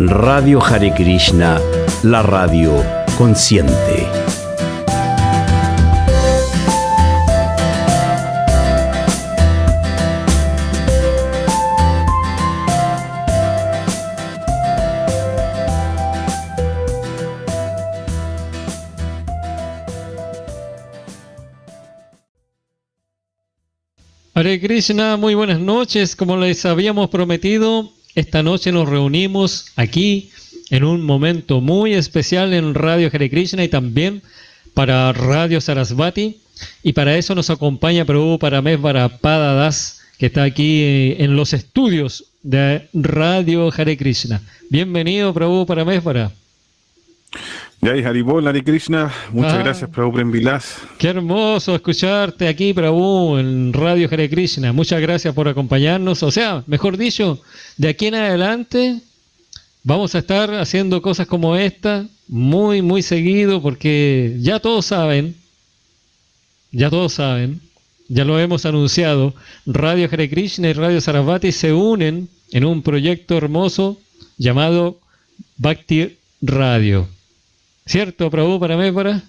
Radio Hare Krishna, la radio consciente. Hare Krishna, muy buenas noches. Como les habíamos prometido, esta noche nos reunimos aquí en un momento muy especial en Radio Hare Krishna y también para Radio Sarasvati. Y para eso nos acompaña Prabhu Paramesvara Pada Das, que está aquí en los estudios de Radio Hare Krishna. Bienvenido, Prabhu Paramesvara. Jai Haribol, Hare Krishna, muchas gracias, Prabhu Prem Vilas. Qué hermoso escucharte aquí, Prabhu, en Radio Hare Krishna. Muchas gracias por acompañarnos. O sea, mejor dicho, de aquí en adelante vamos a estar haciendo cosas como esta muy, muy seguido, porque ya todos saben, ya lo hemos anunciado, Radio Hare Krishna y Radio Sarasvati se unen en un proyecto hermoso llamado Bhakti Radio. ¿Cierto, Prabhu Paramesvara?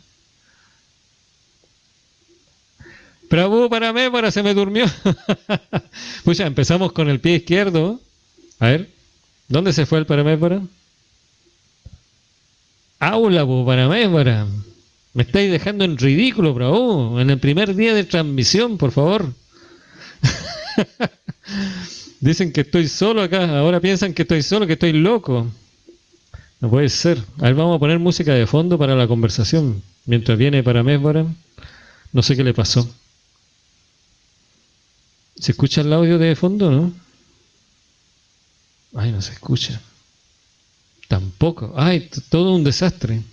Prabhu Paramesvara se me durmió. Pues ya empezamos con el pie izquierdo. A ver, ¿dónde se fue el Paramesvara? Aula, Prabhu Paramesvara. Me estáis dejando en ridículo, Prabhu. En el primer día de transmisión, por favor. Dicen que estoy solo acá. Ahora piensan que estoy solo, que estoy loco. No puede ser. A ver, vamos a poner música de fondo para la conversación. Mientras viene Paramesvara. No sé qué le pasó. ¿Se escucha el audio de fondo, no? Ay, no se escucha. Tampoco. Ay, todo un desastre.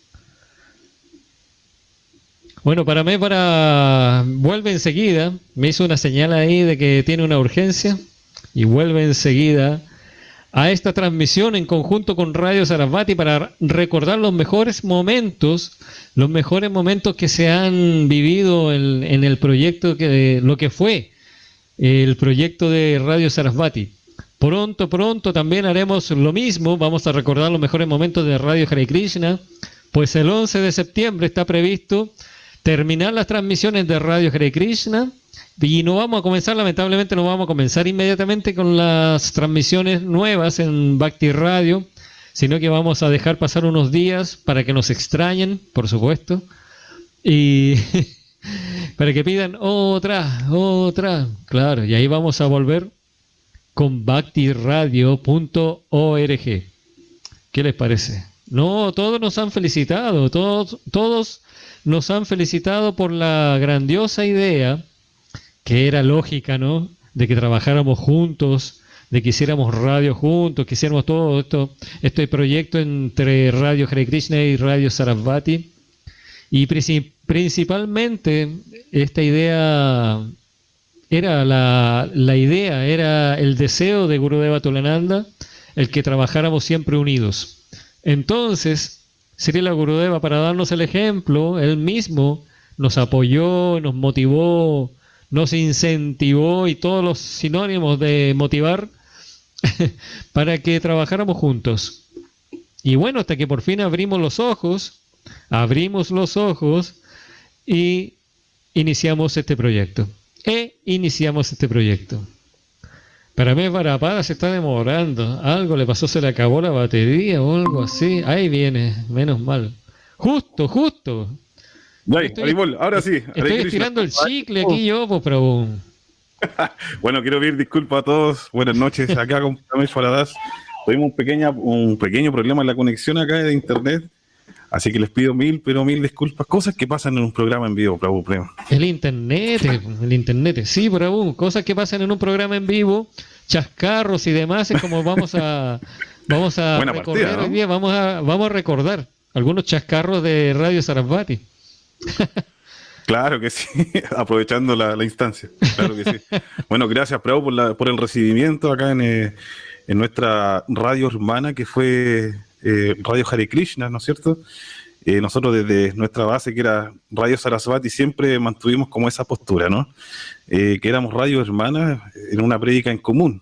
Bueno, Paramesvara vuelve enseguida. Me hizo una señal ahí de que tiene una urgencia. Y vuelve enseguida a esta transmisión en conjunto con Radio Sarasvati para recordar los mejores momentos que se han vivido en el proyecto, lo que fue el proyecto de Radio Sarasvati. Pronto también haremos lo mismo, vamos a recordar los mejores momentos de Radio Hare Krishna, pues el 11 de septiembre está previsto terminar las transmisiones de Radio Hare Krishna. Y lamentablemente no vamos a comenzar inmediatamente con las transmisiones nuevas en Bhakti Radio, sino que vamos a dejar pasar unos días para que nos extrañen, por supuesto, y para que pidan otra, claro, y ahí vamos a volver con bhaktiradio.org. ¿Qué les parece? No, todos nos han felicitado, todos nos han felicitado por la grandiosa idea, que era lógica, ¿no?, de que trabajáramos juntos, de que hiciéramos radio juntos, que hiciéramos todo este proyecto entre Radio Hare Krishna y Radio Sarasvati. Y principalmente esta idea era era el deseo de Gurudeva Tulananda, el que trabajáramos siempre unidos. Entonces, Srila Gurudeva, para darnos el ejemplo, él mismo nos apoyó, nos motivó, nos incentivó y todos los sinónimos de motivar para que trabajáramos juntos. Y bueno, hasta que por fin abrimos los ojos y iniciamos este proyecto. Paramesvara Pada se está demorando. Algo le pasó, se le acabó la batería o algo así. Ahí viene, menos mal. Justo. Ahora sí. Estoy estirando el chicle aquí yo, pues, pero... Bueno, quiero pedir disculpas a todos. Buenas noches, acá con Paramesvara Das. Tuvimos un pequeño problema en la conexión acá de internet, así que les pido mil disculpas. Cosas que pasan en un programa en vivo, Prabhu Prem. El internet. Sí, Prabhu, cosas que pasan en un programa en vivo, chascarros y demás, es como vamos a Buena recorrer partida, ¿no? hoy día, vamos a recordar algunos chascarros de Radio Sarasvati. Claro que sí, aprovechando la instancia. Claro que sí. Bueno, gracias, Prabhu, por el recibimiento acá en nuestra radio hermana, que fue Radio Hare Krishna, ¿no es cierto? Nosotros desde nuestra base, que era Radio Sarasvati, siempre mantuvimos como esa postura, ¿no? Que éramos radio hermanas en una prédica en común.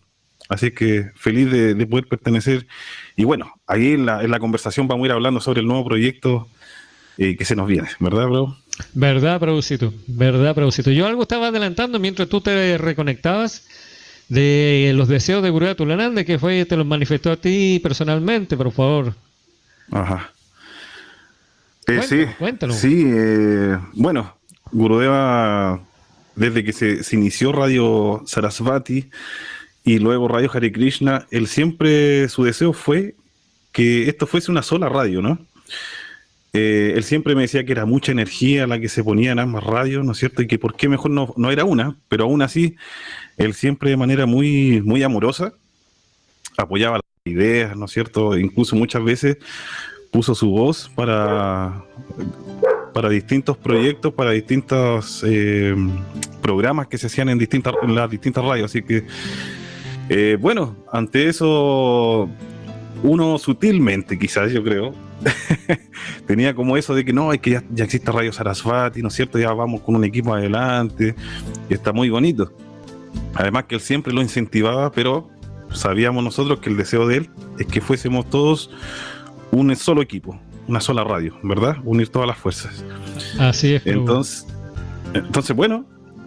Así que feliz de poder pertenecer. Y bueno, ahí en la conversación vamos a ir hablando sobre el nuevo proyecto que se nos viene, ¿verdad, bro? Verdad, Producito, verdad, Producito. Yo algo estaba adelantando mientras tú te reconectabas de los deseos de Gurudeva Tulananda, que te los manifestó a ti personalmente, por favor. Ajá. Cuéntalo. Sí, bueno, Gurudeva, desde que se inició Radio Sarasvati y luego Radio Hare Krishna, él siempre, su deseo fue que esto fuese una sola radio, ¿no? Él siempre me decía que era mucha energía la que se ponía en ambas radios, ¿no es cierto? Y que por qué mejor no era una, pero aún así, él siempre de manera muy, muy amorosa apoyaba las ideas, ¿no es cierto? Incluso muchas veces puso su voz para distintos proyectos, para distintos programas que se hacían en las distintas radios. Así que, bueno, ante eso, uno sutilmente, quizás, yo creo, tenía como eso de que no, es que ya existe Radio Sarasvati, ¿no es cierto? Ya vamos con un equipo adelante y está muy bonito. Además que él siempre lo incentivaba, pero sabíamos nosotros que el deseo de él es que fuésemos todos un solo equipo, una sola radio, ¿verdad? Unir todas las fuerzas. Así es. Entonces bueno,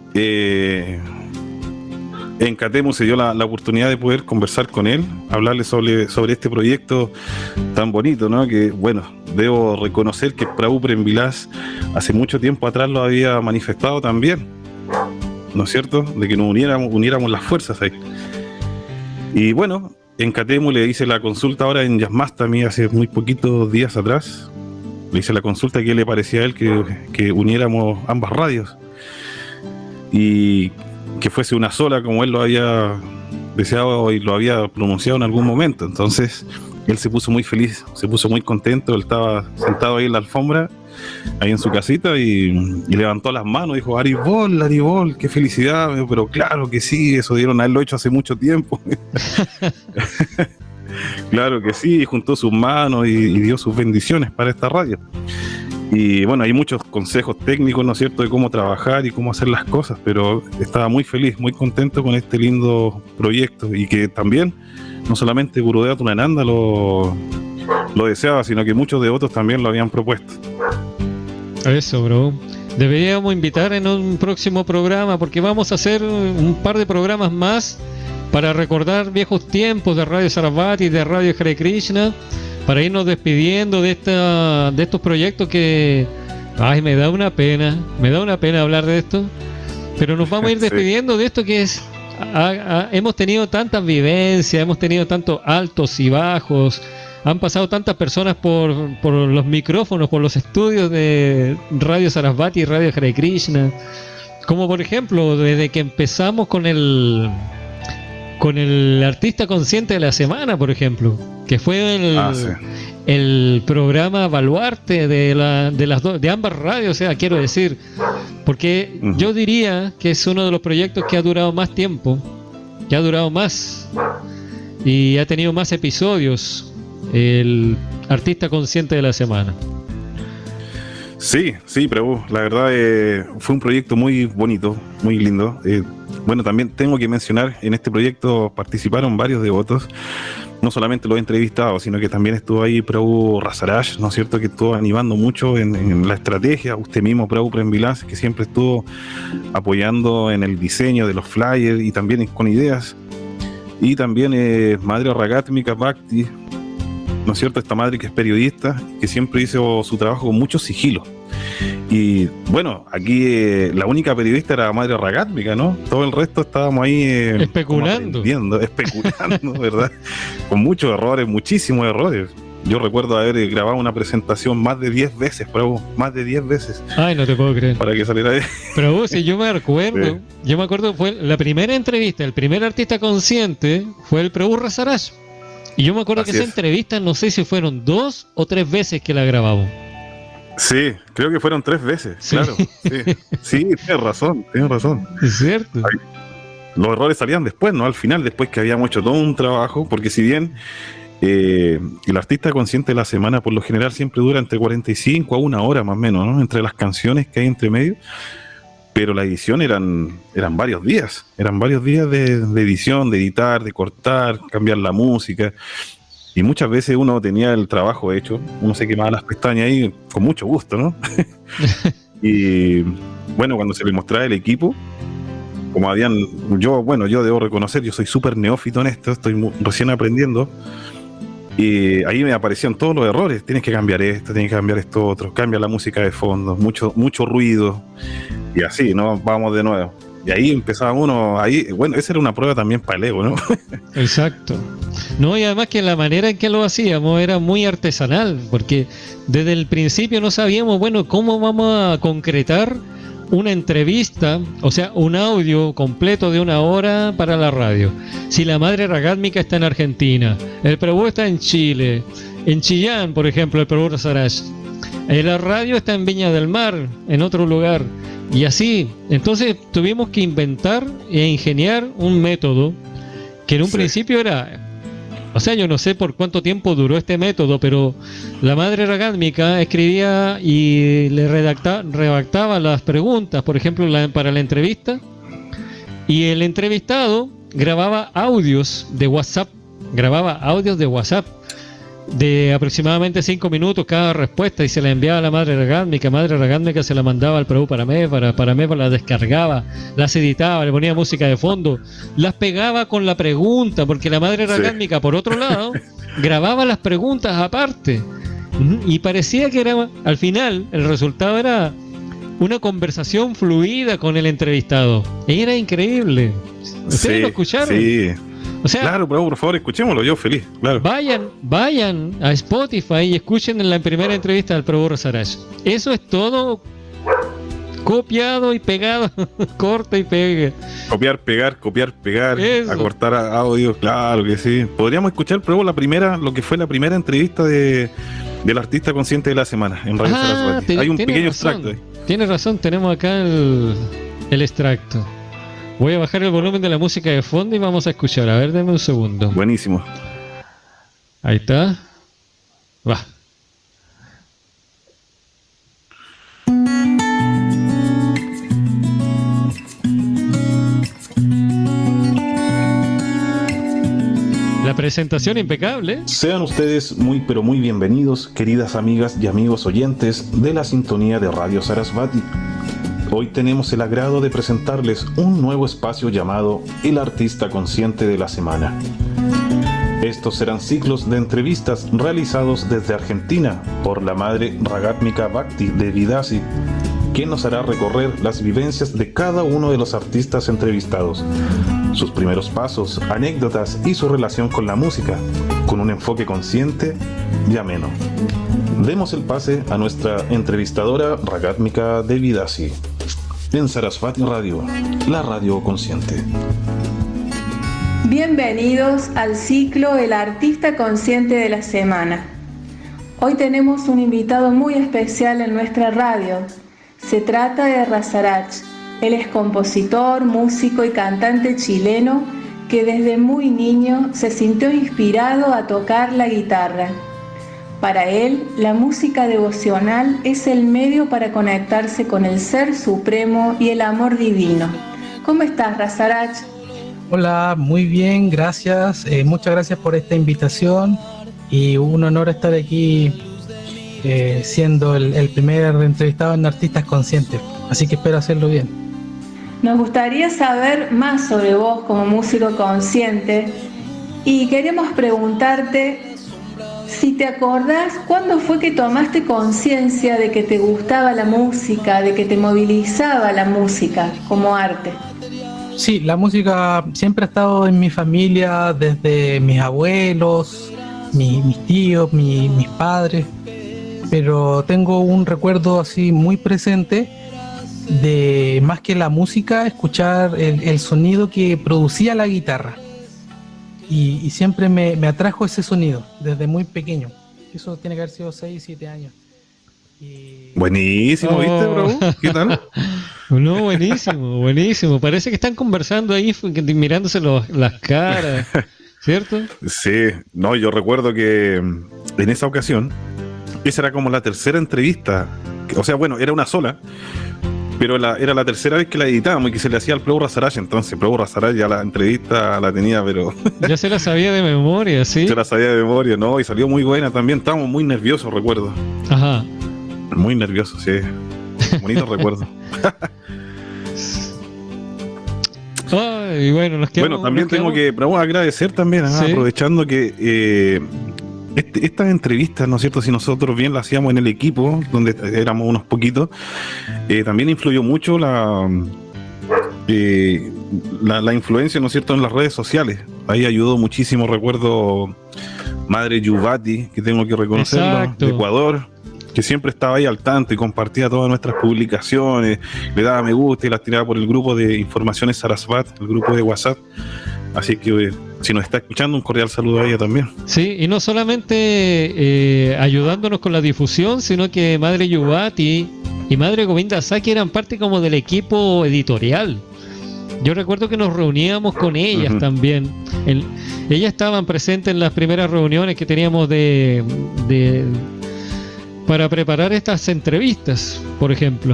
en Catemu se dio la oportunidad de poder conversar con él, hablarle sobre este proyecto tan bonito, ¿no? Que, bueno, debo reconocer que Prabhu Prem Vilas hace mucho tiempo atrás lo había manifestado también, ¿no es cierto? De que nos uniéramos las fuerzas ahí. Y bueno, en Catemu le hice la consulta ahora en Yasmastami hace muy poquitos días atrás. Le hice la consulta que le parecía a él que uniéramos ambas radios y que fuese una sola como él lo había deseado y lo había pronunciado en algún momento. Entonces él se puso muy feliz, se puso muy contento. Él estaba sentado ahí en la alfombra, ahí en su casita, y levantó las manos, dijo: Aribol, qué felicidad. Pero claro que sí, eso dieron a él, lo hecho hace mucho tiempo. Claro que sí, y juntó sus manos y dio sus bendiciones para esta radio. Y bueno, hay muchos consejos técnicos, ¿no es cierto?, de cómo trabajar y cómo hacer las cosas, pero estaba muy feliz, muy contento con este lindo proyecto, y que también no solamente Gurudeva Tulananda lo deseaba, sino que muchos devotos también lo habían propuesto. Eso, bro. Deberíamos invitar en un próximo programa, porque vamos a hacer un par de programas más para recordar viejos tiempos de Radio Sarasvati y de Radio Hare Krishna, para irnos despidiendo de estos proyectos que, ay, me da una pena hablar de esto, pero nos vamos a ir despidiendo de esto que es, hemos tenido tantas vivencias, hemos tenido tantos altos y bajos, han pasado tantas personas por los micrófonos, por los estudios de Radio Sarasvati y Radio Hare Krishna, como por ejemplo, desde que empezamos con el artista consciente de la semana, por ejemplo, que fue el programa baluarte de ambas radios, o sea, quiero decir, porque yo diría que es uno de los proyectos que ha durado más tiempo, que ha durado más y ha tenido más episodios, el artista consciente de la semana. Sí, Prabhu, la verdad fue un proyecto muy bonito, muy lindo. Bueno, también tengo que mencionar, en este proyecto participaron varios devotos, no solamente los entrevistados, sino que también estuvo ahí Prabhu Rasaraj, ¿no es cierto?, que estuvo animando mucho en la estrategia. Usted mismo, Prabhu Prem Vilas, que siempre estuvo apoyando en el diseño de los flyers y también con ideas. Y también Madre Ragatmika Bhakti, ¿no es cierto?, esta madre que es periodista, que siempre hizo su trabajo con mucho sigilo. Y bueno, aquí la única periodista era Madre Ragatmika, ¿no? Todo el resto estábamos ahí especulando, ¿verdad? Con muchos errores, muchísimos errores. Yo recuerdo haber grabado una presentación más de 10 veces, pero más de 10 veces. Ay, no te puedo creer. Para que saliera ahí. Pero vos, si yo me acuerdo, fue la primera entrevista, el primer artista consciente fue el Prabhu Rasaraj. Y yo me acuerdo que esa entrevista, no sé si fueron 2 o 3 veces que la grabamos. Sí, creo que fueron 3 veces, ¿sí? Claro. Sí, tienes razón. Es cierto. Los errores salían después, ¿no? Al final, después que habíamos hecho todo un trabajo, porque si bien el artista consciente de la semana por lo general siempre dura entre 45 a 1 hora más o menos, ¿no?, entre las canciones que hay entre medio, pero la edición eran varios días de edición, de editar, de cortar, cambiar la música, y muchas veces uno tenía el trabajo hecho, uno se quemaba las pestañas ahí con mucho gusto, ¿no? Y bueno, cuando se le mostraba el equipo, como yo debo reconocer, yo soy súper neófito en esto, estoy recién aprendiendo, y ahí me aparecían todos los errores. Tienes que cambiar esto, tienes que cambiar esto otro, cambia la música de fondo, mucho ruido, y así, ¿no? Vamos de nuevo. Y ahí empezaba uno, esa era una prueba también para el ego, ¿no? Exacto. No, y además que la manera en que lo hacíamos era muy artesanal, porque desde el principio no sabíamos, bueno, cómo vamos a concretar una entrevista, o sea, un audio completo de 1 hora para la radio. Si la madre ragátmica está en Argentina, el Prabhu está en Chile, en Chillán, por ejemplo, el Prabhu Rasaraj, la radio está en Viña del Mar, en otro lugar, y así. Entonces tuvimos que inventar e ingeniar un método que en un principio era... O sea, yo no sé por cuánto tiempo duró este método, pero la madre ragátmica escribía y le redactaba las preguntas, por ejemplo, para la entrevista, y el entrevistado grababa audios de WhatsApp, de aproximadamente 5 minutos cada respuesta, y se la enviaba a la madre ragátmica se la mandaba al Prabhu Paramesvara la descargaba, las editaba, le ponía música de fondo, las pegaba con la pregunta, porque la madre ragátmica, por otro lado, grababa las preguntas aparte, y parecía que era, al final, el resultado era una conversación fluida con el entrevistado. Era increíble. ¿Ustedes lo escucharon? Sí. O sea, claro, pero por favor, escuchémoslo, yo feliz, claro. Vayan a Spotify y escuchen en la primera entrevista del Prabhu Rasaraj. Eso es todo copiado y pegado, corta y pega. Copiar, pegar, eso. Acortar audio, claro que sí. Podríamos escuchar, Prabhu, lo que fue la primera entrevista del artista consciente de la semana en Radio Sarasvati. Hay un pequeño extracto ahí. Tienes razón, tenemos acá el extracto. Voy a bajar el volumen de la música de fondo y vamos a escuchar. A ver, denme un segundo. Buenísimo. Ahí está. Va. La presentación impecable. Sean ustedes muy pero muy bienvenidos, queridas amigas y amigos oyentes de la sintonía de Radio Sarasvati. Hoy tenemos el agrado de presentarles un nuevo espacio llamado El Artista Consciente de la Semana. Estos serán ciclos de entrevistas realizados desde Argentina por la madre Ragátmica Bhakti de Vidasi, quien nos hará recorrer las vivencias de cada uno de los artistas entrevistados, sus primeros pasos, anécdotas y su relación con la música, con un enfoque consciente y ameno. Demos el pase a nuestra entrevistadora Ragátmica de Vidasi en Sarasvati Radio, la radio consciente. Bienvenidos al ciclo El Artista Consciente de la Semana. Hoy tenemos un invitado muy especial en nuestra radio. Se trata de Rasaraj. Él es compositor, músico y cantante chileno que desde muy niño se sintió inspirado a tocar la guitarra. Para él, la música devocional es el medio para conectarse con el Ser Supremo y el amor divino. ¿Cómo estás, Rasaraj? Hola, muy bien, gracias. Muchas gracias por esta invitación y un honor estar aquí siendo el primer entrevistado en Artistas Conscientes. Así que espero hacerlo bien. Nos gustaría saber más sobre vos como músico consciente y queremos preguntarte si te acordás cuándo fue que tomaste conciencia de que te gustaba la música, de que te movilizaba la música como arte. Sí, la música siempre ha estado en mi familia, desde mis abuelos, mis tíos, mis padres, pero tengo un recuerdo así muy presente de, más que la música, escuchar el sonido que producía la guitarra. Y siempre me atrajo ese sonido desde muy pequeño. Eso tiene que haber sido 6, 7 años. Buenísimo, ¿viste, bro? ¿Qué tal? No, buenísimo. Parece que están conversando ahí, mirándose las caras, ¿cierto? Sí, no, yo recuerdo que en esa ocasión, esa era como la tercera entrevista. O sea, bueno, era una sola, Pero era la tercera vez que la editábamos y que se le hacía al Prabhu Rasaraj. Entonces Prabhu Rasaraj ya la entrevista la tenía, pero Ya se la sabía de memoria, ¿sí? se la sabía de memoria, ¿no? Y salió muy buena también. Estábamos muy nerviosos, recuerdo. Ajá. Muy nerviosos, sí. Bonito recuerdo. Ay, bueno, Bueno, también tengo que agradecer también, Sí. aprovechando que estas entrevistas, ¿no es cierto? Si nosotros bien las hacíamos en el equipo, donde éramos unos poquitos, también influyó mucho la influencia, ¿no es cierto?, en las redes sociales. Ahí ayudó muchísimo, recuerdo, Madre Yubati, que tengo que reconocerlo, Exacto. de Ecuador, que siempre estaba ahí al tanto y compartía todas nuestras publicaciones, le daba me gusta y las tiraba por el grupo de Informaciones Sarasvat, el grupo de WhatsApp. Así que si nos está escuchando, un cordial saludo a ella también. Sí, y no solamente ayudándonos con la difusión, sino que Madre Yubati y Madre Govinda Saki eran parte como del equipo editorial. Yo recuerdo que nos reuníamos con ellas también. Ellas estaban presentes en las primeras reuniones que teníamos para preparar estas entrevistas, por ejemplo.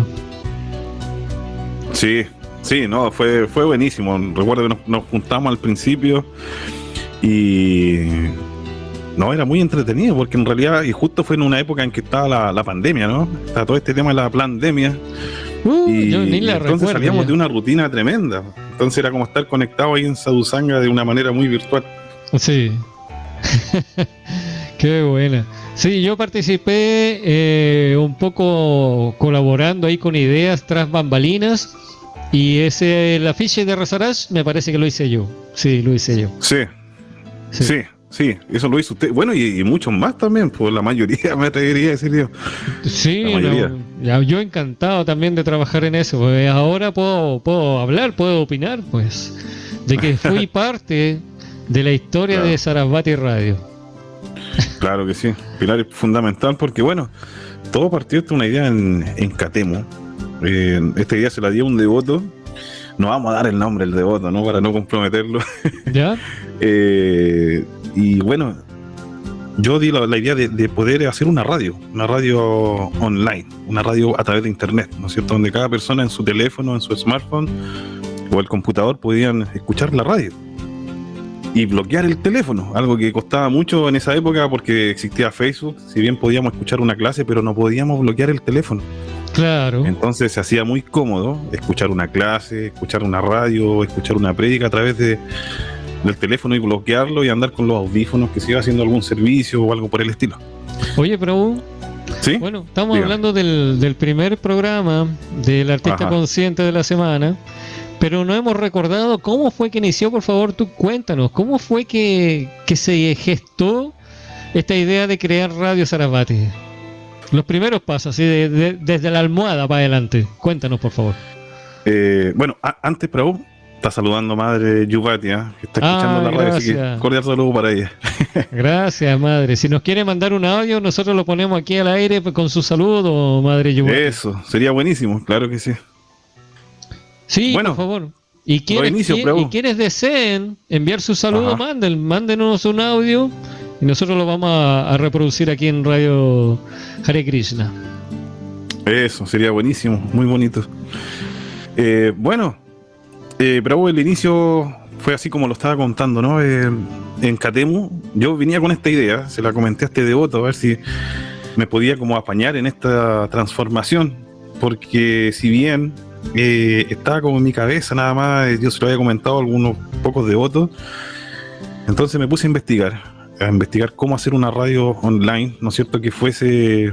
Sí, no, fue buenísimo. Recuerdo que nos juntamos al principio y no, era muy entretenido porque en realidad, y justo fue en una época en que estaba la pandemia, ¿no? Estaba todo este tema de la pandemia. Y Yo ni la entonces recuerdo salíamos ya. de una rutina tremenda. Entonces era como estar conectado ahí en Sadhusanga de una manera muy virtual. Sí. Qué buena. Sí, yo participé un poco colaborando ahí con ideas tras bambalinas. Y el afiche de Rasaraj me parece que lo hice yo. Sí, lo hice yo. Sí, eso lo hizo usted. Bueno, y muchos más también, pues la mayoría me atrevería a decir yo. Sí, La mayoría. yo encantado también de trabajar en eso. Pues ahora puedo hablar, puedo opinar, pues, de que fui parte de la historia Claro. de Sarasvati Radio. Claro que sí, pilar es fundamental porque, bueno, todo partió de una idea en Catemo. Esta idea se la dio un devoto. No vamos a dar el nombre del devoto, ¿no? Para no comprometerlo. ¿Ya? Y bueno, yo di la idea de poder hacer una radio online, una radio a través de internet, ¿no es cierto? Donde cada persona en su teléfono, en su smartphone o el computador podían escuchar la radio y bloquear el teléfono, algo que costaba mucho en esa época porque existía Facebook. Si bien podíamos escuchar una clase, pero no podíamos bloquear el teléfono. Claro. Entonces se hacía muy cómodo escuchar una clase, escuchar una radio, escuchar una prédica a través del teléfono y bloquearlo y andar con los audífonos que se iba haciendo algún servicio o algo por el estilo. Oye, pero ¿Sí? bueno, estamos Dígame. hablando del primer programa del artista Ajá. consciente de la semana, pero no hemos recordado cómo fue que inició. Por favor, tú cuéntanos, ¿cómo fue que se gestó esta idea de crear Radio Sarasvati? Los primeros pasos, así desde la almohada para adelante. Cuéntanos, por favor. Bueno, antes, Prabhu, está saludando Madre Yubati, que está escuchando la radio, así que gracias. cordial saludo para ella. Gracias, madre. Si nos quiere mandar un audio, nosotros lo ponemos aquí al aire con su saludo, Madre Yubati. Eso, sería buenísimo, claro que sí. Sí, Bueno, por favor. Y quienes deseen enviar su saludo, Ajá. mándenos un audio y nosotros lo vamos a reproducir aquí en Radio Hare Krishna. Eso, sería buenísimo, muy bonito. Bueno, Prabhu, el inicio fue así como lo estaba contando, ¿no? En Catemu, yo venía con esta idea, se la comenté a este devoto, a ver si me podía como apañar en esta transformación, porque si bien estaba como en mi cabeza nada más, yo se lo había comentado a algunos pocos devotos, entonces me puse a investigar cómo hacer una radio online, ¿no es cierto?, que fuese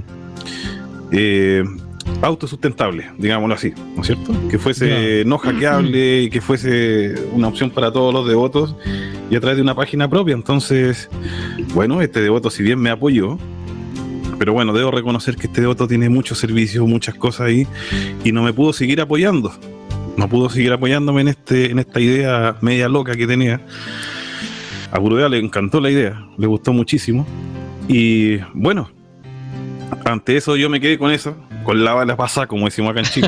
autosustentable, digámoslo así, ¿no es cierto? Que fuese no hackeable y que fuese una opción para todos los devotos y a través de una página propia. Entonces, bueno, este devoto, si bien me apoyó, pero bueno, debo reconocer que este devoto tiene muchos servicios, muchas cosas ahí y no me pudo seguir apoyando. No pudo seguir apoyándome en esta idea media loca que tenía. A Gurudeva le encantó la idea, le gustó muchísimo. Y bueno, ante eso yo me quedé con eso, con la bala pasada, como decimos acá en Chile.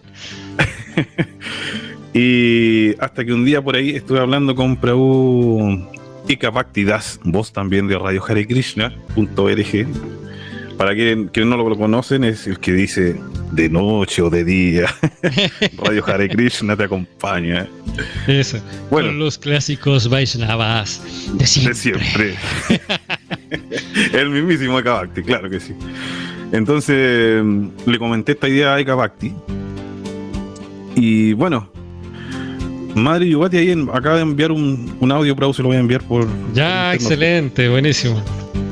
Y hasta que un día por ahí estuve hablando con Prabhu Ika Bhakti Das, voz también de Radio Hare Krishna.org, Para quienes no lo conocen, es el que dice de noche o de día. Radio Hare Krishna te acompaña. Eso. Bueno. Con los clásicos Vaishnavas de siempre. De siempre. El mismísimo Eka Bhakti, claro que sí. Entonces le comenté esta idea a Eka Bhakti. Y bueno, Madre Yugati ahí acaba de enviar un audio, pero se lo voy a enviar por Ya, excelente, buenísimo.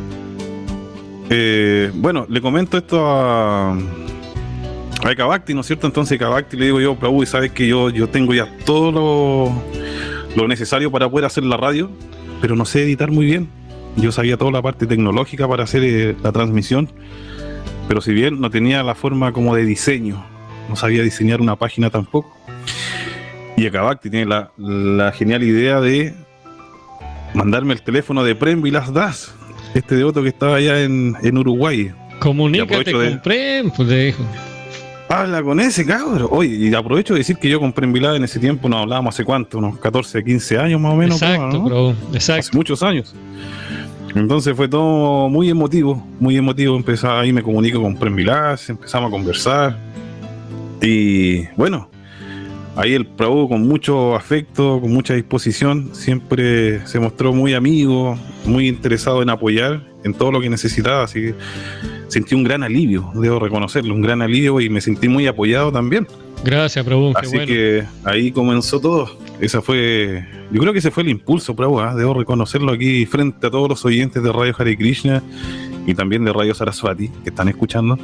Bueno, le comento esto a Eka Bhakti, ¿no es cierto? Entonces Eka Bhakti le digo yo, Prabhu, sabes que yo tengo ya todo lo necesario para poder hacer la radio, pero no sé editar muy bien. Yo sabía toda la parte tecnológica para hacer la transmisión, pero si bien no tenía la forma como de diseño, no sabía diseñar una página tampoco. Y Eka Bhakti tiene la genial idea de mandarme el teléfono de Prem Vilas Das, este devoto que estaba allá en Uruguay. Comunícate con Prem, pues le dijo. Habla con ese cabrón. Oye, y aprovecho de decir que yo con Prem Vilas en ese tiempo nos hablábamos hace cuánto, unos 14, 15 años más o menos. Exacto, ¿no? bro, exacto. Hace muchos años. Entonces fue todo muy emotivo, muy emotivo. Ahí me comunico con Prem Vilas, empezamos a conversar. Y bueno, ahí el Prabhu con mucho afecto, con mucha disposición, siempre se mostró muy amigo, muy interesado en apoyar en todo lo que necesitaba, así que sentí un gran alivio, debo reconocerlo, un gran alivio, y me sentí muy apoyado también. Gracias, Prabhu. Así bueno. que ahí comenzó todo. Yo creo que ese fue el impulso, Prabhu, debo reconocerlo aquí frente a todos los oyentes de Radio Hare Krishna y también de Radio Sarasvati que están escuchando.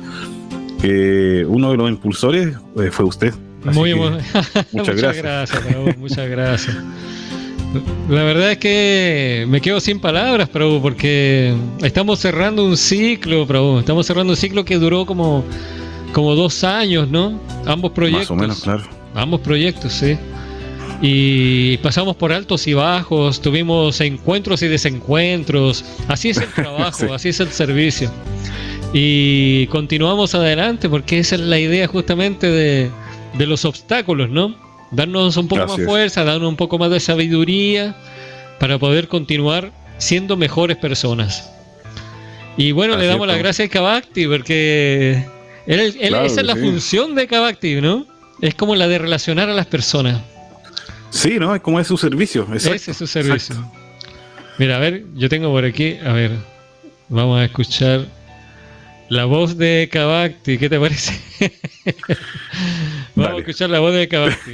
Uno de los impulsores fue usted. Muchas gracias, Prabhu, muchas gracias. La verdad es que me quedo sin palabras, Prabhu, porque estamos cerrando un ciclo, Prabhu. Estamos cerrando un ciclo que duró como 2 años, ¿no? Ambos proyectos. Más o menos, claro. Ambos proyectos, sí. Y pasamos por altos y bajos, tuvimos encuentros y desencuentros. Así es el trabajo, sí. Así es el servicio. Y continuamos adelante porque esa es la idea justamente de los obstáculos, ¿no? Darnos un poco más fuerza, darnos un poco más de sabiduría para poder continuar siendo mejores personas. Y bueno, le damos las gracias a Eka Bhakti porque claro, esa es la función de Eka Bhakti, ¿no? Es como la de relacionar a las personas. Sí, ¿no? Es como es su servicio. Exacto. Ese es su servicio. Exacto. Mira, a ver, yo tengo por aquí, a ver, vamos a escuchar la voz de Eka Bhakti, ¿qué te parece? Vamos a escuchar la voz de Eka Bhakti,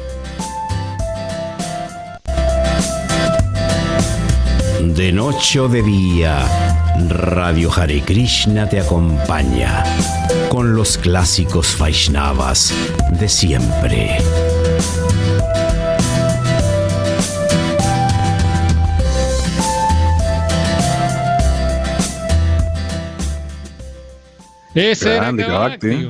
De noche o de día, Radio Hare Krishna te acompaña con los clásicos Vaishnavas de siempre. Ese grande, era Eka Bhakti.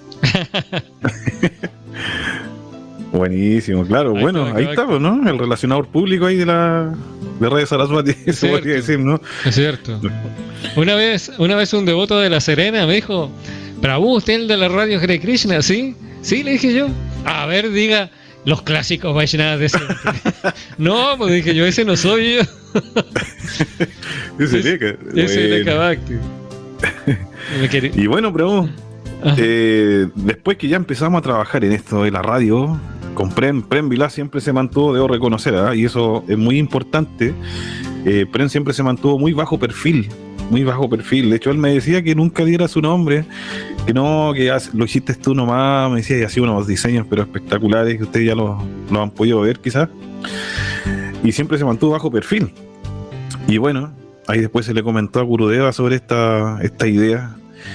Buenísimo, claro. Ahí está, ¿no? El relacionador público ahí de Radio Sarasvati, se podría decir, ¿no? Es cierto. Una vez un devoto de La Serena me dijo, Prabhu, ¿usted es el de la Radio Hare Krishna? ¿Sí? Sí, le dije yo. A ver, diga los clásicos Vaishnavas de siempre. No, pues dije yo, ese no soy yo. Ese es Eka Bhakti. Y bueno, Prabhu, después que ya empezamos a trabajar en esto de la radio, con Prem Vilas siempre se mantuvo, debo reconocer, y eso es muy importante. Prem siempre se mantuvo muy bajo perfil. De hecho, él me decía que nunca diera su nombre, que lo hiciste tú nomás. Me decía, y hacía unos diseños pero espectaculares que ustedes ya lo han podido ver quizás. Y siempre se mantuvo bajo perfil. Y bueno, ahí después se le comentó a Gurudeva sobre esta idea.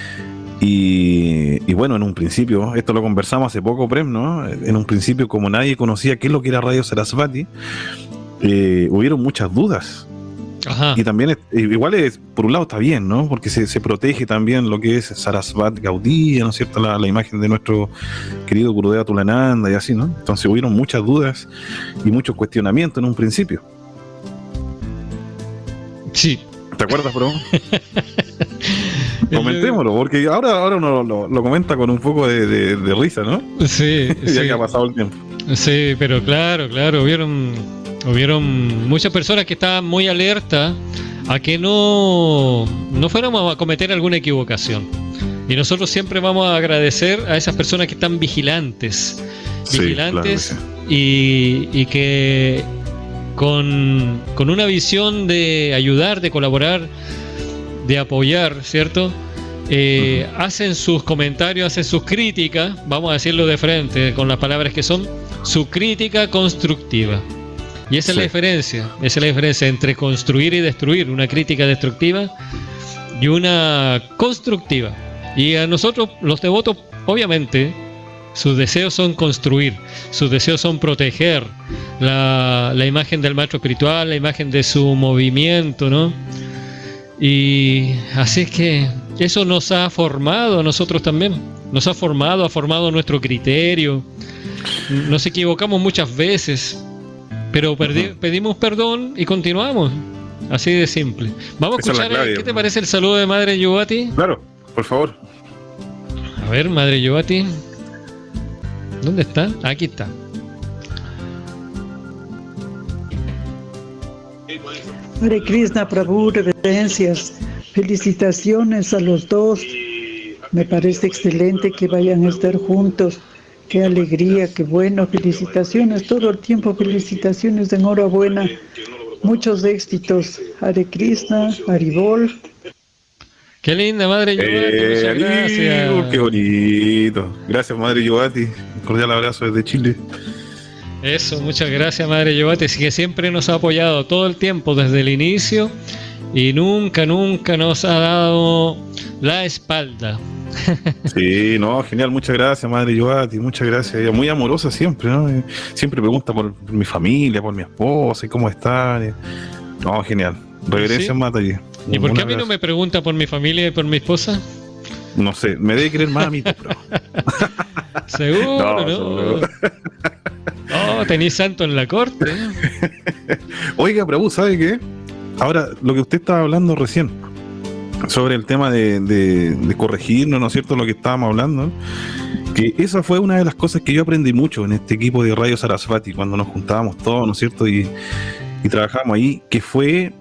Y bueno, en un principio, esto lo conversamos hace poco, Prem, ¿no? En un principio, como nadie conocía qué es lo que era Radio Sarasvati, hubieron muchas dudas. Ajá. Y también, por un lado está bien, ¿no? Porque se protege también lo que es Sarasvat Gaudiya, ¿no es cierto? La imagen de nuestro querido Gurudeva Tulananda y así, ¿no? Entonces hubieron muchas dudas y muchos cuestionamientos en un principio. Sí. ¿Te acuerdas, bro? Comentémoslo, porque ahora uno lo comenta con un poco de risa, ¿no? Sí, ya que ha pasado el tiempo. Sí, pero claro, hubieron Hubieron muchas personas que estaban muy alerta a que no fuéramos a cometer alguna equivocación. Y nosotros siempre vamos a agradecer a esas personas que están vigilantes, Sí, claro que sí. y que con una visión de ayudar, de colaborar, de apoyar, ¿cierto? Hacen sus comentarios, hacen sus críticas, vamos a decirlo de frente, con las palabras que son, su crítica constructiva. Y esa es la diferencia entre construir y destruir, una crítica destructiva y una constructiva. Y a nosotros, los devotos, obviamente, sus deseos son construir, sus deseos son proteger la imagen del maestro espiritual, la imagen de su movimiento, ¿no? Y así es que eso nos ha formado a nosotros también, ha formado nuestro criterio. Nos equivocamos muchas veces, pero pedimos perdón y continuamos, así de simple. Vamos a escuchar, ¿qué te parece el saludo de Madre Yubati? Claro, por favor. A ver, Madre Yubati, ¿dónde está? Aquí está. Hare Krishna Prabhu, reverencias, felicitaciones a los dos. Me parece excelente que vayan a estar juntos. Qué alegría, qué bueno. Felicitaciones todo el tiempo, felicitaciones, enhorabuena. Muchos éxitos. Hare Krishna, Haribol. Qué linda, Madre Yubati, muchas gracias. Qué bonito. Gracias, Madre Yubati. Un cordial abrazo desde Chile. Eso, muchas gracias, Madre Yubati, que siempre nos ha apoyado todo el tiempo desde el inicio y nunca nos ha dado la espalda. Sí, no, genial, muchas gracias, Madre Yubati, muchas gracias. Ella muy amorosa siempre, ¿no? Siempre pregunta por mi familia, por mi esposa y cómo están. No, genial. Reverencias, ¿Sí? Madre. ¿Y por qué a mí no me pregunta por mi familia y por mi esposa? No sé, me debe querer más a mí, pero... Seguro, ¿no? Oh, tenéis santo en la corte. Oiga, Prabhu, ¿sabe qué? Ahora, lo que usted estaba hablando recién, sobre el tema de corregirnos, ¿no es cierto? Lo que estábamos hablando, que esa fue una de las cosas que yo aprendí mucho en este equipo de Radio Sarasvati, cuando nos juntábamos todos, ¿no es cierto? Y trabajábamos ahí, que fue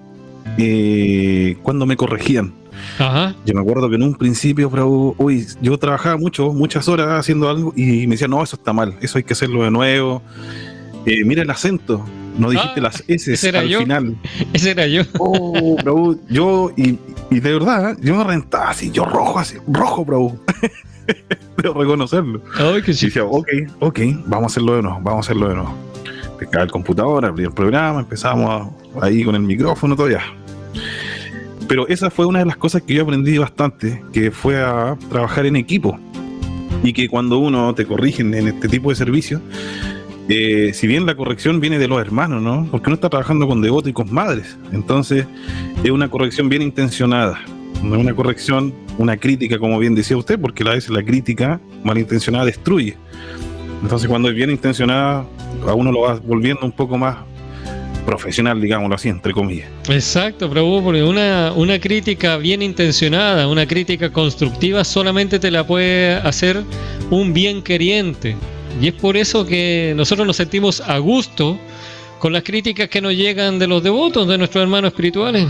cuando me corregían. Ajá. Yo me acuerdo que en un principio, Prabhu, yo trabajaba muchas horas haciendo algo y me decían, no, eso está mal, eso hay que hacerlo de nuevo. Mira el acento, no dijiste las S al final. Ese era yo. Oh, Prabhu, y de verdad, yo me rentaba así, yo rojo, Prabhu. Debo reconocerlo. Ay, qué y decía, ok, vamos a hacerlo de nuevo. Pescaba el computador, abría el programa, empezamos ahí con el micrófono, todo ya. Pero esa fue una de las cosas que yo aprendí bastante, que fue a trabajar en equipo. Y que cuando uno te corrigen en este tipo de servicios, si bien la corrección viene de los hermanos, ¿no? Porque uno está trabajando con devotos y con madres. Entonces, es una corrección bien intencionada. No es una corrección, una crítica, como bien decía usted, porque a veces la crítica malintencionada destruye. Entonces, cuando es bien intencionada, a uno lo va volviendo un poco más profesional, digámoslo así, entre comillas. Exacto, Prabhu, porque una crítica bien intencionada, una crítica constructiva, solamente te la puede hacer un bien queriente. Y es por eso que nosotros nos sentimos a gusto con las críticas que nos llegan de los devotos, de nuestros hermanos espirituales.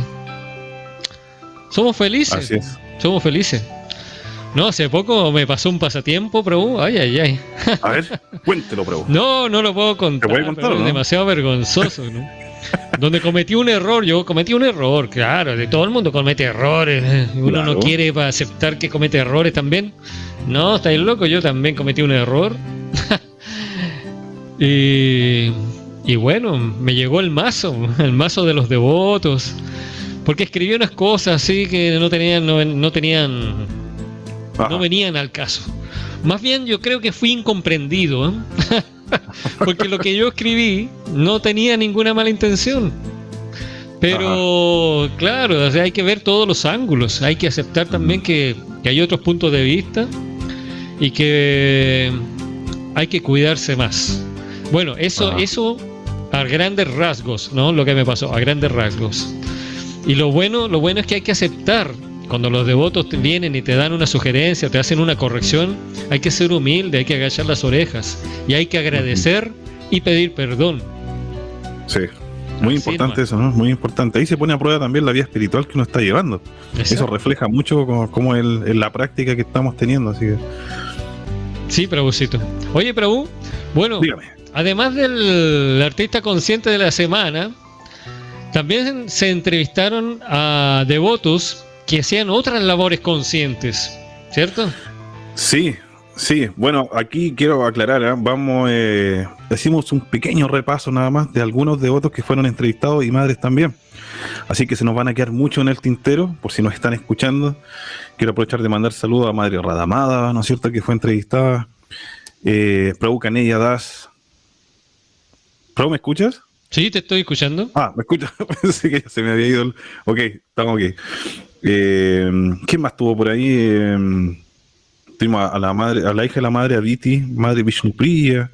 Somos felices. Así es. Somos felices. No, hace poco me pasó un pasatiempo, Prabhu. Ay. A ver, cuéntelo, Prabhu. No lo puedo contar. ¿Te puede contar, pero no? Es demasiado vergonzoso, ¿no? Donde cometí un error, claro, de todo el mundo comete errores. Uno Claro. no quiere aceptar que comete errores también. No, estáis loco, yo también cometí un error. y bueno, me llegó el mazo de los devotos. Porque escribí unas cosas así que no venían al caso. Más bien yo creo que fui incomprendido, ¿eh? Porque lo que yo escribí no tenía ninguna mala intención. Pero claro, o sea, hay que ver todos los ángulos. Hay que aceptar también que hay otros puntos de vista y que hay que cuidarse más. Bueno, eso a grandes rasgos, ¿no? Lo que me pasó, a grandes rasgos. Y lo bueno es que hay que aceptar. Cuando los devotos te vienen y te dan una sugerencia, te hacen una corrección, hay que ser humilde, hay que agachar las orejas y hay que agradecer y pedir perdón. Sí. Muy Así importante nomás. eso, ¿no? Muy importante. Ahí se pone a prueba también la vida espiritual que uno está llevando. Exacto. Eso refleja mucho como la práctica que estamos teniendo. Así que, Sí, Prabhucito. Oye, Prabhu, bueno, dígame. además del artista consciente de la semana, también se entrevistaron a devotos que hacían otras labores conscientes, ¿cierto? Sí, sí. Bueno, aquí quiero aclarar, decimos un pequeño repaso nada más de algunos devotos que fueron entrevistados y madres también. Así que se nos van a quedar mucho en el tintero, por si nos están escuchando. Quiero aprovechar de mandar saludos a Madre Radamada, ¿no es cierto?, que fue entrevistada. Prabhu Canella Das. ¿Prabhu, me escuchas? Sí, te estoy escuchando. Ah, ¿me escuchas? Pensé que ya se me había ido. Ok, estamos ok. ¿Quién más tuvo por ahí? Tuvimos a la hija de la madre Aditi, Madre Vishnupriya,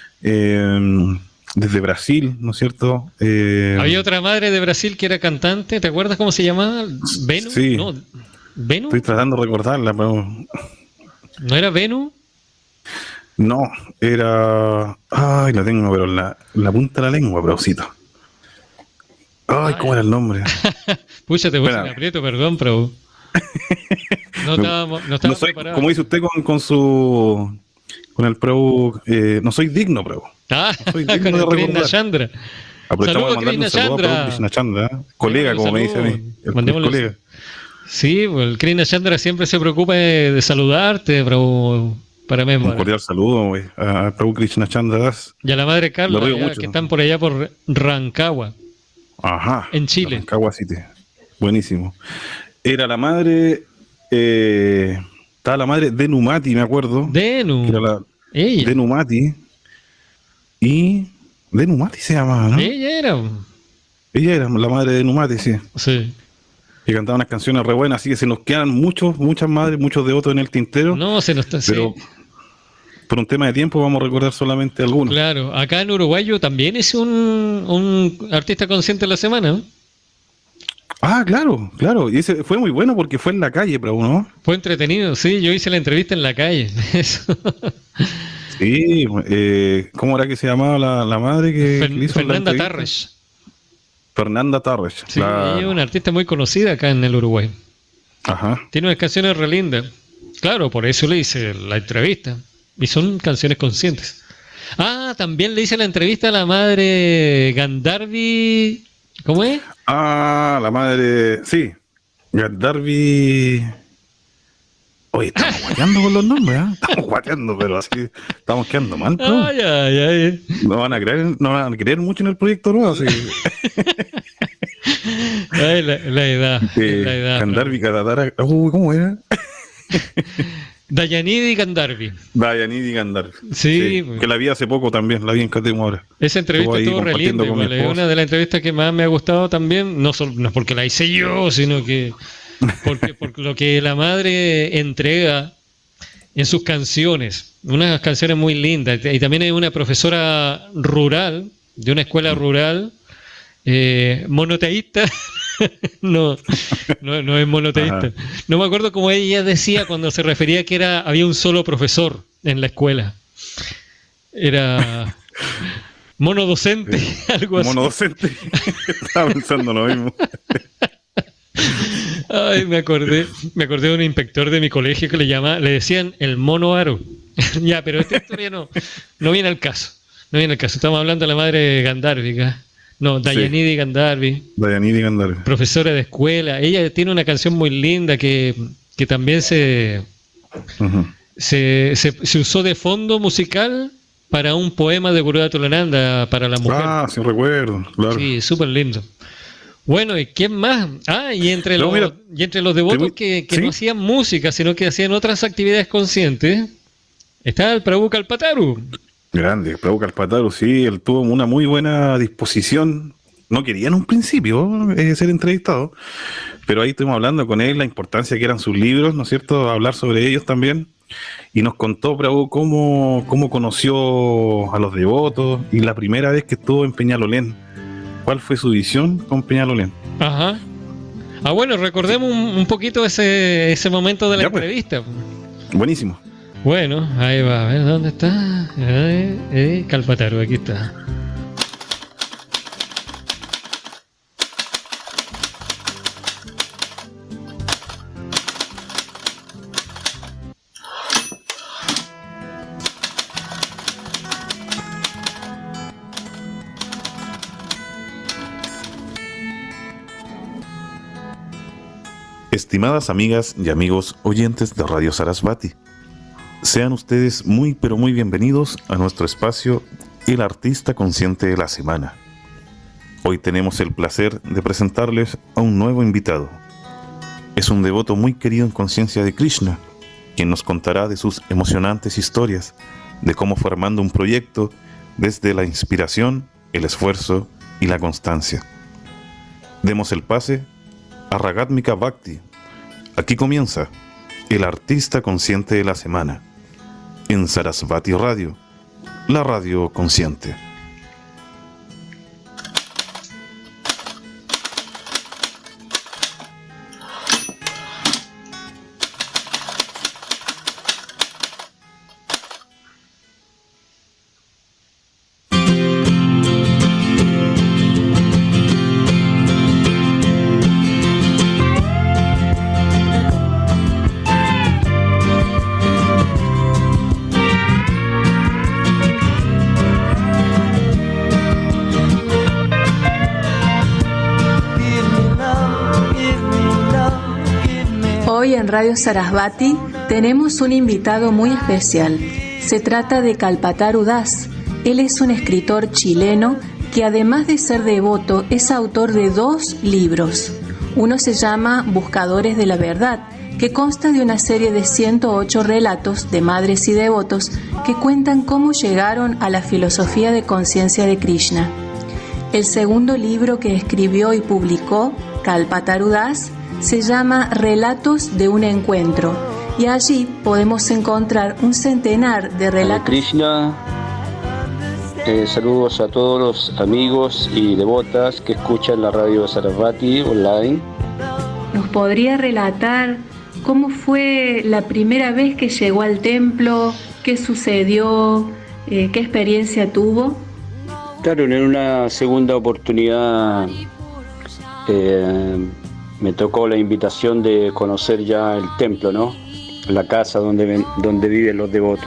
desde Brasil, ¿no es cierto? Había otra madre de Brasil que era cantante, ¿te acuerdas cómo se llamaba? ¿Venu? Sí. No, ¿Venu? Estoy tratando de recordarla, pero ¿No era Venu? no, era... Ay, la tengo, pero en la punta de la lengua, Brausito. Ay, ¿cómo era el nombre? Pucha, te puse en Espérame. aprieto, perdón, Prabhu. No estábamos No soy, preparados. como dice usted con el Prabhu, no soy digno, Prabhu. Ah, soy digno con de el Krishna recordar. Chandra. Aprovechamos Saludos, de mandarle un Krishna saludo a Chandra. Prabhu Krishna Chandra, colega, como me dice a mí. El Mandémosle un colega. Sí, pues el Krishna Chandra siempre se preocupa de saludarte, Prabhu, para mí. Un cordial saludo, güey, a Prabhu Krishna Chandra Das. Y a la madre Carla, Lo digo allá, mucho, que ¿no? están por allá por Rancagua. Ajá. En Chile. Rancagua City. Buenísimo. Era la madre, estaba la madre de Numati, me acuerdo. Denu. Que era la Ella. de Numati. Y de Numati se llamaba, ¿no? Ella era. Ella era la madre de Numati, sí. Sí. Que cantaba unas canciones re buenas, así que se nos quedan muchas madres, muchos devotos en el tintero. No, se nos está. Pero Sí. por un tema de tiempo vamos a recordar solamente algunos. Claro, acá en Uruguayo también es un artista consciente de la semana, ¿no? Ah, claro, claro. Y ese fue muy bueno porque fue en la calle, pero ¿no? Fue entretenido, sí, yo hice la entrevista en la calle. Eso. Sí, ¿cómo era que se llamaba la madre que le hizo la Fernanda entrevista? Tarres. Fernanda Tarres. Sí, ella es una artista muy conocida acá en el Uruguay. Ajá. Tiene unas canciones re lindas. Claro, por eso le hice la entrevista. Y son canciones conscientes. Ah, también le hice la entrevista a la madre Gandharvi. ¿Cómo es? Ah, la madre, sí. Gandharvi. Oye, estamos guateando con los nombres, ¿eh? Estamos guateando, pero así estamos quedando mal, ¿no? Ay, ay, ay. No van a creer mucho en el proyecto nuevo, así Ay, la edad. La edad. Gandharvi Kadadara. Uy, ¿cómo era? Dayanidi Gandharvi. Dayanidi Gandharvi. Sí, pues. Que la vi hace poco también, la vi en Catemo ahora. Esa entrevista Estuvo ahí estuvo re compartiendo linda. con mi Igual, es esposa. una de las entrevistas que más me ha gustado también. No es porque la hice yo, sino que por lo que la madre entrega en sus canciones. Unas canciones muy lindas. Y también es una profesora rural, de una escuela rural, monoteísta. No es monoteísta. Ajá. No me acuerdo cómo ella decía cuando se refería a que había un solo profesor en la escuela. Era monodocente, algo así. Monodocente. Estaba pensando lo mismo. Ay, me acordé de un inspector de mi colegio que le decían el mono aro. Ya, pero esta historia no viene al caso. No viene al caso. Estamos hablando de la madre Gandharvi. No, Dayanidi Gandharvi, Dayanidi Gandharvi. profesora de escuela. Ella tiene una canción muy linda que también se usó de fondo musical para un poema de Gurudat Ulananda para la mujer. Ah, sí recuerdo, claro. Sí, súper lindo. Bueno, ¿y quién más? Ah, y entre No, mira, los devotos que ¿sí? no hacían música, sino que hacían otras actividades conscientes, está el Prabhu Kalpataru. Grande, Prabhu Kalpataru, sí, él tuvo una muy buena disposición. No quería en un principio ser entrevistado, pero ahí estuvimos hablando con él, la importancia que eran sus libros, ¿no es cierto? Hablar sobre ellos también. Y nos contó, Prabhu, cómo conoció a los devotos y la primera vez que estuvo en Peñalolén. ¿Cuál fue su visión con Peñalolén? Ajá. Ah, bueno, recordemos un poquito ese momento de la Ya, pues. entrevista. Buenísimo. Bueno, ahí va, a ver dónde está. Kalpataru, aquí está. Estimadas amigas y amigos oyentes de Radio Sarasvati, sean ustedes muy pero muy bienvenidos a nuestro espacio El Artista Consciente de la Semana. Hoy tenemos el placer de presentarles a un nuevo invitado. Es un devoto muy querido en conciencia de Krishna, quien nos contará de sus emocionantes historias, de cómo fue armando un proyecto desde la inspiración, el esfuerzo y la constancia. Demos el pase a Ragatmika Bhakti. Aquí comienza El Artista Consciente de la Semana, en Sarasvati Radio, la radio consciente. Hoy en Radio Sarasvati tenemos un invitado muy especial. Se trata de Kalpataru Das. Él es un escritor chileno que, además de ser devoto, es autor de 2 libros. Uno se llama Buscadores de la Verdad, que consta de una serie de 108 relatos de madres y devotos que cuentan cómo llegaron a la filosofía de conciencia de Krishna. El segundo libro que escribió y publicó, Kalpataru Das, se llama Relatos de un Encuentro, y allí podemos encontrar un centenar de relatos. Krishna, saludos a todos los amigos y devotas que escuchan la radio Sarasvati online. ¿Nos podría relatar cómo fue la primera vez que llegó al templo? ¿Qué sucedió? ¿Qué experiencia tuvo? Claro, en una segunda oportunidad me tocó la invitación de conocer ya el templo, ¿no? La casa donde viven los devotos.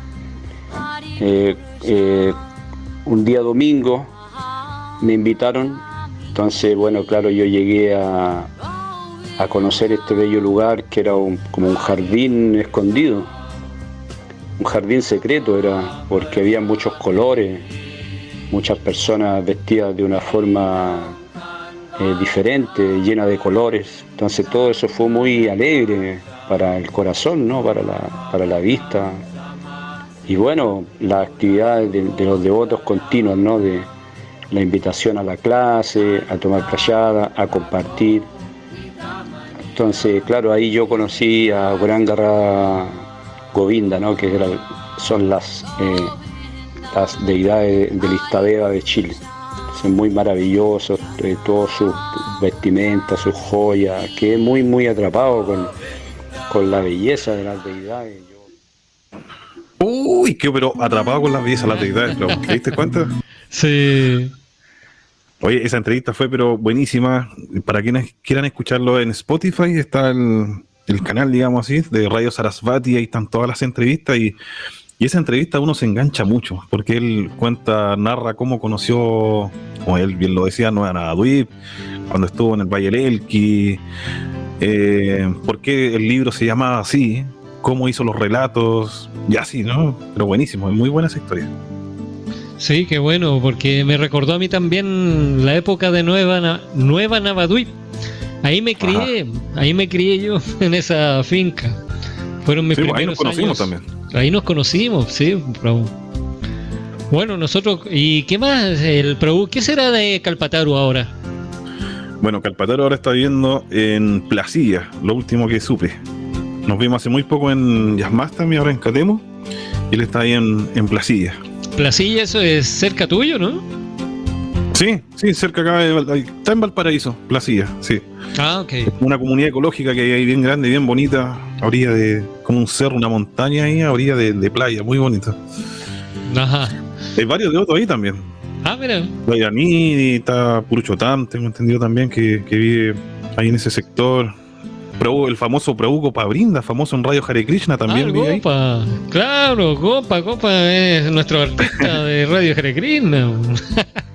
Un día domingo me invitaron, entonces, bueno, claro, yo llegué a conocer este bello lugar que era como un jardín escondido, un jardín secreto era, porque había muchos colores, muchas personas vestidas de una forma diferente, llena de colores. Entonces todo eso fue muy alegre para el corazón, ¿no? Para la vista. Y bueno, las actividades de los devotos continuas, ¿no? De la invitación a la clase, a tomar prayada, a compartir. Entonces, claro, ahí yo conocí a Gorangara Govinda, ¿no? Que son las deidades del Istadeva de Chile. Son muy maravillosos, todas sus vestimentas, sus joyas, quedé muy muy atrapado con la belleza de las deidades. Uy, pero atrapado con la belleza de las deidades, ¿te diste cuenta? Sí. Oye, esa entrevista fue pero buenísima. Para quienes quieran escucharlo en Spotify, está el canal, digamos así, de Radio Sarasvati, ahí están todas las entrevistas y esa entrevista uno se engancha mucho, porque él narra cómo conoció, como él bien lo decía, Nueva Navadvip, cuando estuvo en el Valle del Elqui, por qué el libro se llamaba así, cómo hizo los relatos, y así, ¿no? Pero buenísimo, es muy buena esa historia. Sí, qué bueno, porque me recordó a mí también la época de Nueva Navadvip. Ahí me crié yo, en esa finca. Fueron mis primeros ahí nos conocimos años. también. Ahí nos conocimos, sí, Prabhu. Bueno, nosotros, ¿y qué más? El Prabhu, ¿qué será de Kalpataru ahora? Bueno, Kalpataru ahora está viviendo en Placilla, lo último que supe. Nos vimos hace muy poco en Yasmastami, ahora en Catemo, y él está ahí en Placilla. Placilla, eso es cerca tuyo, ¿no? Sí, cerca acá, está en Valparaíso, Placilla, sí. Ah, ok. Es una comunidad ecológica que hay ahí bien grande, bien bonita, a orilla de, como un cerro, una montaña ahí, a orilla de playa, muy bonita. Ajá. Hay varios de otros ahí también. Ah, mira. Guayanini, está Puruchotán, tengo entendido también que vive ahí en ese sector. El famoso Prabhu Gopabrinda, famoso en Radio Hare Krishna, también vive ahí. Claro, Gopa es nuestro artista de Radio Hare Krishna.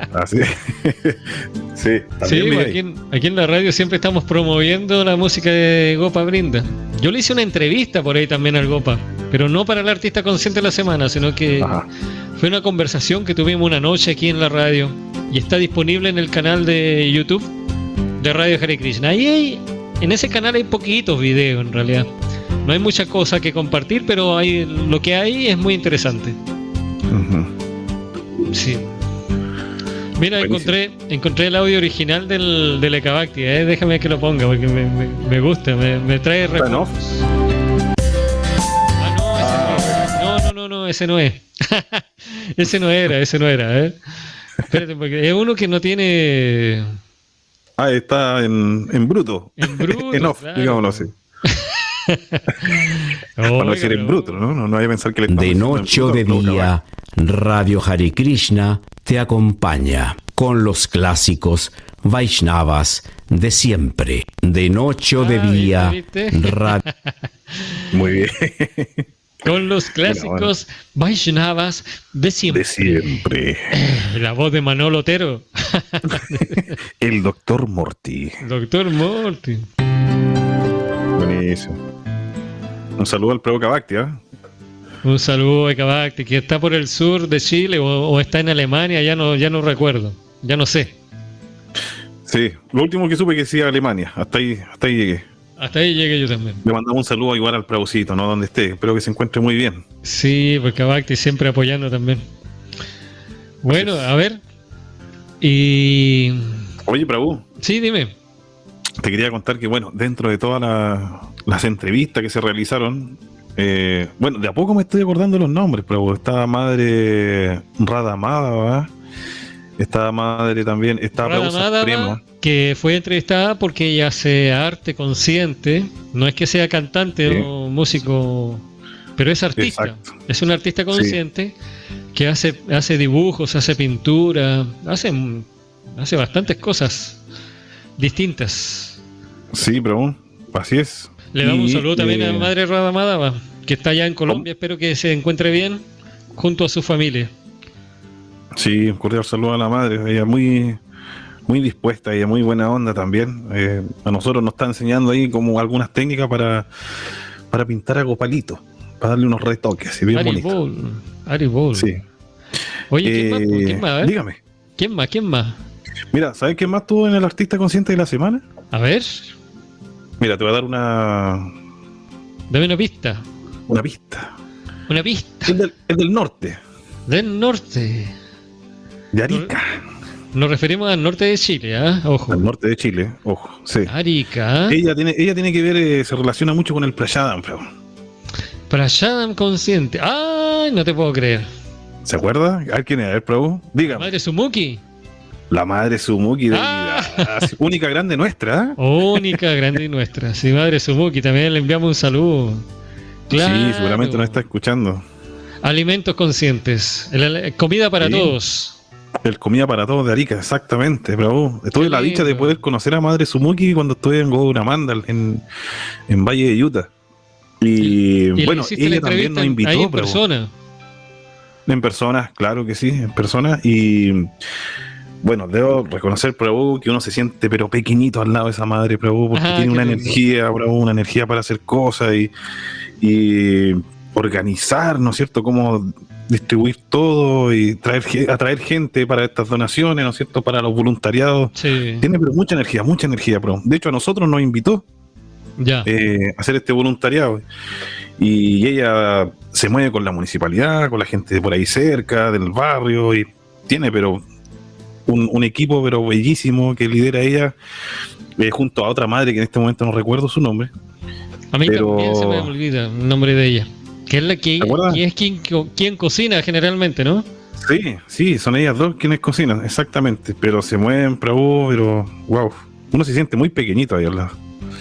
Así. Sí, Sí, también pues aquí en la radio siempre estamos promoviendo la música de Gopa Brinda. Yo le hice una entrevista por ahí también al Gopa, pero no para el artista consciente de la semana, sino que Ajá. fue una conversación que tuvimos una noche aquí en la radio y está disponible en el canal de YouTube de Radio Hare Krishna. En ese canal hay poquitos videos en realidad. No hay mucha cosa que compartir, pero lo que hay es muy interesante. Ujú. Sí. Mira, Buenísimo. encontré el audio original del Ekavakti, déjame que lo ponga porque me gusta, me trae ¿Está en off? recuerdos. No, ese no es. Ese no era, Espérate, porque es uno que no tiene Ah, está en bruto. en bruto, En off, claro. digámoslo así. Para no Oiga, decir en bruto, ¿no? No hay que pensar que le estamos De diciendo en noche o bruto, de no, día, Radio Hare Krishna te acompaña con los clásicos Vaishnavas de siempre. De noche o de día, ¿viste? Muy bien. Con los clásicos Vaishnavas de siempre. De siempre. La voz de Manolo Otero. El Doctor Morty. Doctor Morty. Buenísimo. Un saludo al Prabhu Ekavakti, ¿eh? Un saludo a Ekavakti, que está por el sur de Chile o está en Alemania, ya no recuerdo, ya no sé. Sí, lo último que supe que sí, Alemania. Hasta ahí llegué. Hasta ahí llegué yo también. Le mandamos un saludo igual al Prabhucito, ¿no? Donde esté. Espero que se encuentre muy bien. Sí, porque Ekavakti siempre apoyando también. Bueno, a ver. Y... Oye, Prabhu, Sí, dime. te quería contar que, bueno, dentro de todas las entrevistas que se realizaron, bueno, de a poco me estoy acordando los nombres, Prabhu. Estaba madre Radha Madhava, estaba madre también, estaba Prabhu Radha Madhava, Supremo. que fue entrevistada porque ella hace arte consciente, no es que sea cantante Sí. o músico, pero es artista. Exacto. Es un artista consciente que hace dibujos, hace pintura, hace bastantes cosas distintas. Sí, Prabhu, así es. Le damos un Y, saludo también a Madre Radha Madhava, que está allá en Colombia. Espero que se encuentre bien junto a su familia. Sí, un cordial saludo a la madre, ella muy, muy dispuesta, ella muy buena onda también. A nosotros nos está enseñando ahí como algunas técnicas para pintar a Gopalito, para darle unos retoques, así bien bonito. Ari Bol. Sí. Oye, ¿quién más? ¿Quién más? A ver. Dígame. ¿Quién más? Mira, ¿sabes quién más estuvo en el Artista Consciente de la semana? A ver, Mira, te voy a dar dame una pista. una pista. Una pista. Es del norte, Del norte. de Arica, Nos referimos al norte de Chile, ¿ah? Ojo. al norte de Chile, ojo, sí. Arica. Ella tiene que ver, se relaciona mucho con el Prashadam, Prabhu. Prashadam consciente. ¡Ay! No te puedo creer. ¿Se acuerda? A ver quién es, a ver, Prabhu. Dígame. Madre Sumuki. La madre Sumuki de Ah. única grande nuestra, ¿eh? Única, grande y nuestra. Sí, Madre Sumuki. También le enviamos un saludo. Claro. Sí, seguramente nos está escuchando. Alimentos conscientes. Comida para Sí. todos. El Comida para Todos de Arica, exactamente, Prabhu. Tuve Qué la dicha de lindo. poder conocer a Madre Sumuki cuando estuve en Gouramandal, en Valle de Utah. Y le bueno, hiciste la ella también entrevista nos invitó, ahí en Prabhu. persona. En persona, claro que sí, en persona. Y bueno, debo reconocer, Prabhu, que uno se siente pero pequeñito al lado de esa madre, Prabhu, porque Ah, tiene qué una lindo. energía, Prabhu, una energía para hacer cosas y organizar, ¿no es cierto?, cómo distribuir todo y atraer gente para estas donaciones, ¿no es cierto?, para los voluntariados. Sí. Tiene pero mucha energía, Prabhu. De hecho, a nosotros nos invitó Ya. a hacer este voluntariado. Y ella se mueve con la municipalidad, con la gente de por ahí cerca, del barrio, y tiene pero un equipo pero bellísimo que lidera ella, junto a otra madre que en este momento no recuerdo su nombre. A mí pero- también se me olvida el nombre de ella. Que es la ¿Te acuerdas? que es quien cocina generalmente, ¿no? Sí, son ellas dos quienes cocinan, exactamente, pero se mueven, pero wow, uno se siente muy pequeñito ahí al lado.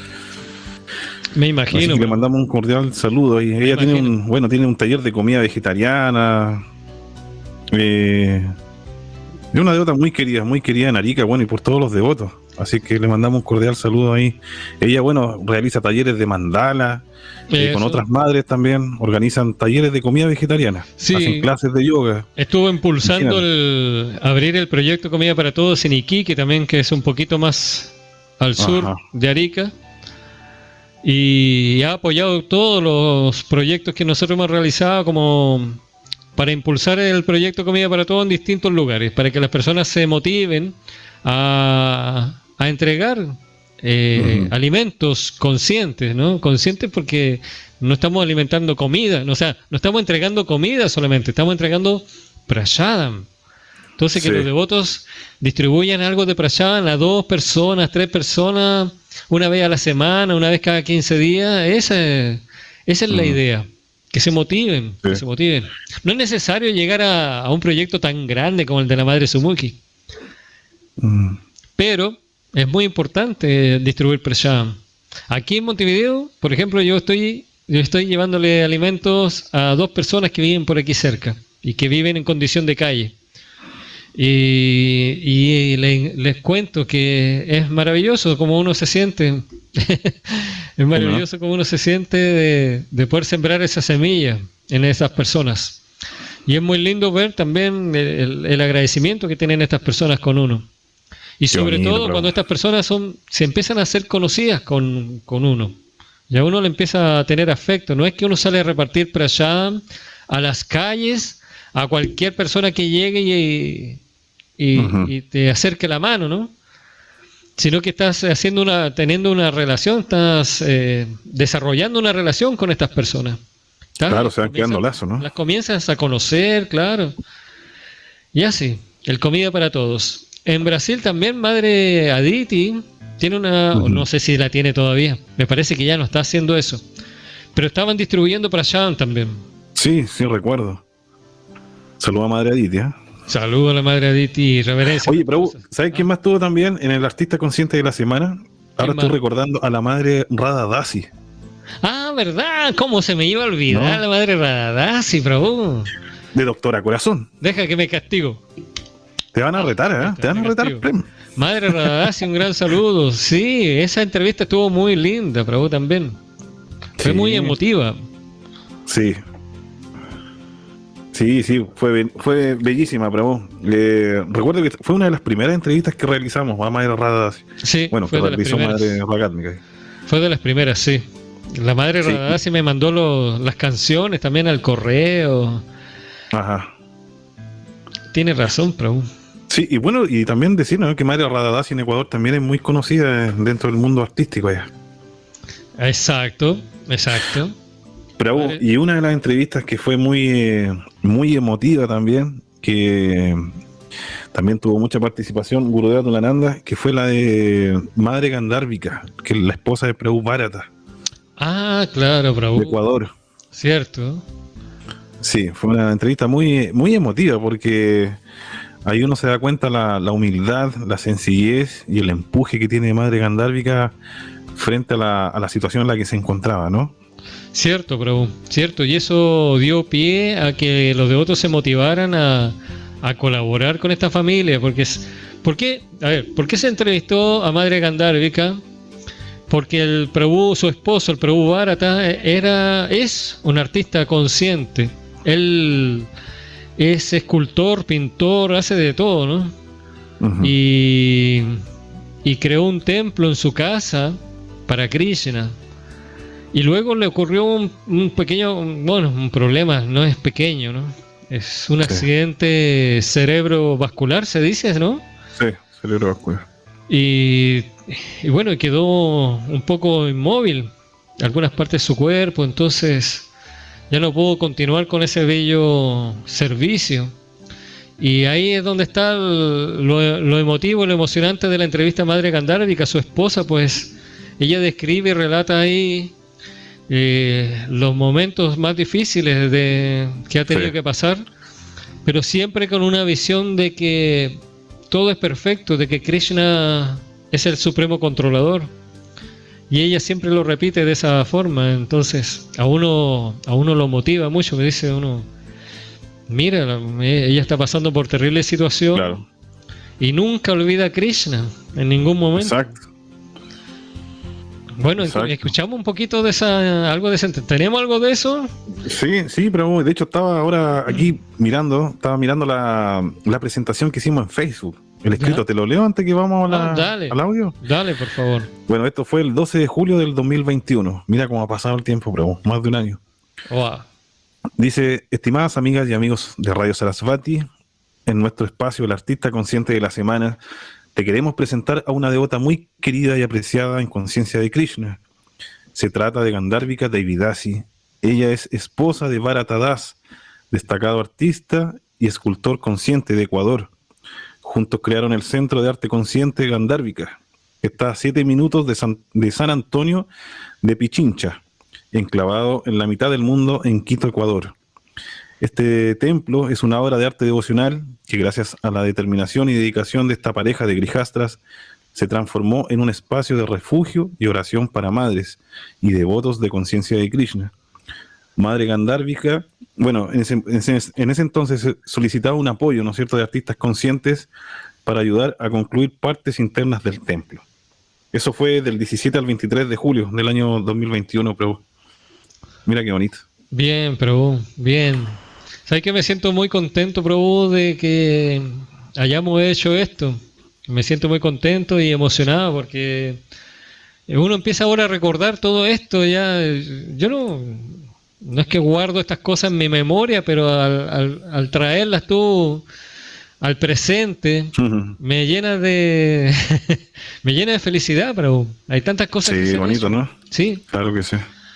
Me Así imagino. que le mandamos un cordial saludo. Y ella tiene tiene un taller de comida vegetariana. Es una devota muy querida en Arica, bueno, y por todos los devotos. Así que le mandamos un cordial saludo ahí. Ella, bueno, realiza talleres de mandala, con otras madres también, organizan talleres de comida vegetariana, sí, hacen clases de yoga. Estuvo impulsando abrir el proyecto Comida para Todos en Iquique también, que es un poquito más al sur de Arica. Y ha apoyado todos los proyectos que nosotros hemos realizado como para impulsar el proyecto Comida para Todos en distintos lugares, para que las personas se motiven a entregar alimentos conscientes, ¿no? Conscientes porque no estamos alimentando comida, o sea, no estamos entregando comida solamente, estamos entregando prashadam. Entonces que los devotos distribuyan algo de prashadam a 2 personas, 3 personas, una vez a la semana, una vez cada 15 días, esa es la idea. Que se motiven, que se motiven. No es necesario llegar a un proyecto tan grande como el de la Madre Sumuki. Pero es muy importante distribuir prashadam. Aquí en Montevideo, por ejemplo, yo estoy llevándole alimentos a 2 personas que viven por aquí cerca y que viven en condición de calle. Y les cuento que es maravilloso como uno se siente. Es maravilloso como uno se siente de poder sembrar esa semilla en esas personas. Y es muy lindo ver también el agradecimiento que tienen estas personas con uno. Y sobre todo cuando estas personas se empiezan a ser conocidas con uno. Ya uno le empieza a tener afecto. No es que uno sale a repartir prashadam a las calles, a cualquier persona que llegue y te acerque la mano, ¿no? Sino que estás teniendo una relación, estás desarrollando una relación con estas personas. Claro, se van quedando lazos, ¿no? Las comienzas a conocer, claro. Y así, el Comida para Todos. En Brasil también Madre Aditi tiene una, no sé si la tiene todavía, me parece que ya no está haciendo eso, pero estaban distribuyendo prashadam también. Sí, recuerdo. Saludos a Madre Aditi, ¿eh? Saludos a la Madre Aditi, reverencia. Oye, pero ¿sabes quién más tuvo también en el Artista Consciente de la Semana? Ahora estoy recordando a la Madre Radha Dasi. Ah, ¿verdad? ¿Cómo se me iba a olvidar la Madre Radha Dasi, Prabhu? De Doctora Corazón. Deja que me castigo. Te van a retar, ¿eh? Te van a retar, Prem. Madre Radha Dasi, un gran saludo. Sí, esa entrevista estuvo muy linda, Prabhu, también. Fue muy emotiva. Sí. Sí, fue bellísima, Prabhu. Recuerdo que fue una de las primeras entrevistas que realizamos a Madre Radha Dasi. Sí, bueno, que realizó Madre Ragátmica. Fue de las primeras, sí. La Madre Radha Dasi me mandó las canciones también al correo. Ajá. Tiene razón, Prabhu. Sí, y bueno, y también decir, ¿no?, que Madre Radha Dasi en Ecuador también es muy conocida dentro del mundo artístico allá. Exacto. Pero, y una de las entrevistas que fue muy emotiva también, que también tuvo mucha participación Gurudeva Tulananda, que fue la de Madre Gandhárvika, que es la esposa de Prabhu Bharata. Ah, claro, Prabhu. De Ecuador. Cierto. Sí, fue una entrevista muy emotiva porque ahí uno se da cuenta la humildad, la sencillez y el empuje que tiene Madre Gandhárvika frente a la situación en la que se encontraba, ¿no? Cierto, Prabhu, cierto, y eso dio pie a que los devotos se motivaran a colaborar con esta familia, ¿por qué se entrevistó a Madre Gandhárvika? Porque el Prabhu, su esposo, el Prabhu Bharata, es un artista consciente. Él es escultor, pintor, hace de todo, ¿no? Y creó un templo en su casa para Krishna. Y luego le ocurrió un pequeño, un problema, no es pequeño, ¿no? Es un accidente cerebrovascular, se dice, ¿no? Sí, cerebrovascular. Y bueno, quedó un poco inmóvil algunas partes de su cuerpo, entonces ya no pudo continuar con ese bello servicio. Y ahí es donde está lo emotivo, lo emocionante de la entrevista a Madre Gandhárvika, su esposa, pues ella describe y relata ahí los momentos más difíciles que ha tenido que pasar, pero siempre con una visión de que todo es perfecto, de que Krishna es el supremo controlador, y ella siempre lo repite de esa forma. Entonces a uno lo motiva mucho, me dice uno, mira, ella está pasando por terrible situación, y nunca olvida a Krishna en ningún momento. Exacto. Bueno, Exacto. escuchamos un poquito de algo de ese. ¿Tenemos algo de eso? Sí, pero de hecho estaba ahora aquí estaba mirando la presentación que hicimos en Facebook. El escrito, ¿Ya? ¿te lo leo antes que vamos Dale. al audio? Dale, por favor. Bueno, esto fue el 12 de julio del 2021. Mira cómo ha pasado el tiempo, Prabhu, más de un año. Wow. Dice: estimadas amigas y amigos de Radio Sarasvati, en nuestro espacio El Artista Consciente de la Semana, te queremos presentar a una devota muy querida y apreciada en conciencia de Krishna. Se trata de Gandharvika Devidasi. Ella es esposa de Bharata Das, destacado artista y escultor consciente de Ecuador. Juntos crearon el Centro de Arte Consciente Gandharvika, que está a 7 minutos de San Antonio de Pichincha, enclavado en la mitad del mundo en Quito, Ecuador. Este templo es una obra de arte devocional que, gracias a la determinación y dedicación de esta pareja de grijastras, se transformó en un espacio de refugio y oración para madres y devotos de conciencia de Krishna. Madre Gandharvika, bueno, en ese entonces solicitaba un apoyo, ¿no es cierto?, de artistas conscientes para ayudar a concluir partes internas del templo. Eso fue del 17 al 23 de julio del año 2021, Prabhu. Mira qué bonito. Bien, Prabhu, bien. ¿Sabes que me siento muy contento, Prabhu, de que hayamos hecho esto? Me siento muy contento y emocionado porque uno empieza ahora a recordar todo esto. Ya, yo no es que guardo estas cosas en mi memoria, pero al traerlas tú al presente, me llena de me llena de felicidad, Prabhu. Hay tantas cosas que Sí, se han bonito, hecho. ¿no? Sí. Claro que sí.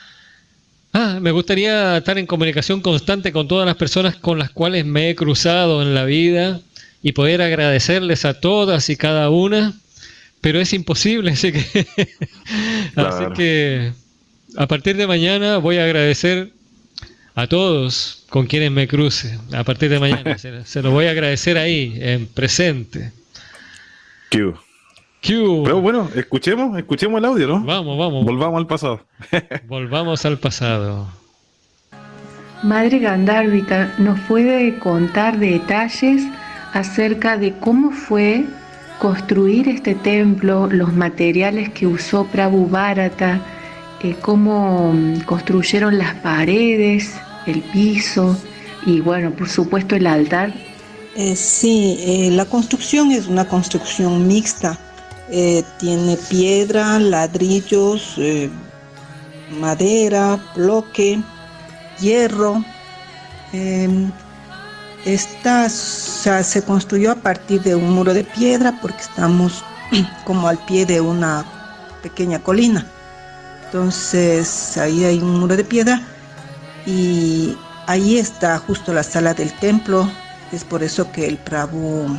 Me gustaría estar en comunicación constante con todas las personas con las cuales me he cruzado en la vida y poder agradecerles a todas y cada una, pero es imposible, así que Claro. así que a partir de mañana voy a agradecer a todos con quienes me cruce. A partir de mañana se lo voy a agradecer ahí, en presente. Q. Pero bueno, escuchemos el audio, ¿no? Vamos. Volvamos al pasado. Volvamos al pasado. Madre Gandharvika, ¿nos puede contar detalles acerca de cómo fue construir este templo, los materiales que usó Prabhu Bharata, cómo construyeron las paredes, el piso y bueno, por supuesto el altar? Sí, la construcción es una construcción mixta. Tiene piedra, ladrillos, madera, bloque, hierro. Se construyó a partir de un muro de piedra porque estamos como al pie de una pequeña colina. Entonces ahí hay un muro de piedra y ahí está justo la sala del templo. Es por eso que el Prabhu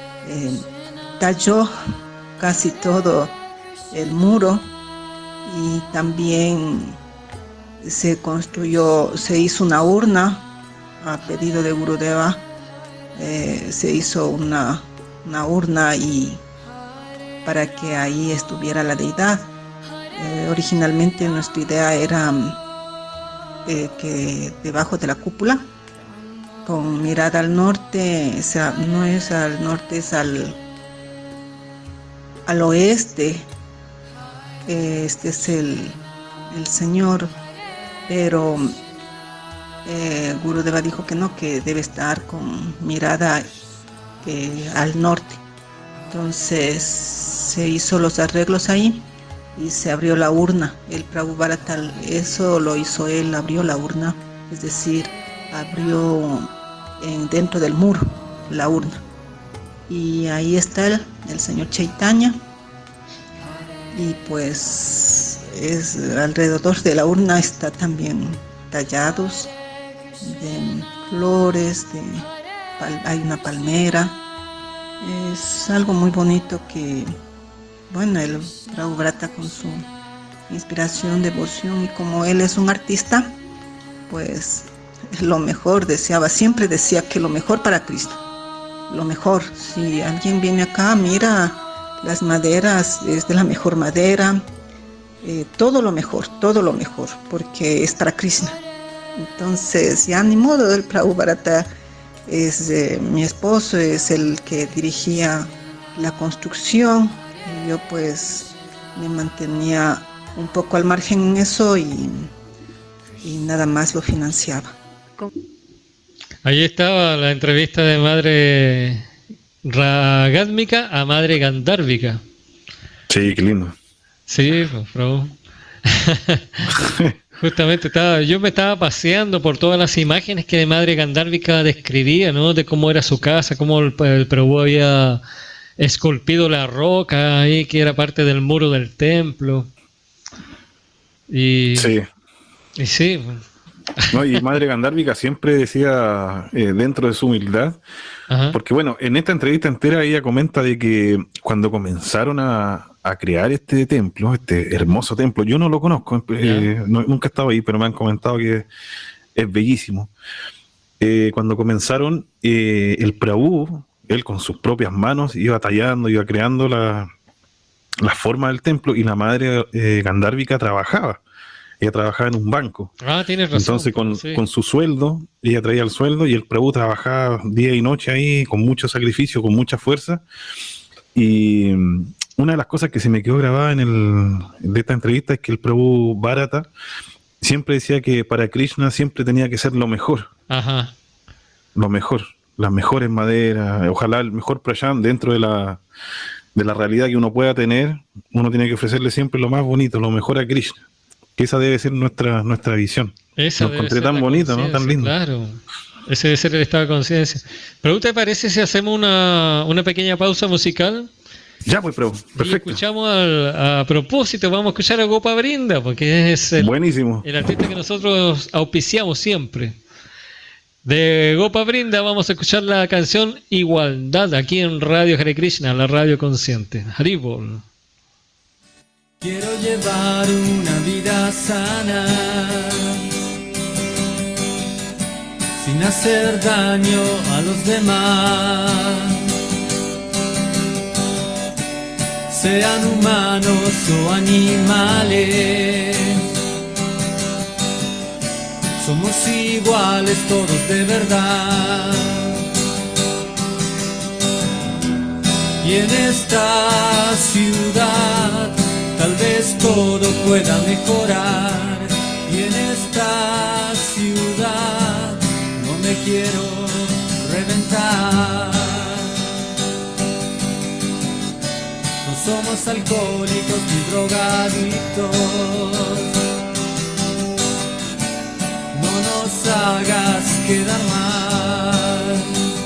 talló casi todo el muro y también se hizo una urna a pedido de Gurudeva. Se hizo una urna y para que ahí estuviera la deidad. Originalmente nuestra idea era que debajo de la cúpula, con mirada al norte, o sea, no es al norte, es al oeste. Este es el Señor, pero Gurudeva dijo que no, que debe estar con mirada al norte. Entonces se hizo los arreglos ahí y se abrió la urna. El Prabhu Bharata, eso lo hizo él, abrió la urna, es decir, abrió dentro del muro la urna. Y ahí está el señor Chaitanya. Y pues alrededor de la urna está también tallados de flores, hay una palmera. Es algo muy bonito que, bueno, el Prabhu Bharata con su inspiración, devoción y como él es un artista, pues lo mejor siempre decía que lo mejor para Cristo, lo mejor. Si alguien viene acá, mira, las maderas es de la mejor madera, todo lo mejor, porque es para Krishna. Entonces, ya ni modo, el Prabhu Bharata es mi esposo, es el que dirigía la construcción. Y yo pues me mantenía un poco al margen en eso y nada más lo financiaba. Ahí estaba la entrevista de madre Ragádmica a madre Gandárvica. Sí, qué lindo. Sí, pues, Prabhu. Justamente yo me estaba paseando por todas las imágenes que de madre Gandárvica describía, ¿no? De cómo era su casa, cómo el Prabhu había esculpido la roca ahí, que era parte del muro del templo. Y sí. Y sí. No, y madre Gandárvica siempre decía, dentro de su humildad, Ajá. porque bueno, en esta entrevista entera ella comenta de que cuando comenzaron a crear este templo, este hermoso templo, yo no lo conozco, nunca he estado ahí, pero me han comentado que es bellísimo. Cuando comenzaron, el Prabhu, él con sus propias manos iba tallando, iba creando la forma del templo, y la madre Gandárvica trabajaba. Ella trabajaba en un banco. Ah, tienes razón. Entonces, con su sueldo, ella traía el sueldo y el Prabhu trabajaba día y noche ahí, con mucho sacrificio, con mucha fuerza. Y una de las cosas que se me quedó grabada de esta entrevista es que el Prabhu Bharata siempre decía que para Krishna siempre tenía que ser lo mejor. Ajá. Lo mejor, las mejores maderas, ojalá el mejor prashan dentro de la realidad que uno pueda tener. Uno tiene que ofrecerle siempre lo más bonito, lo mejor a Krishna. Que esa debe ser nuestra visión. Esa lo encontré tan bonito, ¿no? Tan lindo. Claro, ese debe ser el estado de conciencia. ¿Pero te parece si hacemos una pequeña pausa musical? Ya, pues, perfecto. Y escuchamos a propósito, vamos a escuchar a Gopa Brinda, porque es buenísimo. El artista que nosotros auspiciamos siempre. De Gopa Brinda vamos a escuchar la canción Igualdad, aquí en Radio Hare Krishna, la radio consciente. Haribol. Quiero llevar una vida sana, sin hacer daño a los demás, sean humanos o animales. Somos iguales todos de verdad. Y en esta ciudad tal vez todo pueda mejorar, y en esta ciudad no me quiero reventar. No somos alcohólicos ni drogadictos, no nos hagas quedar mal.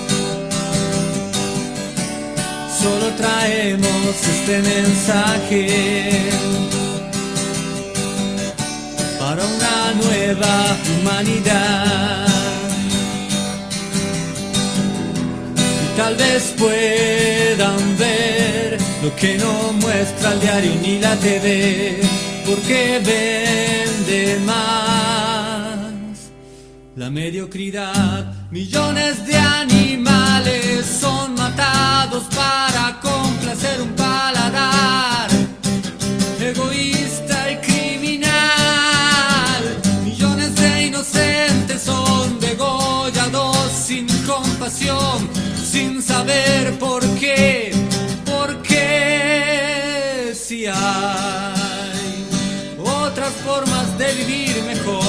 Solo traemos este mensaje para una nueva humanidad. Y tal vez puedan ver lo que no muestra el diario ni la TV, porque vende más la mediocridad. Millones de animales son matados para complacer un paladar egoísta y criminal. Millones de inocentes son degollados sin compasión, sin saber por qué. Porque si hay otras formas de vivir mejor,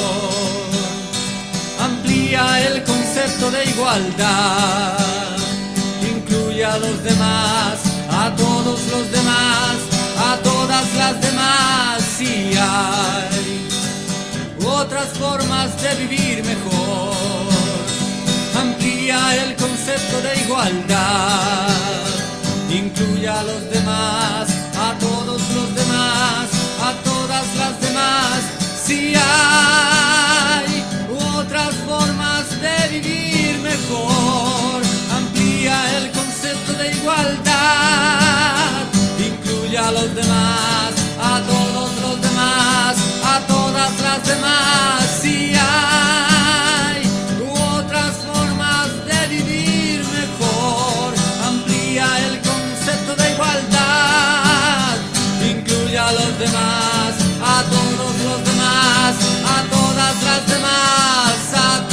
amplía el concepto de igualdad, incluye a los demás, a todos los demás, a todas las demás. Si hay otras formas de vivir mejor, amplía el concepto de igualdad, incluye a los demás, a todos los demás, a todas las demás. Si hay otras formas de vivir mejor, amplía el concepto de igualdad, incluye a los demás, a todos los demás, a todas las demás. Si hay otras formas de vivir mejor, amplía el concepto de igualdad, incluye a los demás, a todos los demás, a todas las demás, a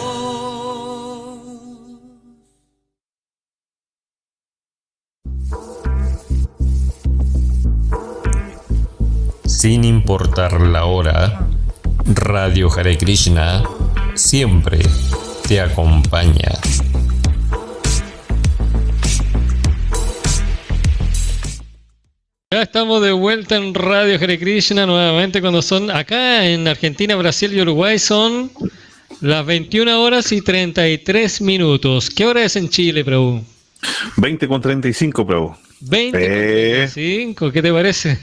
todos. Sin importar la hora, Radio Hare Krishna siempre te acompaña. Ya estamos de vuelta en Radio Hare Krishna nuevamente cuando son acá en Argentina, Brasil y Uruguay son las 21 horas y 33 minutos. ¿Qué hora es en Chile, Prabhu? 20:35, Prabhu. 20:35, ¿qué te parece?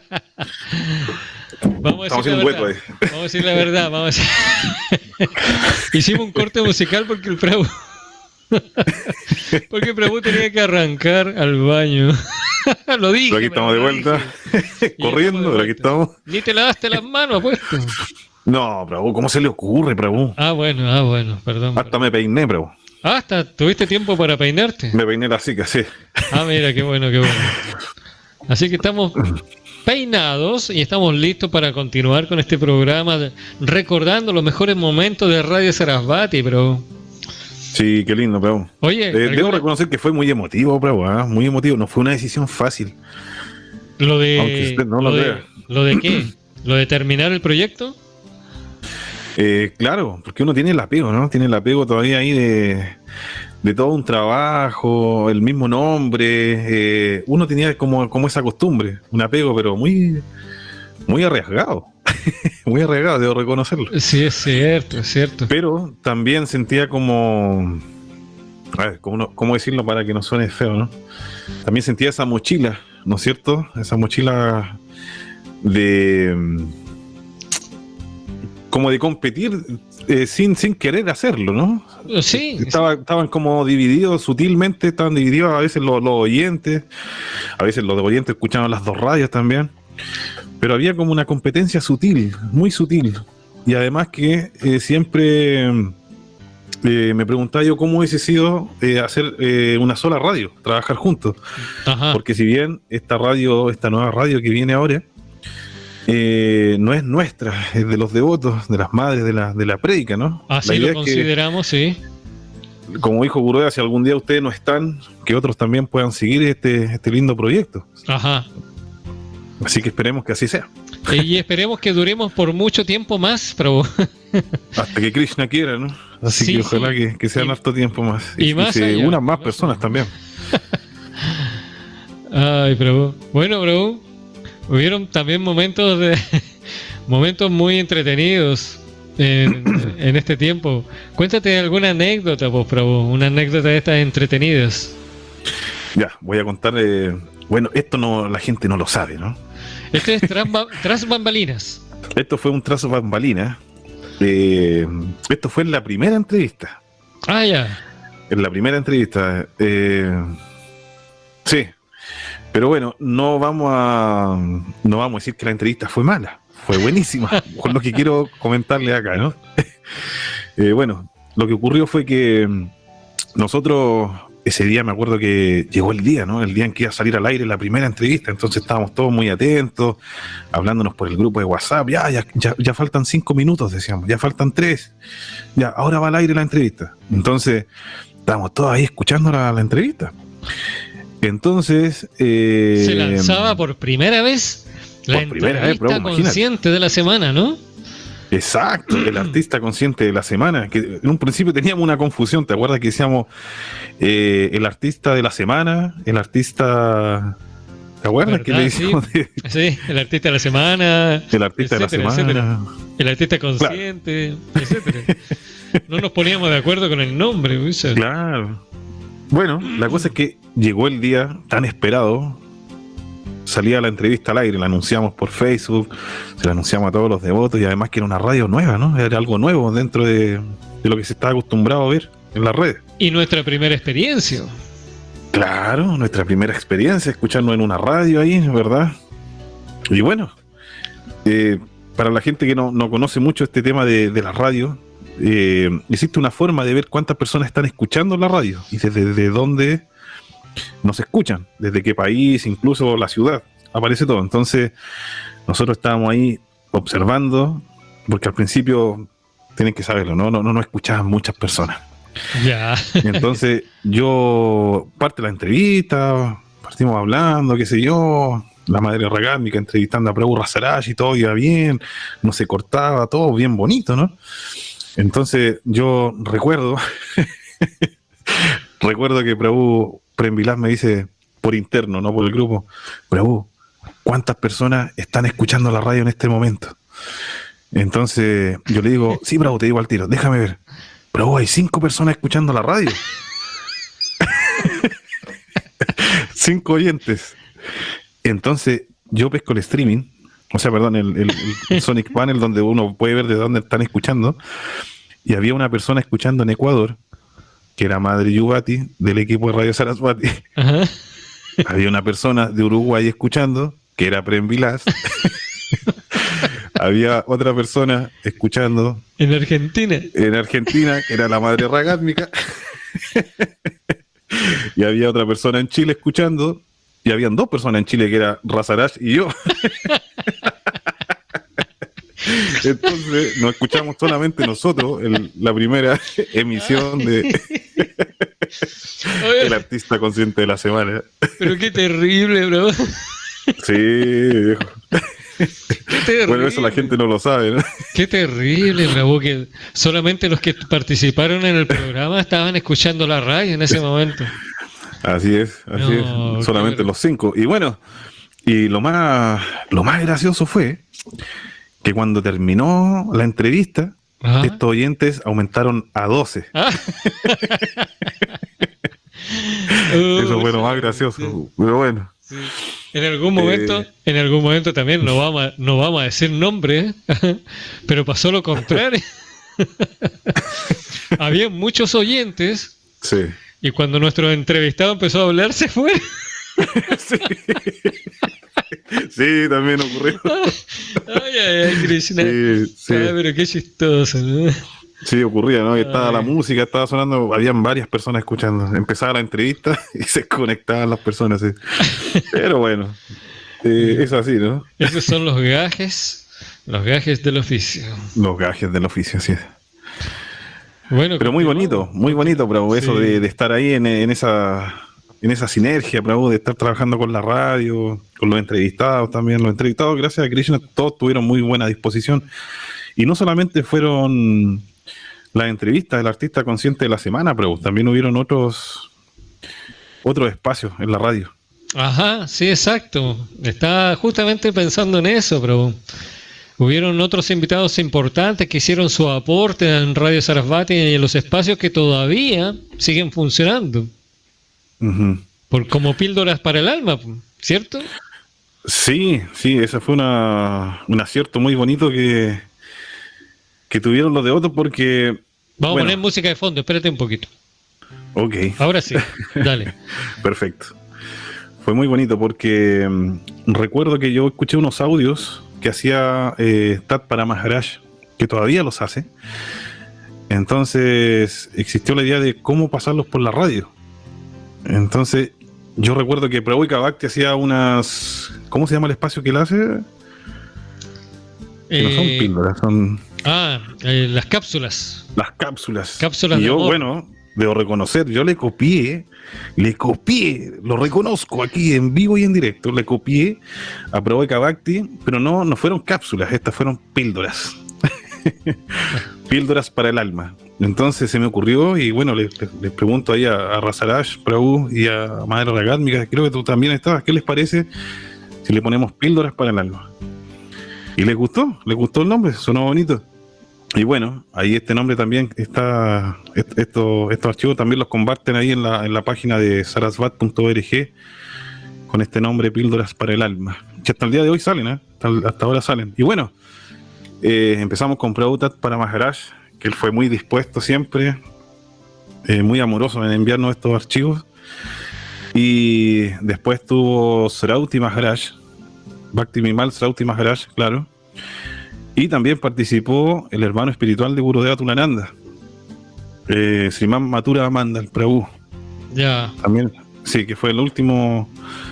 Vamos a decir la verdad. Vamos a decir la verdad. Hicimos un corte musical porque el Prabhu tenía que arrancar al baño. Lo dije. Pero aquí estamos de vuelta, corriendo, pero aquí estamos. Ni te lavaste las manos, apuesto. No, Prabhu, ¿cómo se le ocurre, Prabhu? Bueno, perdón. Hasta me peiné, Prabhu. ¿Hasta tuviste tiempo para peinarte? Me peiné así que sí. Mira, qué bueno, qué bueno. Así que estamos peinados y estamos listos para continuar con este programa, recordando los mejores momentos de Radio Sarasvati, Prabhu. Sí, qué lindo, Prabhu. Oye, debo reconocer que fue muy emotivo, Prabhu, muy emotivo. No fue una decisión fácil. Aunque usted no lo vea. ¿Lo de qué? ¿Lo de terminar el proyecto? Claro, porque uno tiene el apego, ¿no? Tiene el apego todavía ahí de todo un trabajo, el mismo nombre. Uno tenía como esa costumbre, un apego, pero muy, muy arriesgado. Muy arriesgado, debo reconocerlo. Sí, es cierto, es cierto. Pero también sentía como... A ver, ¿cómo decirlo para que no suene feo, no? También sentía esa mochila, ¿no es cierto? Esa mochila como de competir sin querer hacerlo, ¿no? Sí. Estaban como divididos sutilmente, estaban divididos a veces los oyentes, a veces los oyentes escuchaban las dos radios también, pero había como una competencia sutil, muy sutil, y además que siempre me preguntaba yo cómo hubiese sido hacer una sola radio, trabajar juntos. Ajá. Porque si bien esta nueva radio que viene ahora, no es nuestra, es de los devotos, de las madres de la prédica, ¿no? Así lo consideramos, sí. Como dijo Gurudev, si algún día ustedes no están, que otros también puedan seguir este lindo proyecto. Ajá. Así que esperemos que así sea. Y esperemos que duremos por mucho tiempo más, Prabhu. Hasta que Krishna quiera, ¿no? Así sí, que ojalá que sean harto tiempo más. Y más se allá, unan más personas también. Ay, Prabhu. Bueno, Prabhu, hubieron también momentos muy entretenidos en este tiempo. Cuéntate alguna anécdota, pues, Prabhu, una anécdota de estas entretenidas. Ya, voy a contar. Bueno, esto la gente no lo sabe, ¿no? Esto es tras bambalinas. Esto fue un tras bambalinas. Esto fue en la primera entrevista. Ya. En la primera entrevista. Sí. Pero bueno, no vamos a decir que la entrevista fue mala. Fue buenísima. Con lo que quiero comentarle acá, ¿no? Bueno, lo que ocurrió fue que nosotros... Ese día me acuerdo que llegó el día, ¿no? El día en que iba a salir al aire la primera entrevista. Entonces estábamos todos muy atentos, hablándonos por el grupo de WhatsApp. Ya faltan 5 minutos, decíamos. Ya faltan 3. Ya, ahora va al aire la entrevista. Entonces, estábamos todos ahí escuchando la entrevista. Entonces... se lanzaba por primera vez la entrevista consciente de la semana, ¿no? Exacto, el artista consciente de la semana, que en un principio teníamos una confusión, ¿te acuerdas que decíamos el artista de la semana, el artista... ¿Te acuerdas que le decíamos? Sí, el artista de la semana, el artista etcétera, de la semana, etcétera. El artista consciente, claro. Etcétera. No nos poníamos de acuerdo con el nombre, ¿sí? Claro. Bueno, la cosa es que llegó el día tan esperado. Salía la entrevista al aire, la anunciamos por Facebook, se la anunciamos a todos los devotos, y además que era una radio nueva, ¿no? Era algo nuevo dentro de lo que se estaba acostumbrado a ver en las redes. Y nuestra primera experiencia. Claro, nuestra primera experiencia, escucharnos en una radio ahí, ¿verdad? Y bueno, para la gente que no conoce mucho este tema de la radio, existe una forma de ver cuántas personas están escuchando la radio y desde dónde nos escuchan, desde qué país, incluso la ciudad, aparece todo. Entonces nosotros estábamos ahí observando, porque al principio tienen que saberlo, no escuchaban muchas personas. Ya. Entonces yo parte de la entrevista, partimos hablando, qué sé yo, la madre Ragármica entrevistando a Prabhu Rasaraj y todo iba bien, no se cortaba, todo bien bonito, ¿no? Entonces yo recuerdo que Prabhu Premvilas me dice por interno, no por el grupo, Prabhu, ¿cuántas personas están escuchando la radio en este momento? Entonces yo le digo, sí, Prabhu, te digo al tiro, déjame ver. Prabhu, hay 5 personas escuchando la radio. 5 oyentes. Entonces yo pesco el streaming, o sea, perdón, el Sonic Panel, donde uno puede ver de dónde están escuchando, y había una persona escuchando en Ecuador, que era Madre Yubati, del equipo de Radio Sarasvati. Ajá. Había una persona de Uruguay escuchando, que era Premvilas. Había otra persona escuchando en Argentina, que era la Madre Ragármica. Y había otra persona en Chile escuchando, y habían 2 personas en Chile, que era Rasaraj y yo. Entonces nos escuchamos solamente nosotros la primera emisión de El Artista Consciente de la Semana. Pero qué terrible, bro. Sí, viejo. Bueno, eso la gente no lo sabe, ¿no? Qué terrible, bravo, que solamente los que participaron en el programa estaban escuchando la radio en ese momento. Así es, solamente los 5. Y bueno, y lo más gracioso fue que cuando terminó la entrevista, estos oyentes aumentaron a 12. Eso fue lo más gracioso, sí. Pero bueno. Sí. En algún momento también no vamos a decir nombre, pero pasó lo contrario. Había muchos oyentes, sí. Y cuando nuestro entrevistado empezó a hablar, se fue. Sí. Sí, también ocurrió. Ay, Krishna. Sí. Ay, pero qué chistoso, ¿no? Sí, ocurría, ¿no? Y estaba la música, estaba sonando, habían varias personas escuchando. Empezaba la entrevista y se conectaban las personas, sí. Pero bueno, es así, ¿no? Esos son los gajes del oficio. Los gajes del oficio, sí. Bueno, pero muy bonito, Prabhu, eso de estar ahí en esa sinergia, Prabhu, de estar trabajando con la radio, con los entrevistados también. Los entrevistados, gracias a Krishna, todos tuvieron muy buena disposición. Y no solamente fueron las entrevistas del Artista Consciente de la Semana, pero también hubieron otros espacios en la radio. Ajá, sí, exacto. Estaba justamente pensando en eso, pero hubieron otros invitados importantes que hicieron su aporte en Radio Sarasvati y en los espacios que todavía siguen funcionando. Uh-huh. Como píldoras para el alma, ¿cierto? Sí, ese fue un acierto muy bonito que tuvieron los de otros porque... Vamos a poner música de fondo, espérate un poquito. Ok. Ahora sí, dale. Perfecto. Fue muy bonito porque recuerdo que yo escuché unos audios que hacía Tat para Maharaj, que todavía los hace. Entonces existió la idea de cómo pasarlos por la radio. Entonces yo recuerdo que Prabhu Bhakti hacía unas... ¿Cómo se llama el espacio que él hace? Que no son píldoras, son... las cápsulas. Las cápsulas. Cápsulas y de yo, amor. Bueno, debo reconocer, yo le copié, lo reconozco aquí en vivo y en directo, le copié a Prabhu Bhakti, pero no fueron cápsulas, estas fueron píldoras. Píldoras para el alma. Entonces se me ocurrió y bueno, les pregunto ahí a Rasaraj, Prabhu y a Madre Ragármica, creo que tú también estabas, ¿qué les parece si le ponemos píldoras para el alma? Y les gustó el nombre, sonó bonito. Y bueno, ahí este nombre también está, estos archivos también los comparten ahí en la página de sarasvat.org con este nombre, Píldoras para el Alma, que hasta el día de hoy salen, hasta ahora salen. Y bueno, empezamos con Prabhu Tat para Maharaj, que él fue muy dispuesto siempre, muy amoroso en enviarnos estos archivos. Y después tuvo Srauti Maharaj, Bhakti Vimal Srauti Maharaj, claro. Y también participó el hermano espiritual de Gurudeva Tulananda, Sriman Mathura Amanda, el Prabhu. Ya. También, sí, que fue el último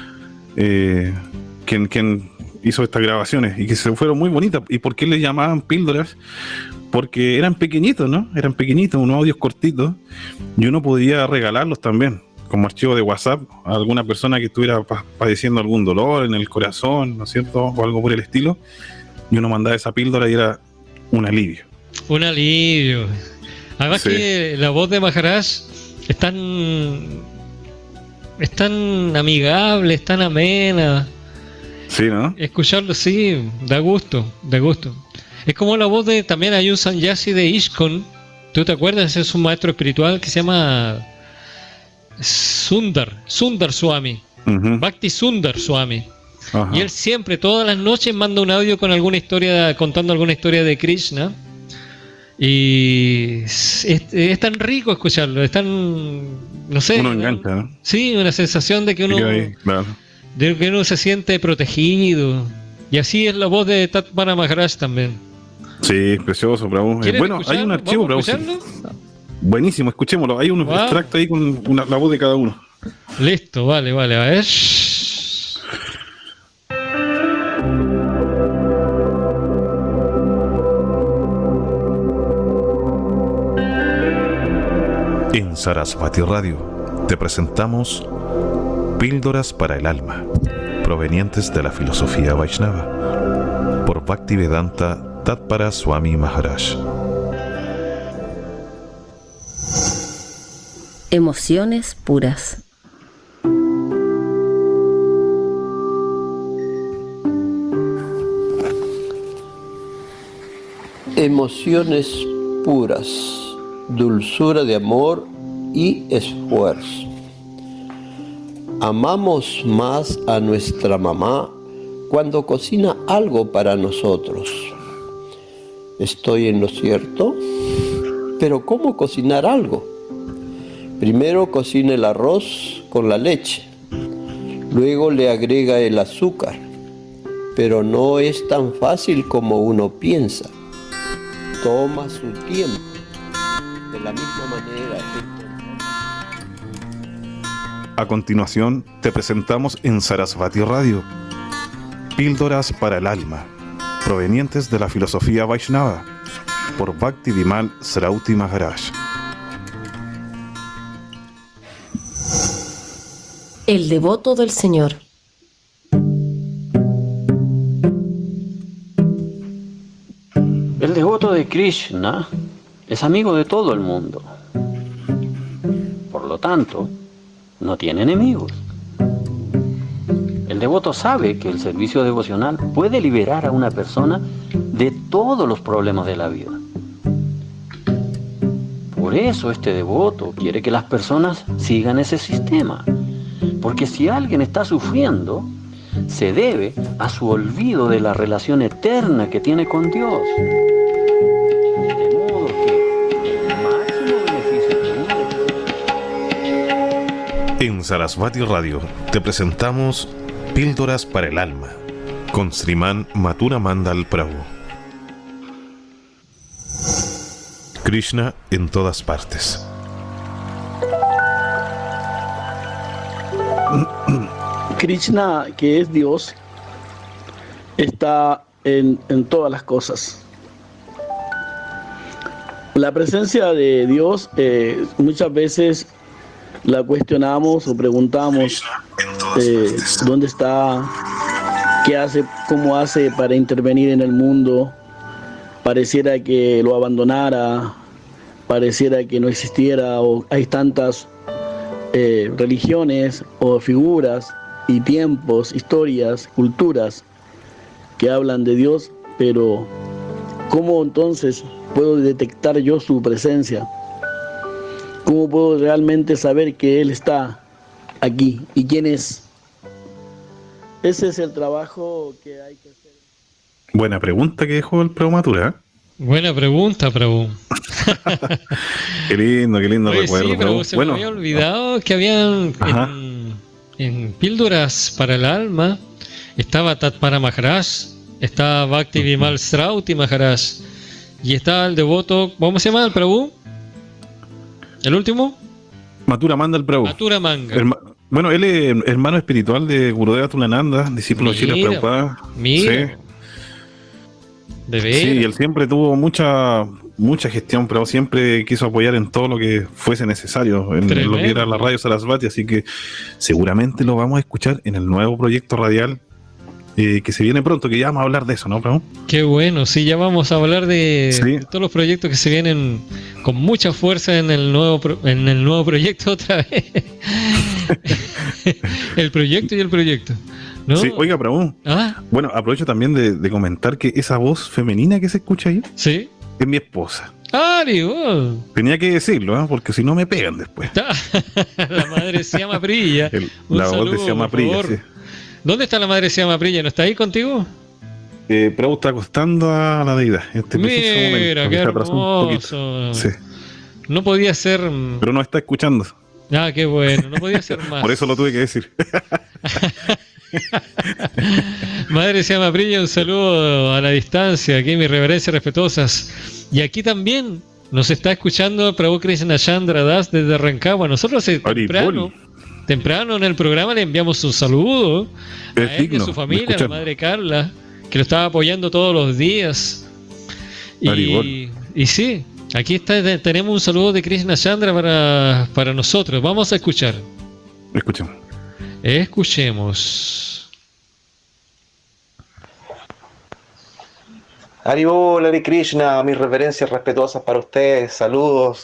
quien hizo estas grabaciones y que se fueron muy bonitas. ¿Y por qué le llamaban píldoras? Porque eran pequeñitos, ¿no? Eran pequeñitos, unos audios cortitos y uno podía regalarlos también. como archivo de WhatsApp a alguna persona que estuviera padeciendo algún dolor en el corazón, ¿no es cierto? O algo por el estilo, y uno mandaba esa píldora y era un alivio. Un alivio. Además que la voz de Maharaj es tan amigable, es tan amena. Sí, ¿no? Escucharlo, sí, da gusto, da gusto. Es como la voz de, también hay un sanyasi de ISKCON, ¿tú te acuerdas? Es un maestro espiritual que se llama Sundar Swami, Bhakti Sundar Swami. Ajá. Y él siempre, todas las noches, manda un audio con alguna historia, contando alguna historia de Krishna. Y es tan rico escucharlo, es tan, no sé. Uno engancha, ¿no? Sí, una sensación de que uno, claro, de que uno se siente protegido. Y así es la voz de Tat Para Maharaj también. Sí, precioso, bravo. Bueno, hay un archivo, bravo. Sí. Buenísimo, escuchémoslo. Hay un extracto ahí con la voz de cada uno. Listo, vale, a ver. En Sarasvati Radio te presentamos Píldoras para el Alma, provenientes de la filosofía Vaishnava, por Bhaktivedanta Tatpara Swami Maharaj. Emociones puras. Emociones puras, dulzura de amor y esfuerzo. Amamos más a nuestra mamá cuando cocina algo para nosotros. ¿Estoy en lo cierto? Pero ¿cómo cocinar algo? Primero cocina el arroz con la leche, luego le agrega el azúcar, pero no es tan fácil como uno piensa. Toma su tiempo. De la misma manera. A continuación, te presentamos en Sarasvati Radio Píldoras para el Alma, provenientes de la filosofía Vaishnava, por Bhakti Vimal Srauti Maharaj. El devoto del Señor. El devoto de Krishna es amigo de todo el mundo. Por lo tanto, no tiene enemigos. El devoto sabe que el servicio devocional puede liberar a una persona de todos los problemas de la vida. Por eso este devoto quiere que las personas sigan ese sistema. Porque si alguien está sufriendo, se debe a su olvido de la relación eterna que tiene con Dios. En Sarasvati Radio te presentamos Píldoras para el Alma con Sriman Mathura Mandal Prabhu. Krishna en todas partes. Krishna, que es Dios, está en todas las cosas. La presencia de Dios muchas veces la cuestionamos o preguntamos dónde está, qué hace, cómo hace para intervenir en el mundo. Pareciera que lo abandonara, pareciera que no existiera, o hay tantas religiones o figuras y tiempos, historias, culturas que hablan de Dios, pero ¿cómo entonces puedo detectar yo su presencia? ¿Cómo puedo realmente saber que Él está aquí y quién es? Ese es el trabajo que hay que hacer. Buena pregunta que dejó el Prabhu Mathura, ¿eh? Buena pregunta, Prabhu. Qué lindo Oye, recuerdo. Sí, pero se me había olvidado que habían en Píldoras para el Alma estaba Tatpara Maharaj, estaba Bhakti Vimal Srauti Maharaj y estaba el devoto, ¿cómo se llama el Prabhu? ¿El último? Mathura Mandal Prabhu. Mathura Manga. Bueno, él es hermano espiritual de Gurudeva Tulananda, discípulo de Srila Prabhupada. Mira. Sí. Sí, y él siempre tuvo mucha mucha gestión, pero siempre quiso apoyar en todo lo que fuese necesario, en lo que era la Radio Sarasvati, así que seguramente lo vamos a escuchar en el nuevo proyecto radial que se viene pronto, que ya vamos a hablar de eso, ¿no, Prabhu? Qué bueno, sí, ya vamos a hablar de todos los proyectos que se vienen con mucha fuerza en el nuevo proyecto otra vez. El proyecto y el proyecto, ¿no? Sí, oiga, Prabhu. Bueno, aprovecho también de comentar que esa voz femenina que se escucha ahí, ¿sí?, es mi esposa. Dios. Tenía que decirlo, porque si no me pegan después. La madre se llama Prilla. La voz se llama Prilla, sí. ¿Dónde está la madre se llama Prilla? ¿No está ahí contigo? Prabhu está acostando a la deidad. Mira, qué hermoso. Sí. No podía ser... Pero no está escuchando. Qué bueno, no podía ser más. Por eso lo tuve que decir. Madre se llama Prilla, un saludo a la distancia, aquí mis reverencias respetuosas. Y aquí también nos está escuchando Prabhu Krishna Chandra Das desde Rancagua. Nosotros temprano en el programa le enviamos un saludo a él y a su familia, a la madre Carla, que lo estaba apoyando todos los días. Y sí, aquí tenemos un saludo de Krishna Chandra para nosotros. Vamos a escuchar. Escuchemos. Haribol, Hare Krishna, mis reverencias respetuosas para ustedes, saludos.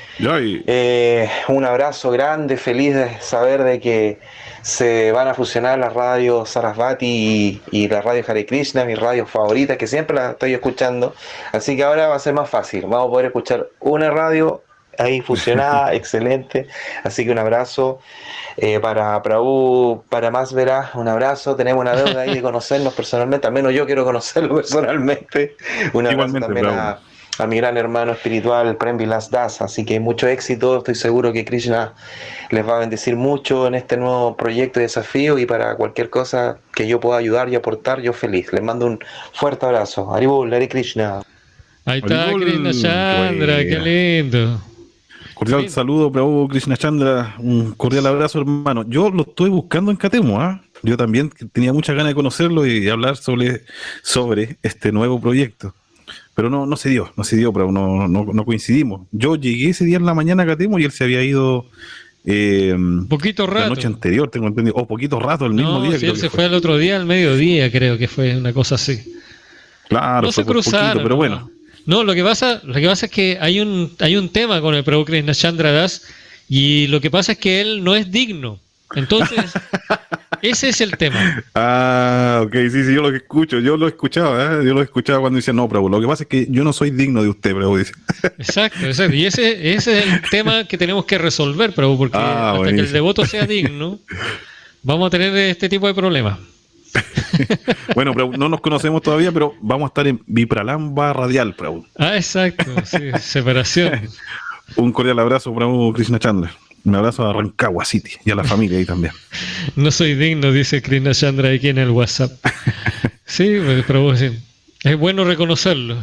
Un abrazo grande, feliz de saber de que se van a fusionar las radios Sarasvati y la radio Hare Krishna, mis radios favoritas, que siempre las estoy escuchando. Así que ahora va a ser más fácil, vamos a poder escuchar una radio ahí fusionada, excelente. Así que un abrazo para Prabhu, para más verás, un abrazo. Tenemos una deuda ahí de conocernos personalmente, al menos yo quiero conocerlo personalmente. Un abrazo también a mi gran hermano espiritual Prem Vilas Das. Así que mucho éxito, estoy seguro que Krishna les va a bendecir mucho en este nuevo proyecto y desafío, y para cualquier cosa que yo pueda ayudar y aportar, yo feliz. Les mando un fuerte abrazo. Haribol, Hare Krishna. Ahí está Krishna Chandra, qué lindo. Cordial saludo, Prabhu Krishna Chandra, un cordial abrazo, hermano. Yo lo estoy buscando en Catemo, Yo también tenía muchas ganas de conocerlo y hablar sobre este nuevo proyecto. Pero no se dio, Prabhu, no coincidimos. Yo llegué ese día en la mañana a Catemo y él se había ido poquito rato. La noche anterior, tengo entendido. Poquito rato, el mismo día. Sí, él se fue el otro día, al mediodía, creo que fue una cosa así. Claro, no se cruzaron, poquito, pero bueno. No, lo que pasa es que hay un tema con el Prabhu Krishna Chandra Das, y lo que pasa es que él no es digno. Entonces, ese es el tema. Ok, sí, yo lo escuchaba cuando decía, no, Prabhu, lo que pasa es que yo no soy digno de usted, Prabhu, dice. Exacto, y ese es el tema que tenemos que resolver, Prabhu, porque hasta que el devoto sea digno, vamos a tener este tipo de problemas. Bueno, Prabhu, no nos conocemos todavía, pero vamos a estar en Vipralamba Radial, Prabhu. Exacto, sí, separación. Un cordial abrazo, Prabhu Krishna Chandra. Un abrazo a Rancagua City y a la familia ahí también. No soy digno, dice Krishna Chandra aquí en el WhatsApp. Sí, Prabhu, sí. Es bueno reconocerlo.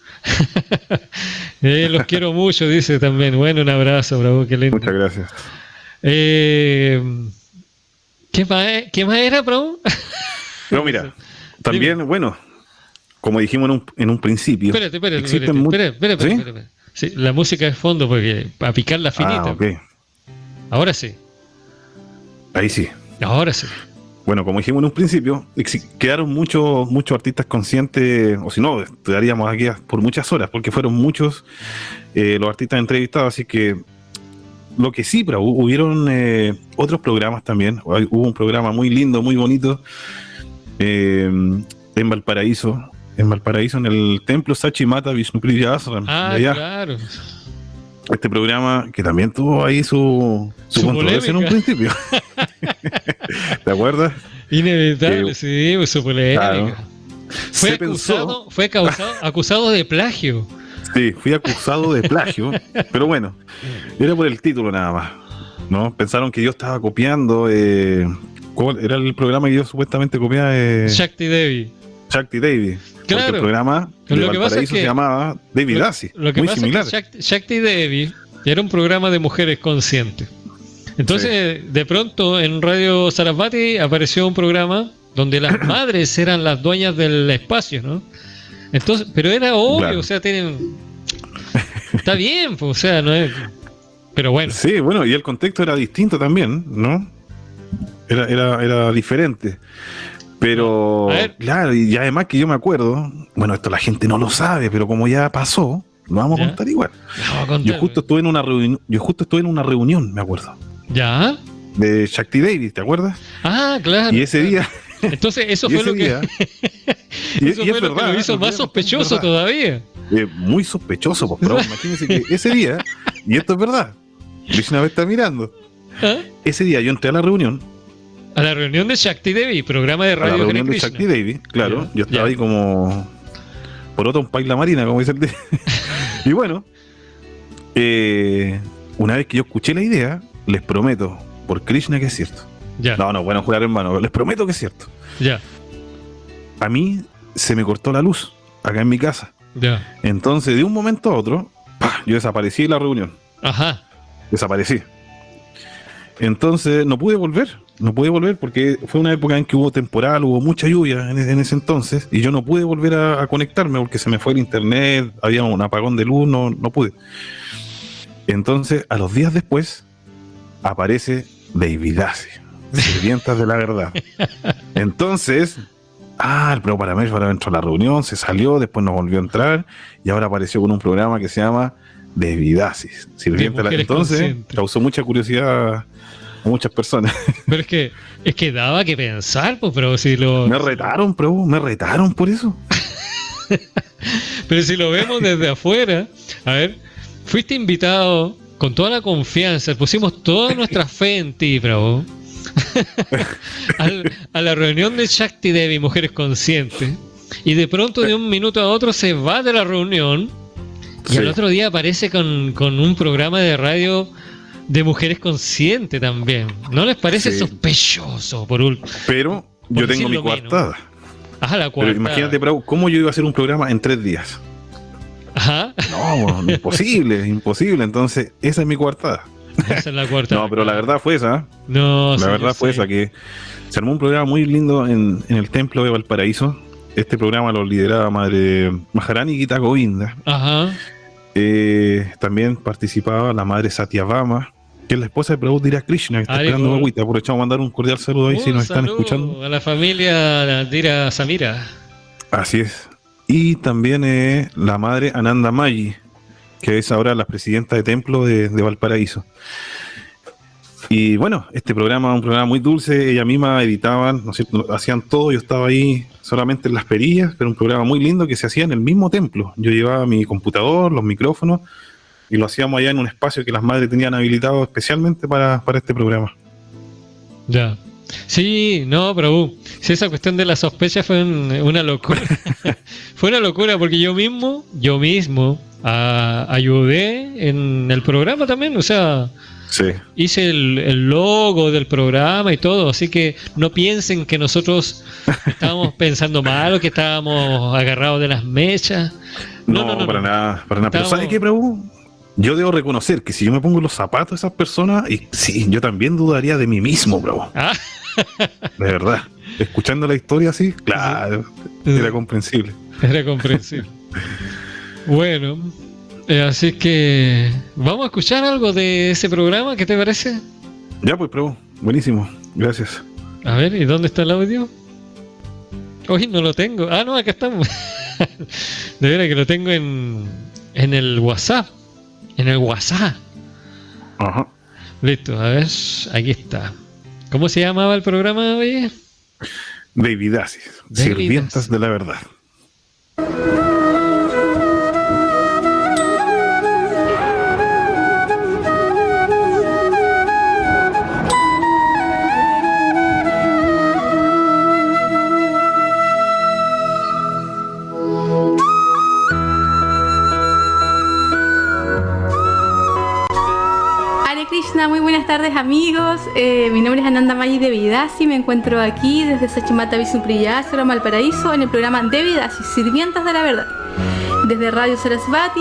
Los quiero mucho, dice también. Bueno, un abrazo, Prabhu, qué lindo. Muchas gracias. ¿Qué más era, Prabhu? No, mira, también, bueno, como dijimos en un principio. Espérate. Sí, la música de fondo, porque para picar la finita. Okay. Ahora sí. Ahí sí. Ahora sí. Bueno, como dijimos en un principio, quedaron muchos artistas conscientes, o si no, estaríamos aquí por muchas horas, porque fueron muchos los artistas entrevistados, así que lo que sí, pero hubieron otros programas también. Hubo un programa muy lindo, muy bonito, en Valparaíso, en el templo Sachimata Vishnupriya Ashram. Claro. Este programa que también tuvo ahí su controversia en un principio. ¿Te acuerdas? Inevitable, sí, su polémica. Claro. Fue acusado de plagio. Sí, fui acusado de plagio, pero bueno, era por el título nada más, ¿no? Pensaron que yo estaba copiando, ¿cuál era el programa que yo supuestamente copiaba? Shakti Devi. Claro. El programa de Valparaíso se llamaba Devi Dasi, muy similar. Es que Shakti Devi era un programa de mujeres conscientes. Entonces, de pronto, en Radio Sarasvati apareció un programa donde las madres eran las dueñas del espacio, ¿no? Entonces, pero era obvio, claro. O sea, Está bien, pues, o sea, no es... Pero bueno. Sí, bueno, y el contexto era distinto también, ¿no? Era diferente. Pero, claro, y además que yo me acuerdo, bueno, esto la gente no lo sabe, pero como ya pasó, lo vamos a contar igual. Yo justo estuve en una reunión, me acuerdo. ¿Ya? De Shakti Davis, ¿te acuerdas? Ah, claro. Y ese día... Entonces, eso fue lo que... Eso fue lo que lo hizo más sospechoso todavía. Muy sospechoso, pues, pero imagínense que ese día, y esto es verdad, Krishna me está mirando. ¿Ah? Ese día yo entré a la reunión. A la reunión de Shakti Devi, programa de radio. A la reunión de Shakti Devi, claro. Yo estaba ahí como por otro un paila marina, como dice el de... Y bueno, una vez que yo escuché la idea, les prometo, por Krishna, que es cierto. Ya. No, bueno, jurar hermano, les prometo que es cierto. Ya. A mí se me cortó la luz acá en mi casa. Ya. Entonces, de un momento a otro, yo desaparecí de la reunión. Ajá. Desaparecí. Entonces, no pude volver porque fue una época en que hubo temporal, hubo mucha lluvia en ese entonces, y yo no pude volver a conectarme porque se me fue el internet, había un apagón de luz, no pude. Entonces, a los días después, aparece Devidacy, Sirvientas de la Verdad. Entonces, el Prabhu Parameshvara entró a la reunión, se salió, después no volvió a entrar, y ahora apareció con un programa que se llama Devidacy, Sirvientas de la Verdad. Entonces, causó mucha curiosidad a muchas personas. Pero es que daba que pensar, pues, pero si lo... Me retaron por eso. Pero si lo vemos desde afuera, a ver, fuiste invitado con toda la confianza, pusimos toda nuestra fe en ti, Prabhu. A la reunión de Shakti Devi, Mujeres Conscientes, y de pronto de un minuto a otro se va de la reunión y al otro día aparece con un programa de radio de Mujeres Conscientes también. ¿No les parece sospechoso? Pero yo tengo mi coartada. Ajá, la coartada. Pero imagínate, Prabhu, ¿cómo yo iba a hacer un programa en 3 días? Ajá. No, imposible. Entonces, esa es mi coartada. Esa es la coartada. No, pero la verdad fue esa. No, la verdad fue esa, que se armó un programa muy lindo en el templo de Valparaíso. Este programa lo lideraba Madre Maharani Gita Govinda. Ajá. También participaba la Madre Satyabhama, que es la esposa de Prabhu Dira Krishna, que está esperando agüita. Aprovechamos a mandar un cordial saludo ahí si nos están escuchando. A la familia Dira Samira. Así es. Y también la Madre Ananda Mayi, que es ahora la presidenta de templo de Valparaíso. Y bueno, este programa, un programa muy dulce, ella misma editaban, ¿no es cierto? Hacían todo, yo estaba ahí solamente en las perillas, pero un programa muy lindo que se hacía en el mismo templo. Yo llevaba mi computador, los micrófonos, y lo hacíamos allá en un espacio que las madres tenían habilitado especialmente para este programa. Ya. Sí, no, pero si esa cuestión de la sospecha fue una locura. Fue una locura porque yo mismo ayudé en el programa también, o sea, hice el logo del programa y todo, así que no piensen que nosotros estábamos pensando mal o que estábamos agarrados de las mechas. No, para nada. Pero ¿sabes qué, Prabhu? Yo debo reconocer que si yo me pongo los zapatos de esas personas, y sí, yo también dudaría de mí mismo, Prabhu. De verdad. Escuchando la historia así, claro, era comprensible. Era comprensible. Bueno, así que vamos a escuchar algo de ese programa, ¿qué te parece? Ya pues, Prabhu, buenísimo, gracias. A ver, ¿y dónde está el audio? Hoy no lo tengo. No, acá estamos. De veras que lo tengo en el WhatsApp. En el WhatsApp. Ajá. Listo, a ver, aquí está. ¿Cómo se llamaba el programa, oye? Devidacy, Sirvientas de la Verdad. Muy buenas tardes, amigos. Mi nombre es Ananda Mayi Devidacy. Me encuentro aquí desde Sachimata Visupriyasura, Valparaíso, en el programa Devidacy, Sirvientas de la Verdad, desde Radio Sarasvati,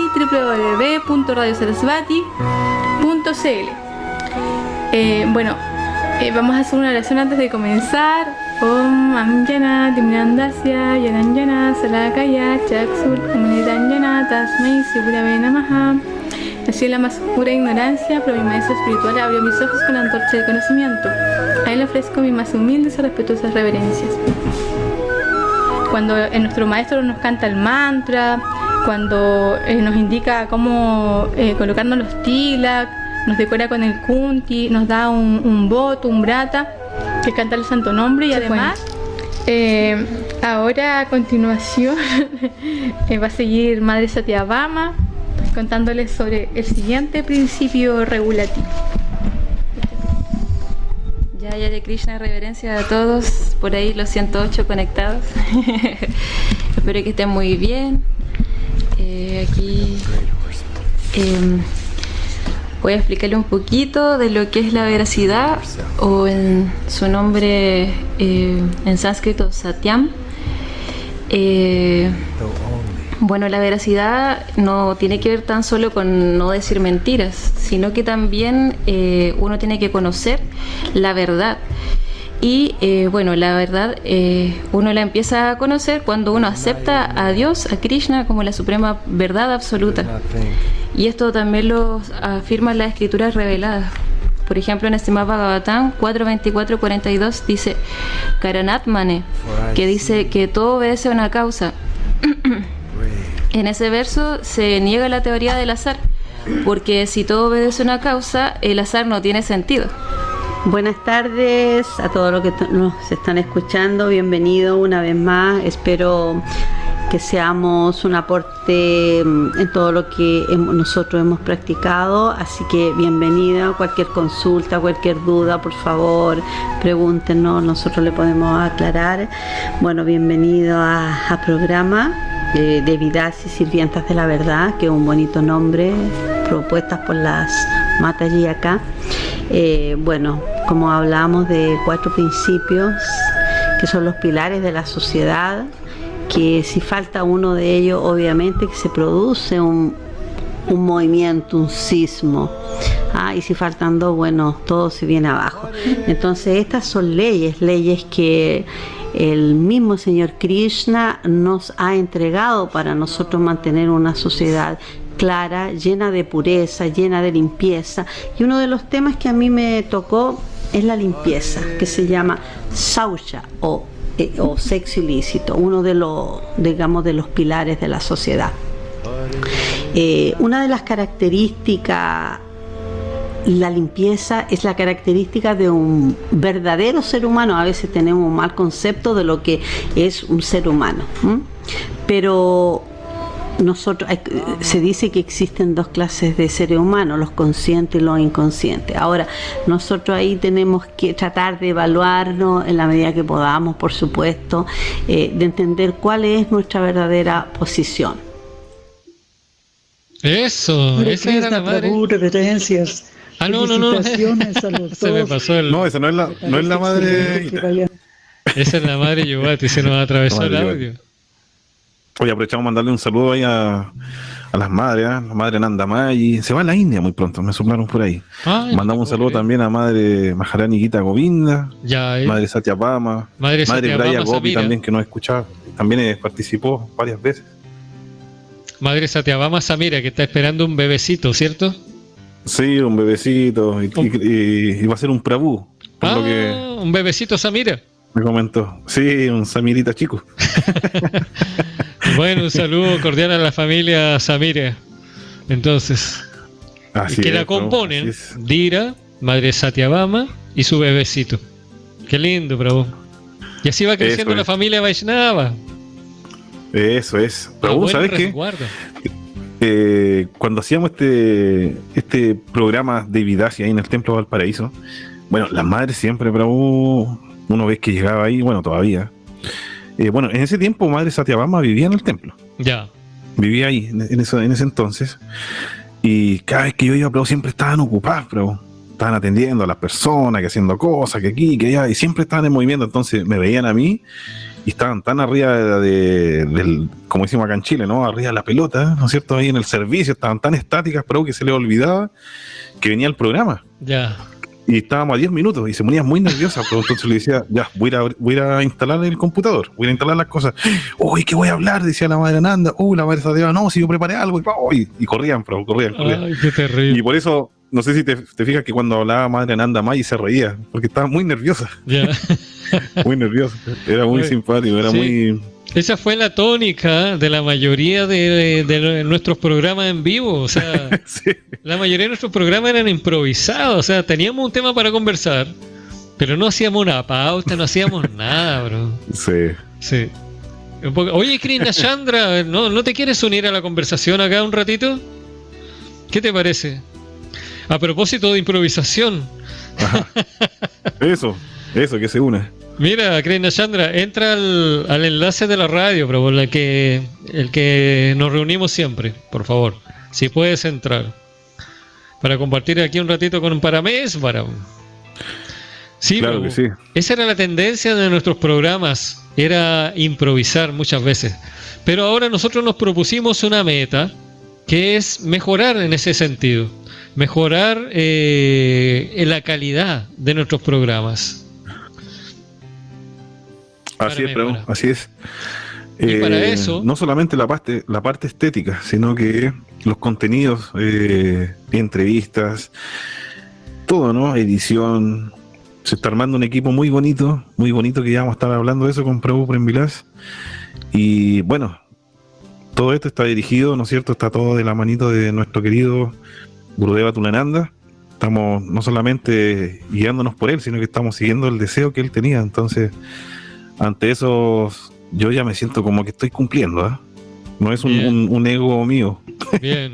www.radiosarasvati.cl. Vamos a hacer una oración antes de comenzar. Om Amjana Dimnandasya Yananjana Salakaya Chaksul Umnidanjana Tasmai Sivurave Namaha. Nací en la más pura ignorancia, pero mi maestro espiritual abrió mis ojos con la antorcha del conocimiento. A él le ofrezco mis más humildes y respetuosas reverencias. Cuando nuestro maestro nos canta el mantra, cuando nos indica cómo colocarnos los tilak, nos decora con el kunti, nos da un voto, un brata, que canta el santo nombre y además ahora a continuación va a seguir Madre Satyabhama contándoles sobre el siguiente principio regulativo. Ya Hare Krishna, reverencia a todos por ahí, los 108 conectados. Espero que estén muy bien. Aquí voy a explicarle un poquito de lo que es la veracidad, o en su nombre en sánscrito Satyam. Bueno, la veracidad no tiene que ver tan solo con no decir mentiras, sino que también uno tiene que conocer la verdad. Y bueno, la verdad uno la empieza a conocer cuando uno acepta a Dios, a Krishna, como la suprema verdad absoluta. Y esto también lo afirman las escrituras reveladas. Por ejemplo, en Srimad Bhagavatam 4.24.42 dice Karanatmane, que dice que todo obedece a una causa. En ese verso se niega la teoría del azar, porque si todo obedece a una causa, el azar no tiene sentido. Buenas tardes a todos los que nos están escuchando, bienvenido una vez más. Espero que seamos un aporte en todo lo que nosotros hemos practicado, así que bienvenida. Cualquier consulta, cualquier duda, por favor, pregúntenos, nosotros le podemos aclarar. Bueno, bienvenido a programa de Vidas y Sirvientas de la Verdad, que es un bonito nombre, propuestas por las Mataji acá. Bueno, como hablamos de 4 principios que son los pilares de la sociedad, que si falta uno de ellos, obviamente que se produce un movimiento, un sismo. Y si faltan 2, bueno, todo se viene abajo. Entonces estas son leyes que el mismo Señor Krishna nos ha entregado para nosotros mantener una sociedad clara, llena de pureza, llena de limpieza. Y uno de los temas que a mí me tocó es la limpieza, que se llama Saucha o sexo ilícito, uno de los, digamos, de los pilares de la sociedad. Una de las características, la limpieza es la característica de un verdadero ser humano. A veces tenemos un mal concepto de lo que es un ser humano, pero nosotros se dice que existen 2 clases de seres humanos, los conscientes y los inconscientes. Ahora, nosotros ahí tenemos que tratar de evaluarnos en la medida que podamos, por supuesto, de entender cuál es nuestra verdadera posición. Eso, esa era la madre. Reverencias. No. Felicitaciones a los Se me pasó el... No, esa no es la madre. Esa es la madre Yubati, se nos atravesó el audio. Hoy aprovechamos mandarle un saludo ahí a las madres, la madre Nanda Mayi. Se va a la India muy pronto, me soplaron por ahí. Mandamos un saludo también a madre Maharani Gita Govinda, madre Satyabhama, madre Braya Gopi también, que nos escuchaba. También participó varias veces. Madre Satyabhama Samira, que está esperando un bebecito, ¿cierto? Sí, un bebecito, y va a ser un Prabhu. Un bebecito Samira. Me comentó. Sí, un Samirita chico. Bueno, un saludo cordial a la familia Samira. Entonces, así que la componen Dira, Madre Satyabhama y su bebecito. Qué lindo, Prabhu. Y así va creciendo la familia Vaishnava. Eso es. Prabhu, ¿sabes qué? Cuando hacíamos este programa de Vidasi ahí en el Templo de Valparaíso, bueno, las madres siempre, Prabhu, uno ve que llegaba ahí, bueno, todavía. Bueno, en ese tiempo Madre Satyabhama vivía en el templo. Ya. Vivía ahí, en ese entonces. Y cada vez que yo iba, Prabhu, siempre estaban ocupados, Prabhu. Estaban atendiendo a las personas, que haciendo cosas, que aquí, que allá, y siempre estaban en movimiento. Entonces me veían a mí y estaban tan arriba del, como decimos acá en Chile, ¿no? Arriba de la pelota, ¿no es cierto? Ahí en el servicio, estaban tan estáticas, Prabhu, que se les olvidaba que venía el programa. Ya. y estábamos a 10 minutos y se ponía muy nerviosa, pero entonces le decía, ya, voy a ir a instalar el computador, voy a instalar las cosas. Uy, ¿qué voy a hablar? Decía la madre Nanda. La madre Sadeva, no, si yo preparé algo. Y corrían, pero corrían. Ay, qué terrible. Y por eso, no sé si te fijas que cuando hablaba madre Nanda May se reía, porque estaba muy nerviosa. Ya. Muy nerviosa. Era muy simpático, era muy... Esa fue la tónica de la mayoría de nuestros programas en vivo. O sea, sí. La mayoría de nuestros programas eran improvisados. O sea, teníamos un tema para conversar, pero no hacíamos una pauta, no hacíamos nada, bro. Sí. Oye, Krishna Chandra, ¿no te quieres unir a la conversación acá un ratito? ¿Qué te parece? A propósito de improvisación. Ajá. Eso, que se una. Mira, Krishna Chandra, entra al enlace de la radio, pero el que nos reunimos siempre, por favor. Si puedes entrar. Para compartir aquí un ratito con Paramesvara. Sí, claro que sí. Esa era la tendencia de nuestros programas, era improvisar muchas veces. Pero ahora nosotros nos propusimos una meta, que es mejorar en ese sentido. Mejorar en la calidad de nuestros programas. Así es, Prabhu, así es. Y para eso, no solamente la parte estética, sino que los contenidos, entrevistas, todo, ¿no? Edición. Se está armando un equipo muy bonito que ya vamos a estar hablando de eso con Prabhu Premvilas. Y bueno, todo esto está dirigido, ¿no es cierto? Está todo de la manito de nuestro querido Gurudeva Tulananda. Estamos no solamente guiándonos por él, sino que estamos siguiendo el deseo que él tenía. Entonces, ante eso, yo ya me siento como que estoy cumpliendo, ¿eh? No es un ego mío. Bien.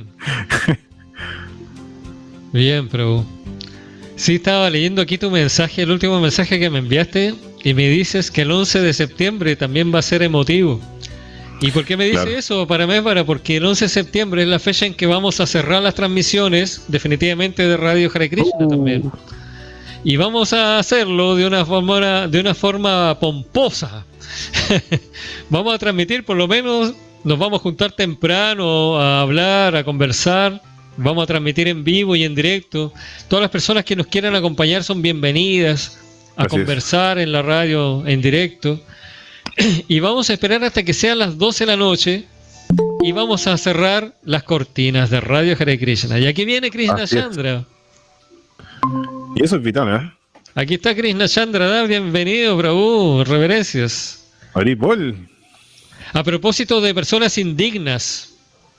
Bien, Prabhu. Sí, estaba leyendo aquí tu mensaje, el último mensaje que me enviaste, y me dices que el 11 de septiembre también va a ser emotivo. ¿Y por qué me dice eso? Porque el 11 de septiembre es la fecha en que vamos a cerrar las transmisiones, definitivamente, de Radio Hare Krishna también. Y vamos a hacerlo de una forma pomposa. Vamos a transmitir, por lo menos, nos vamos a juntar temprano a hablar, a conversar. Vamos a transmitir en vivo y en directo. Todas las personas que nos quieran acompañar son bienvenidas a conversar en la radio en directo. Y vamos a esperar hasta que sean las 12 de la noche y vamos a cerrar las cortinas de Radio Hare Krishna. Y aquí viene Krishna Chandra. Y eso es vital, ¿eh? Aquí está Krishna Chandra, bienvenido, Prabhu, reverencias. Haribol. A propósito de personas indignas.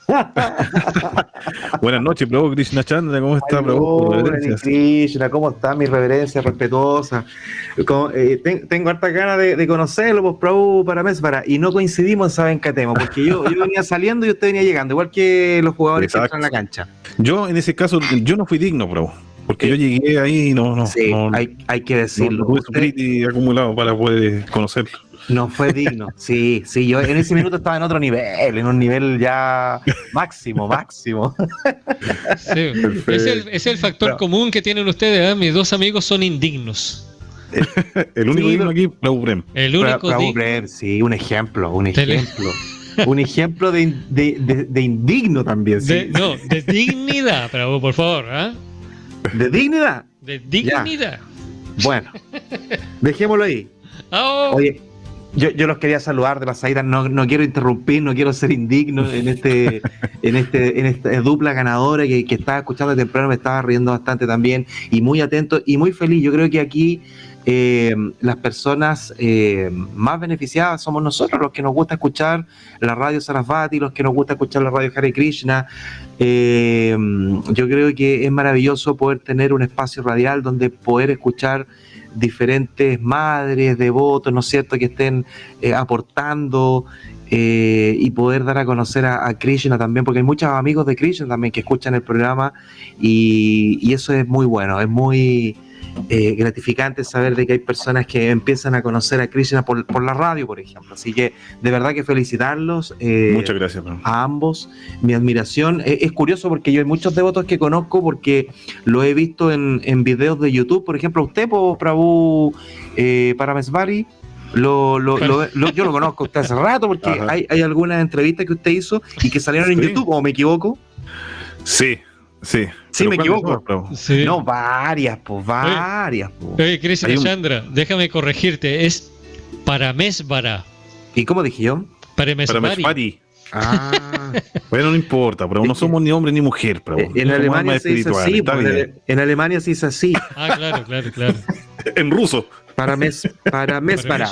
Buenas noches, Prabhu Krishna Chandra, ¿cómo está, Prabhu? Krishna, ¿cómo está? Mi reverencia respetuosa. Tengo harta ganas de conocerlo, pues, Prabhu Paramesvara, y no coincidimos en Sabencatemo, porque yo venía saliendo y usted venía llegando, igual que los jugadores que entran en la cancha. Yo, en ese caso, yo no fui digno, Prabhu, porque yo llegué ahí y no. Sí, hay que decirlo. No tuve su acumulado para poder conocerlo. No fue digno, sí, yo en ese minuto estaba en otro nivel, en un nivel ya máximo. Sí, es el factor común que tienen ustedes, ¿eh? Mis dos amigos son indignos. El único digno aquí, Prabhu Prem. El único Prabhu Prem, sí, un ejemplo. Un ejemplo de indigno también, sí. De dignidad, Prabhu, por favor, ¿eh? ¿De dignidad? De dignidad. Ya. Bueno, dejémoslo ahí. Oye, yo los quería saludar de pasadita, no quiero interrumpir, no quiero ser indigno en esta dupla ganadora que estaba escuchando de temprano, me estaba riendo bastante también y muy atento y muy feliz. Yo creo que aquí las personas más beneficiadas somos nosotros, los que nos gusta escuchar la radio Sarasvati, los que nos gusta escuchar la radio Hare Krishna. Yo creo que es maravilloso poder tener un espacio radial donde poder escuchar diferentes madres, devotos, ¿no es cierto?, que estén aportando y poder dar a conocer a Krishna también, porque hay muchos amigos de Krishna también que escuchan el programa y eso es muy bueno, es muy gratificante saber de que hay personas que empiezan a conocer a Krishna por la radio, por ejemplo. Así que de verdad que felicitarlos. Muchas gracias, bro. A ambos. Mi admiración. Es curioso porque yo hay muchos devotos que conozco porque lo he visto en videos de YouTube. Por ejemplo, usted, Prabhu Paramesvari, yo lo conozco a usted hace rato porque hay algunas entrevistas que usted hizo y que salieron en YouTube, ¿o me equivoco? Sí. Sí. Sí, me equivoco. Sí. No, varias, pues, varias. Oye, Krishna Chandra, déjame corregirte, es Paramesvara. ¿Y cómo dije yo? Paramesvari. Ah. Bueno, no importa, pero no somos ni hombre ni mujer, pero en Alemania se dice así, en Alemania se dice así. Ah, claro. En ruso. Paramesvara.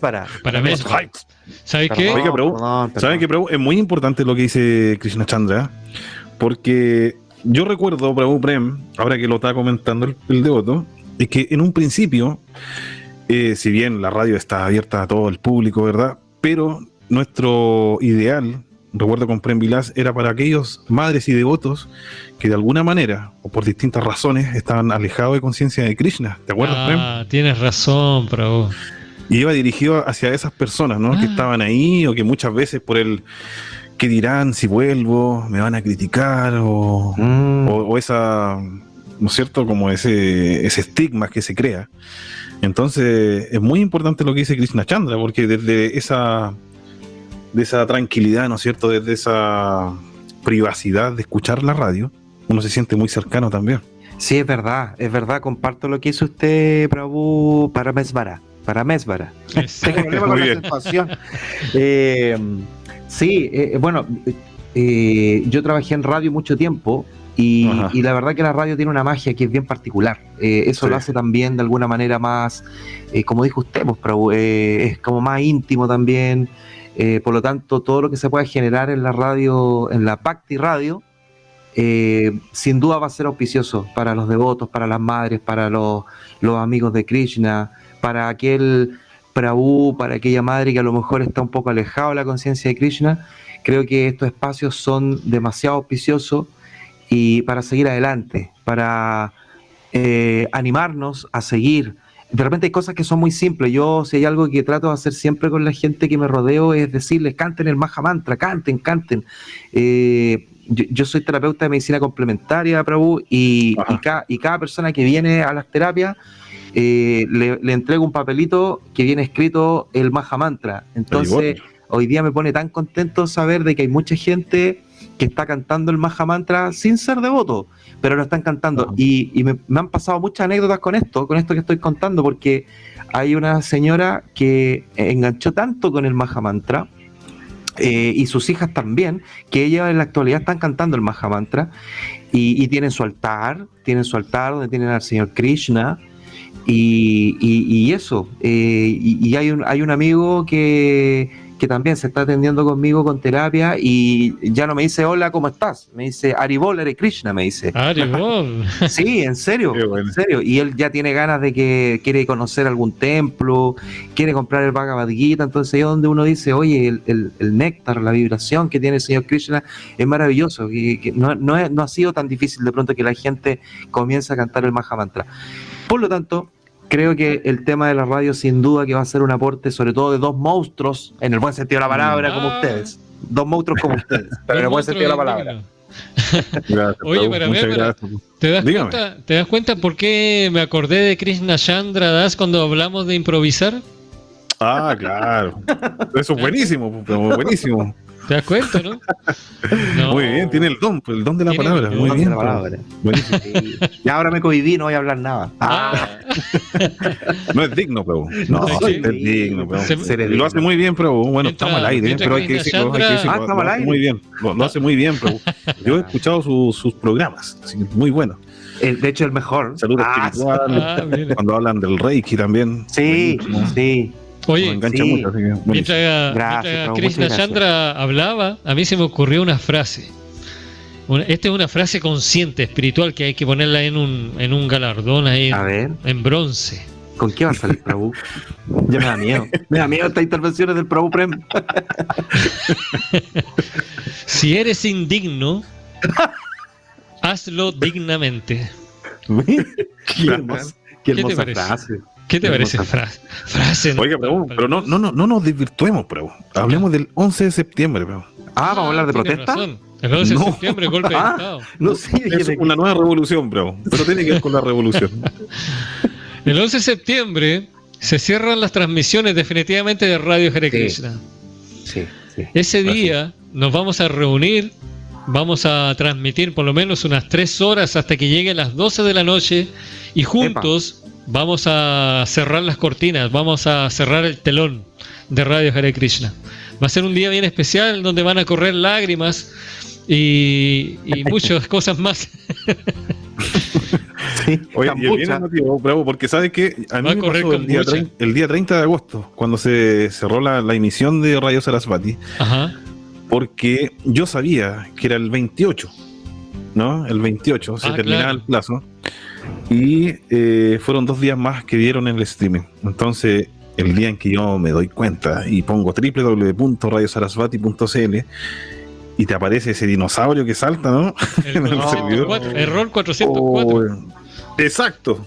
¿Sabes qué? Oiga, pero, ¿saben qué, Prabhu? Es muy importante lo que dice Krishna Chandra, porque yo recuerdo, Prabhu Prem, ahora que lo está comentando el devoto, es que en un principio, si bien la radio está abierta a todo el público, ¿verdad? Pero nuestro ideal, recuerdo con Prem Vilas, era para aquellos madres y devotos que de alguna manera, o por distintas razones, estaban alejados de conciencia de Krishna. ¿Te acuerdas, Prem? Ah, tienes razón, Prabhu. Y iba dirigido hacia esas personas, ¿no? Que estaban ahí, o que muchas veces por el ¿qué dirán si vuelvo? ¿Me van a criticar? O esa, ¿no es cierto? Como ese estigma que se crea. Entonces, es muy importante lo que dice Krishna Chandra, porque desde esa tranquilidad, ¿no es cierto? Desde esa privacidad de escuchar la radio, uno se siente muy cercano también. Sí, es verdad, comparto lo que hizo usted, Prabhu Paramesvara. Tengo problema con la acentuación. Bueno, yo trabajé en radio mucho tiempo y la verdad que la radio tiene una magia que es bien particular. Eso lo hace también de alguna manera más, como dijo usted, pues, Prabhu, es como más íntimo también. Por lo tanto, todo lo que se pueda generar en la radio, en la Bhakti Radio, sin duda va a ser auspicioso para los devotos, para las madres, para los amigos de Krishna, para aquel Prabhu, para aquella madre que a lo mejor está un poco alejado de la conciencia de Krishna. Creo que estos espacios son demasiado auspiciosos y para seguir adelante, para animarnos a seguir. De repente hay cosas que son muy simples. Yo, si hay algo que trato de hacer siempre con la gente que me rodeo, es decirles, canten el Maha Mantra, canten. Yo soy terapeuta de medicina complementaria, Prabhu, y cada persona que viene a las terapias, le entrego un papelito que viene escrito el Maha Mantra. Entonces, hoy día me pone tan contento saber de que hay mucha gente que está cantando el Maha Mantra sin ser devoto, pero lo están cantando. Y me han pasado muchas anécdotas con esto que estoy contando, porque hay una señora que enganchó tanto con el Maha Mantra, y sus hijas también, que ellas en la actualidad están cantando el Maha Mantra, y tienen su altar donde tienen al Señor Krishna, y eso. Y hay un amigo que también se está atendiendo conmigo con terapia y ya no me dice hola, ¿cómo estás? Me dice Haribol, Hare Krishna, me dice. Haribol. Sí, en serio, en serio. Y él ya tiene ganas de que quiere conocer algún templo, quiere comprar el Bhagavad Gita. Entonces ahí es donde uno dice, oye, el néctar, la vibración que tiene el Señor Krishna es maravilloso. Que no ha sido tan difícil de pronto que la gente comience a cantar el Maha Mantra. Por lo tanto, creo que el tema de la radio sin duda que va a ser un aporte, sobre todo de dos monstruos, en el buen sentido de la palabra, como ustedes. Dos monstruos como ustedes, pero en el buen sentido de la palabra. Gracias, oye, pero ¿te das cuenta por qué me acordé de Krishna Chandra Das cuando hablamos de improvisar? Ah, claro. Eso es buenísimo, buenísimo. ¿Te das cuenta, no? Muy bien, tiene el don de la palabra. Muy bien. Buenísimo. Y ahora me cohibí, no voy a hablar nada. No es digno, pero. No, es digno, pero. Lo hace muy bien, pero bueno, estamos al aire, pero hay que decirlo. Estamos al aire. Muy bien, lo hace muy bien, pero. Yo he escuchado sus programas, así que muy bueno. De hecho, el mejor. Salud espiritual. Cuando hablan del Reiki también. Sí, sí. Oye, engancha mucho, así que mientras Krishna Chandra hablaba, a mí se me ocurrió una frase. Esta es una frase consciente, espiritual, que hay que ponerla en un galardón ahí, en bronce. ¿Con qué va a salir, Prabhu? Ya me da miedo. Me da miedo estas intervenciones del Prabhu Prem. Si eres indigno, hazlo dignamente. Qué hermosa frase. ¿Qué te parece frase? Oiga, pero no nos desvirtuemos, Prabhu. Hablemos del 11 de septiembre, Prabhu. ¿Vamos a hablar de protesta? Razón. El 11 de septiembre, golpe de Estado. No, sí, es una nueva revolución, Prabhu. Pero tiene que ver con la revolución. El 11 de septiembre se cierran las transmisiones definitivamente de Radio Hare Krishna. Sí. Ese día nos vamos a reunir vamos a transmitir por lo menos unas 3 horas hasta que lleguen las 12 de la noche y juntos vamos a cerrar las cortinas, vamos a cerrar el telón de Radio Hare Krishna. Va a ser un día bien especial donde van a correr lágrimas y muchas cosas más. Sí, oye, y viene el motivo, bravo, porque sabes que a mí me pasó el día 30 de agosto, cuando se cerró la emisión de Radio Sarasvati. Ajá. Porque yo sabía que era el 28, ¿no? El 28 se terminaba el plazo. Y fueron 2 días más que dieron en el streaming. Entonces, el día en que yo me doy cuenta y pongo www.radiosarasvati.cl y te aparece ese dinosaurio que salta, ¿no? Error 404. Exacto.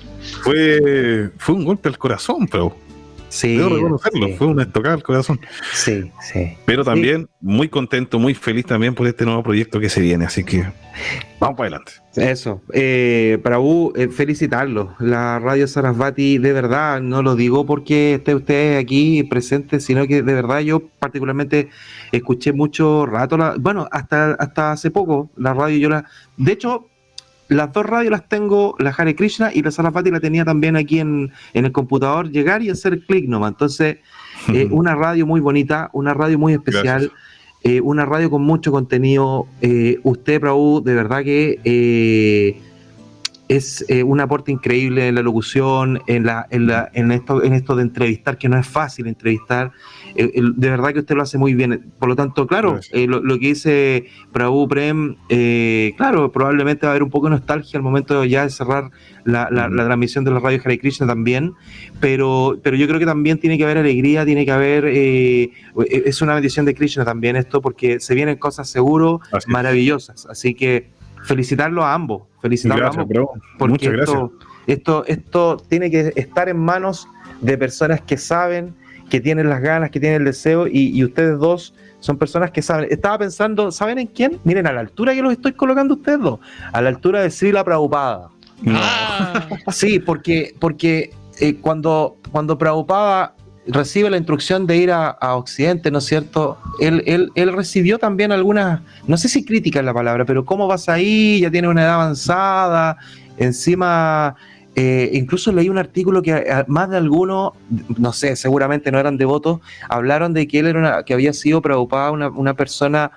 Fue un golpe al corazón, pero sí, debo reconocerlo, fue una estocada al corazón. Sí. Pero también muy contento, muy feliz también por este nuevo proyecto que se viene, así que vamos para adelante. Eso, Prabhu, felicitarlo. La Radio Sarasvati, de verdad, no lo digo porque esté usted aquí presente, sino que de verdad yo particularmente escuché mucho rato, hasta hace poco, la radio de hecho, las 2 radios las tengo, la Hare Krishna y la Sarasvati la tenía también aquí en el computador, llegar y hacer clic nomás. Entonces, una radio muy bonita, una radio muy especial, una radio con mucho contenido. Usted, Prabhu, de verdad que es un aporte increíble en la locución, en esto de entrevistar, que no es fácil entrevistar. De verdad que usted lo hace muy bien. Por lo tanto, claro, lo que dice Prabhu Prem, claro, probablemente va a haber un poco de nostalgia al momento ya de cerrar la transmisión de la radio Hare Krishna también, pero yo creo que también tiene que haber alegría, tiene que haber, es una bendición de Krishna también esto, porque se vienen cosas seguro maravillosas, así que felicitarlo a ambos, porque muchas gracias. Esto tiene que estar en manos de personas que saben, que tienen las ganas, que tienen el deseo, y ustedes dos son personas que saben. Estaba pensando, ¿saben en quién? Miren, a la altura que los estoy colocando ustedes dos, a la altura de Srila Prabhupada. Sí, porque cuando Prabhupada recibe la instrucción de ir a Occidente, ¿no es cierto? Él recibió también algunas, no sé si crítica es la palabra, pero ¿cómo vas ahí? Ya tiene una edad avanzada, encima... incluso leí un artículo que más de algunos, no sé, seguramente no eran devotos, hablaron de que él que había sido Prabhupada una persona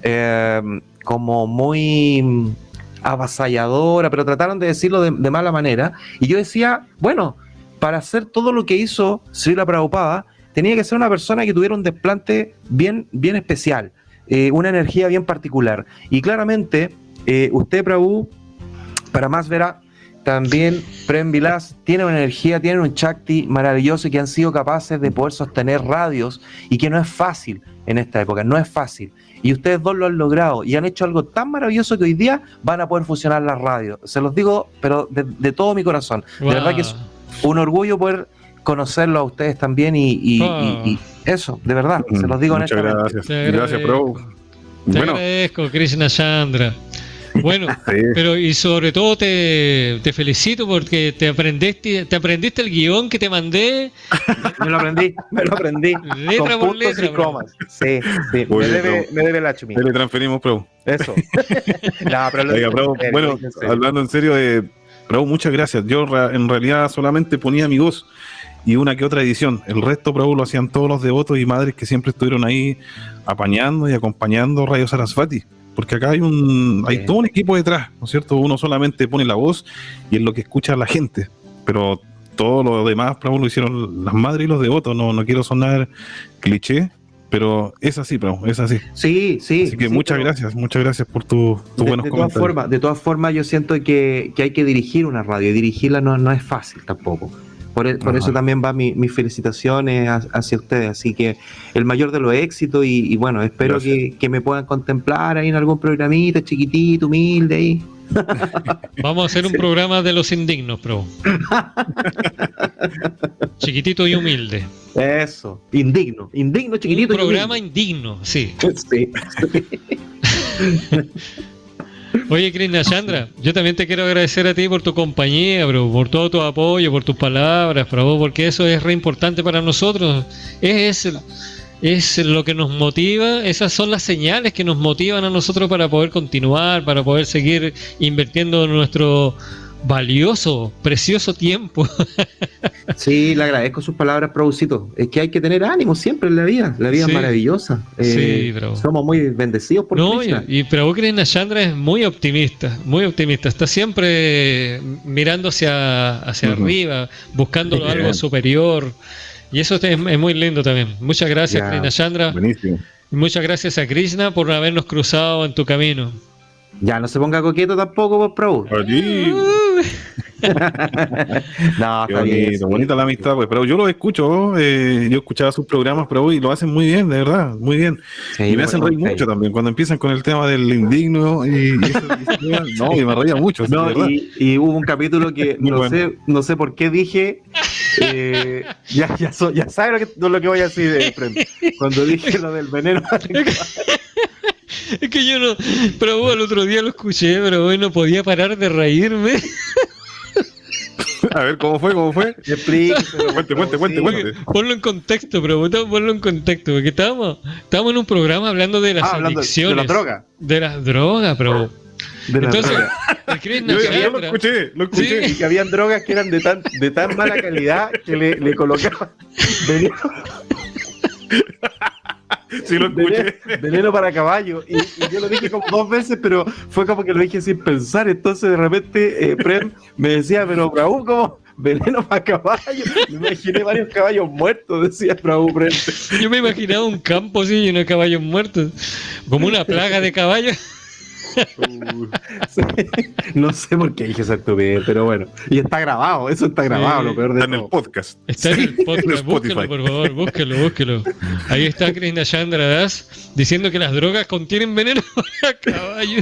como muy avasalladora, pero trataron de decirlo de mala manera, y yo decía, bueno, para hacer todo lo que hizo Srila Prabhupada, tenía que ser una persona que tuviera un desplante bien especial, una energía bien particular, y claramente usted, Prabhu, para más verá, también Prem Vilas tiene una energía, tiene un Shakti maravilloso, que han sido capaces de poder sostener radios, y que no es fácil en esta época, no es fácil. Y ustedes dos lo han logrado y han hecho algo tan maravilloso que hoy día van a poder funcionar las radios. Se los digo, pero de todo mi corazón. Wow. De verdad que es un orgullo poder conocerlo a ustedes también y eso, de verdad, se los digo honestamente. Gracias, Prabhu. Te agradezco, Krishna Chandra. Bueno, pero y sobre todo te felicito porque te aprendiste el guión que te mandé. Me lo aprendí. Letra por letra. Y comas. Sí. Me debe la chumita. Le transferimos, Prabhu. Eso. Prabhu, bueno, hablando en serio, Prabhu, muchas gracias. Yo en realidad solamente ponía mi voz y una que otra edición. El resto, Prabhu, lo hacían todos los devotos y madres que siempre estuvieron ahí apañando y acompañando Radio Sarasvati. Porque acá hay todo un equipo detrás, ¿no es cierto? Uno solamente pone la voz y es lo que escucha la gente, pero todo lo demás, Prabhu, lo hicieron las madres y los devotos. No quiero sonar cliché, pero es así, Prabhu, es así. Sí. Así que muchas gracias por tus buenos comentarios. De todas formas, yo siento que hay que dirigir una radio, y dirigirla no es fácil tampoco. Por eso también va mis felicitaciones hacia ustedes, así que el mayor de los éxitos y bueno, espero que me puedan contemplar ahí en algún programita chiquitito, humilde ahí. Vamos a hacer un programa de los indignos, Pro. Chiquitito y humilde. Eso, indigno, chiquitito. Un programa indigno, sí. Oye, Krishna Chandra, yo también te quiero agradecer a ti por tu compañía, bro, por todo tu apoyo, por tus palabras, bro, porque eso es re importante para nosotros. Es es lo que nos motiva, esas son las señales que nos motivan a nosotros para poder continuar, para poder seguir invirtiendo nuestro valioso, precioso tiempo. Sí, le agradezco sus palabras, Probucito. Es que hay que tener ánimo siempre en la vida. La vida es maravillosa. Sí, somos muy bendecidos por Krishna. Y Prabhu Krishna Chandra es muy optimista, muy optimista. Está siempre mirando hacia arriba, buscando algo superior. Y eso es muy lindo también. Muchas gracias, Krishna Chandra. Buenísimo. Y muchas gracias a Krishna por habernos cruzado en tu camino. Ya, no se ponga coqueto tampoco, pues, Prabhu. No, está bien. Bonita la amistad, pues. Pero yo lo escucho, yo escuchaba sus programas, Prabhu, y lo hacen muy bien, de verdad, muy bien. Sí, y me hacen reír mucho también cuando empiezan con el tema del indigno y eso, no, y me reía mucho. No, y hubo un capítulo que no sé por qué dije. Ya sabes lo que voy a decir, cuando dije lo del veneno. Es que yo no, pero el otro día lo escuché, pero hoy no podía parar de reírme. A ver, ¿cómo fue? Explíqueselo. Cuente. Ponlo en contexto, ponlo en contexto, porque estábamos en un programa hablando de las adicciones. De la droga. De las drogas, pero... Entonces, yo lo escuché. Sí. Y que habían drogas que eran de tan mala calidad que le colocaban veneno. Sí, lo escuché. Veneno para caballo. Y yo lo dije como 2 veces, pero fue como que lo dije sin pensar. Entonces de repente Prem me decía, pero Prabhu, ¿cómo? Veneno para caballo. Me imaginé varios caballos muertos, decía Prabhu Prem. Yo me imaginaba un campo así lleno de caballos muertos, como una plaga de caballos. Sí, no sé por qué dije esa estupidez, pero bueno. Y está grabado, eso está grabado, lo peor de todo. Está en el podcast. Está en el podcast, búsquelo, por favor, búsquelo. Ahí está Krishna Chandra Das diciendo que las drogas contienen veneno para caballos.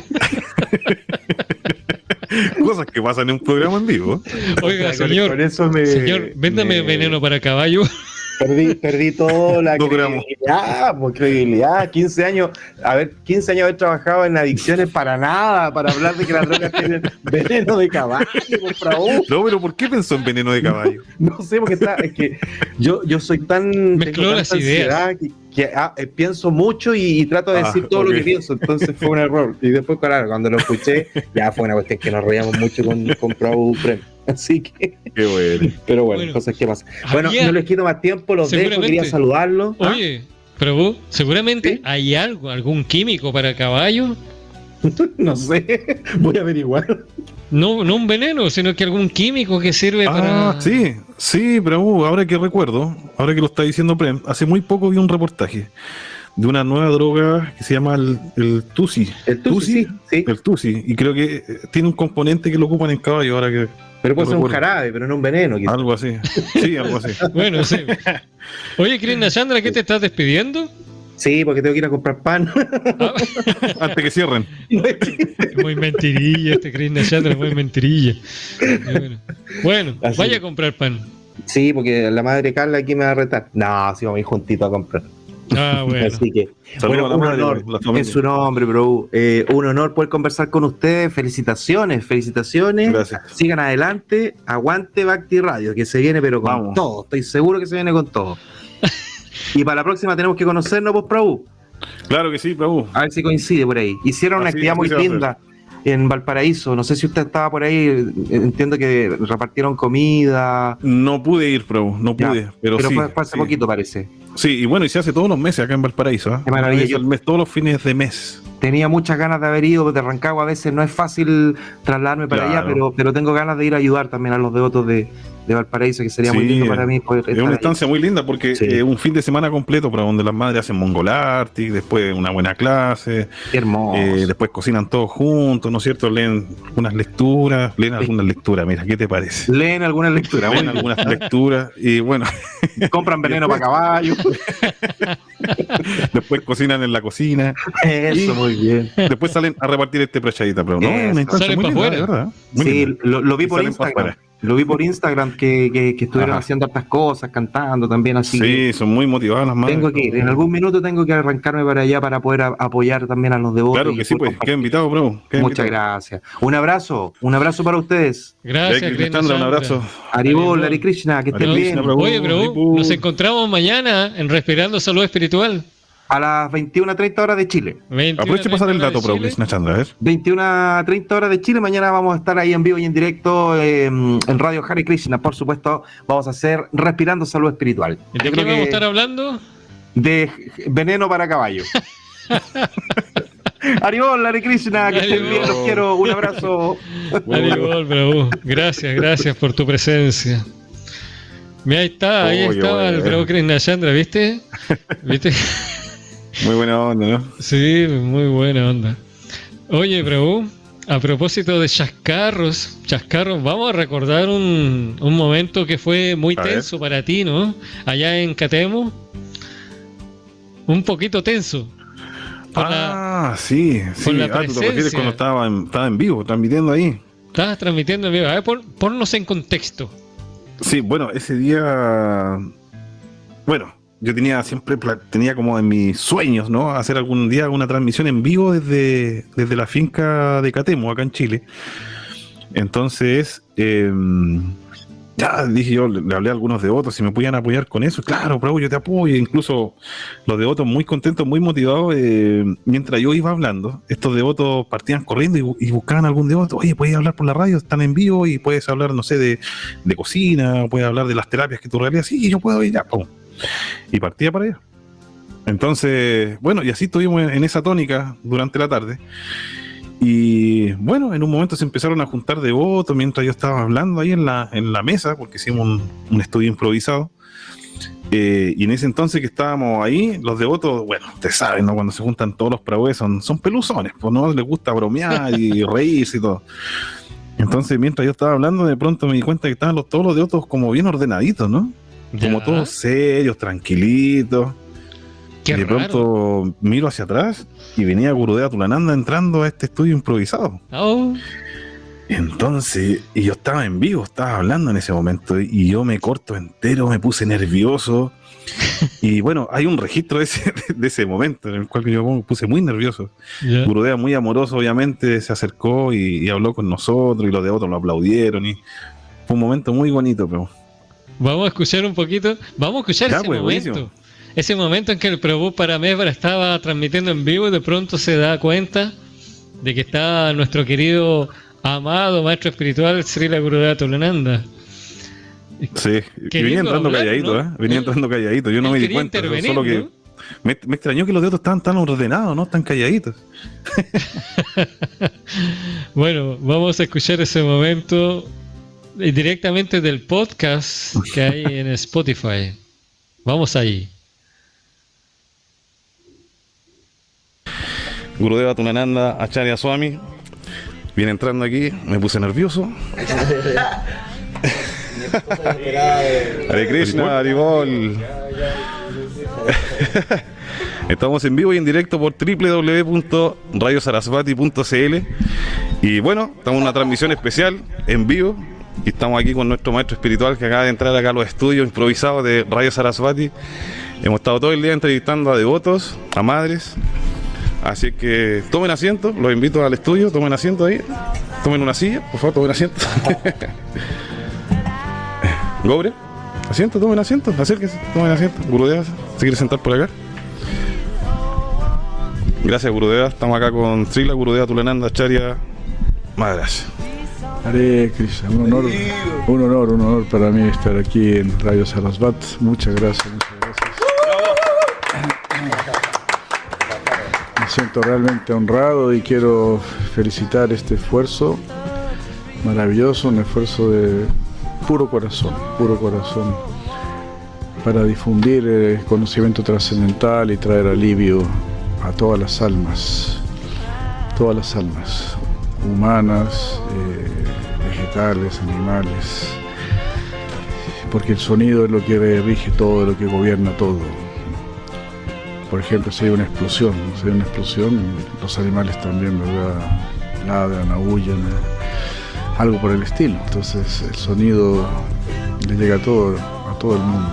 Cosas que pasan en un programa en vivo. Oiga, señor, véndame veneno para caballo. Perdí toda la credibilidad, 15 años haber trabajado en adicciones para nada, para hablar de que las drogas tienen veneno de caballo, por favor. No, pero ¿por qué pensó en veneno de caballo? No sé, porque es que yo soy mezcló las ideas que pienso mucho y trato de decir todo lo que pienso, entonces fue un error. Y después, claro, cuando lo escuché, ya fue una cuestión que nos reíamos mucho con Prabhu Prem. Así que. Qué bueno. Pero bueno, cosas que pasan. Bueno, no les quito más tiempo, los dejo, quería saludarlos. Oye, Prabhu, seguramente hay algún químico para caballo. No sé, voy a averiguar. No un veneno, sino que algún químico que sirve para... Sí, Prabhu, ahora que recuerdo, ahora que lo está diciendo Prem, hace muy poco vi un reportaje de una nueva droga que se llama el Tusi. ¿El Tusi? Sí. El Tusi, y creo que tiene un componente que lo ocupan en caballo ahora que... Pero puede ser un jarabe, pero no un veneno. Quizás. Algo así. Sí, algo así. Bueno, sí. Oye, Krishna Chandra, ¿qué te estás despidiendo? Sí, porque tengo que ir a comprar pan. Antes que cierren. Muy mentirilla Krishna Chandra, muy mentirilla. Bueno, vaya a comprar pan. Sí, porque la madre Carla aquí me va a retar. No, sí, vamos a ir juntitos a comprar. Bueno. Así que, un honor en su nombre, bro. Un honor poder conversar con ustedes. Felicitaciones. Gracias. Sigan adelante. Aguante Bhakti Radio, que se viene, pero con todo. Estoy seguro que se viene con todo. Y para la próxima tenemos que conocernos, pues, Prabhu. Claro que sí, Prabhu. A ver si coincide por ahí. Hicieron una actividad muy linda en Valparaíso. No sé si usted estaba por ahí. Entiendo que repartieron comida. No pude ir, Prabhu. No pude. Pero sí, fue hace poquito, parece. Sí, y bueno, y se hace todos los meses acá en Valparaíso. Qué maravilla. Todos los fines de mes. Tenía muchas ganas de haber ido de Rancagua. A veces no es fácil trasladarme para allá, pero tengo ganas de ir a ayudar también a los devotos de Valparaíso, que sería muy lindo para mí poder estar. Es una estancia muy linda porque un fin de semana completo para donde las madres hacen Mongol Arctic, después una buena clase. Qué hermoso. Después cocinan todos juntos, ¿no es cierto? Leen algunas lecturas, mira, ¿qué te parece? Leen algunas lecturas. Leen algunas lecturas y bueno. Compran veneno para caballos. Después cocinan en la cocina. Eso, muy bien. Después salen a repartir este prachadita, pero no, una instancia salen muy para linda, afuera. ¿verdad? Muy sí, linda. lo vi por Instagram. Lo vi por Instagram que estuvieron haciendo hartas cosas, cantando también, así. Sí, son muy motivadas las madres. Tengo que ir, en algún minuto tengo que arrancarme para allá para poder apoyar también a los devotos. Claro que sí, pues, queda invitado, bro. Muchas gracias. Un abrazo para ustedes. Gracias, Krishna, un abrazo. Haribol, Hare Krishna, que estén bien. Oye, Prabhu, nos encontramos mañana en Respirando Salud Espiritual. A las 21:30 horas de Chile. Aproveche para pasar el dato, Prabhu Krishna Chandra, a ver. 21:30 horas de Chile. Mañana vamos a estar ahí en vivo y en directo en Radio Hare Krishna. Por supuesto, vamos a hacer Respirando Salud Espiritual. ¿De qué vamos a estar hablando? De veneno para caballo. Haribol, Hare Krishna, que estén bien, los quiero. Un abrazo. Haribol, Prabhu. Gracias por tu presencia. Mira, ahí estaba el Prabhu Krishna Chandra, ¿viste? Muy buena onda, ¿no? Sí, muy buena onda. Oye, Prabhu, a propósito de chascarros, vamos a recordar un momento que fue muy tenso para ti, ¿no? Allá en Catemo. Un poquito tenso. Sí. Por la ¿Tú te refieres cuando estaba en vivo, transmitiendo ahí? Estabas transmitiendo en vivo. A ver, ponnos en contexto. Sí, bueno, ese día... Bueno, yo tenía como en mis sueños, ¿no? Hacer algún día una transmisión en vivo desde la finca de Catemo, acá en Chile. Entonces, ya dije yo, le hablé a algunos devotos si me podían apoyar con eso. Claro, Prabhu, yo te apoyo. Incluso los devotos muy contentos, muy motivados. Mientras yo iba hablando, estos devotos partían corriendo y buscaban algún devoto. Oye, puedes hablar por la radio, están en vivo y puedes hablar, no sé, de cocina, puedes hablar de las terapias que tú realizas. Sí, yo puedo ir ya, pum. Y partía para allá. Entonces, bueno, y así estuvimos en esa tónica durante la tarde. Y bueno, en un momento se empezaron a juntar devotos mientras yo estaba hablando ahí en la mesa, porque hicimos un estudio improvisado. Y en ese entonces que estábamos ahí, los devotos, bueno, ustedes saben, ¿no? Cuando se juntan todos los prabhues son peluzones, pues no les gusta bromear y reírse y todo. Entonces, mientras yo estaba hablando, de pronto me di cuenta que estaban todos los devotos como bien ordenaditos, ¿no? Como todos serios, tranquilitos. Y de pronto miro hacia atrás y venía Gurudeva Tulananda entrando a este estudio improvisado. Entonces, y yo estaba en vivo, estaba hablando en ese momento y yo me corto entero, me puse nervioso. Y bueno, hay un registro de ese momento en el cual yo me puse muy nervioso. Gurudeva, muy amoroso, obviamente, se acercó y habló con nosotros y los de otros lo aplaudieron. Y fue un momento muy bonito, pero... Vamos a escuchar un poquito, vamos a escuchar ese momento. Buenísimo. Ese momento en que el Prabhu Paramesvara estaba transmitiendo en vivo y de pronto se da cuenta de que está nuestro querido, amado maestro espiritual Srila Gurudeva Tulananda. Sí, que venía entrando calladito, ¿no? Venía entrando calladito, yo no me di cuenta, solo que ¿no? me extrañó que los de otros estaban tan ordenados, ¿no? Tan calladitos. Bueno, vamos a escuchar ese momento directamente del podcast que hay en Spotify. Vamos ahí. Gurudeva Tulananda Acharya Swami viene entrando aquí, me puse nervioso. Hare Krishna, Haribol. Estamos en vivo y en directo por www.radiosarasvati.cl y bueno, estamos en una transmisión especial en vivo y estamos aquí con nuestro maestro espiritual que acaba de entrar acá a los estudios improvisados de Radio Sarasvati. Hemos estado todo el día entrevistando a devotos, a madres. Así que tomen asiento, los invito al estudio, tomen asiento ahí, tomen una silla, por favor, tomen asiento. Gobre, asiento, tomen asiento, acérquense, tomen asiento. Gurudeva, ¿se quiere sentar por acá? Gracias, Gurudeva, estamos acá con Srila Gurudeva Tulananda Acharya Maharaj. Hare Krishna, un honor para mí estar aquí en Radio Sarasvati. Muchas gracias. Me siento realmente honrado y quiero felicitar este esfuerzo maravilloso, un esfuerzo de puro corazón, para difundir el conocimiento trascendental y traer alivio a todas las almas, humanas, vegetales, animales, porque el sonido es lo que rige todo, es lo que gobierna todo. Por ejemplo, si hay una explosión, los animales también, ¿verdad? Ladran, aúllan. algo por el estilo. Entonces el sonido le llega a todo el mundo.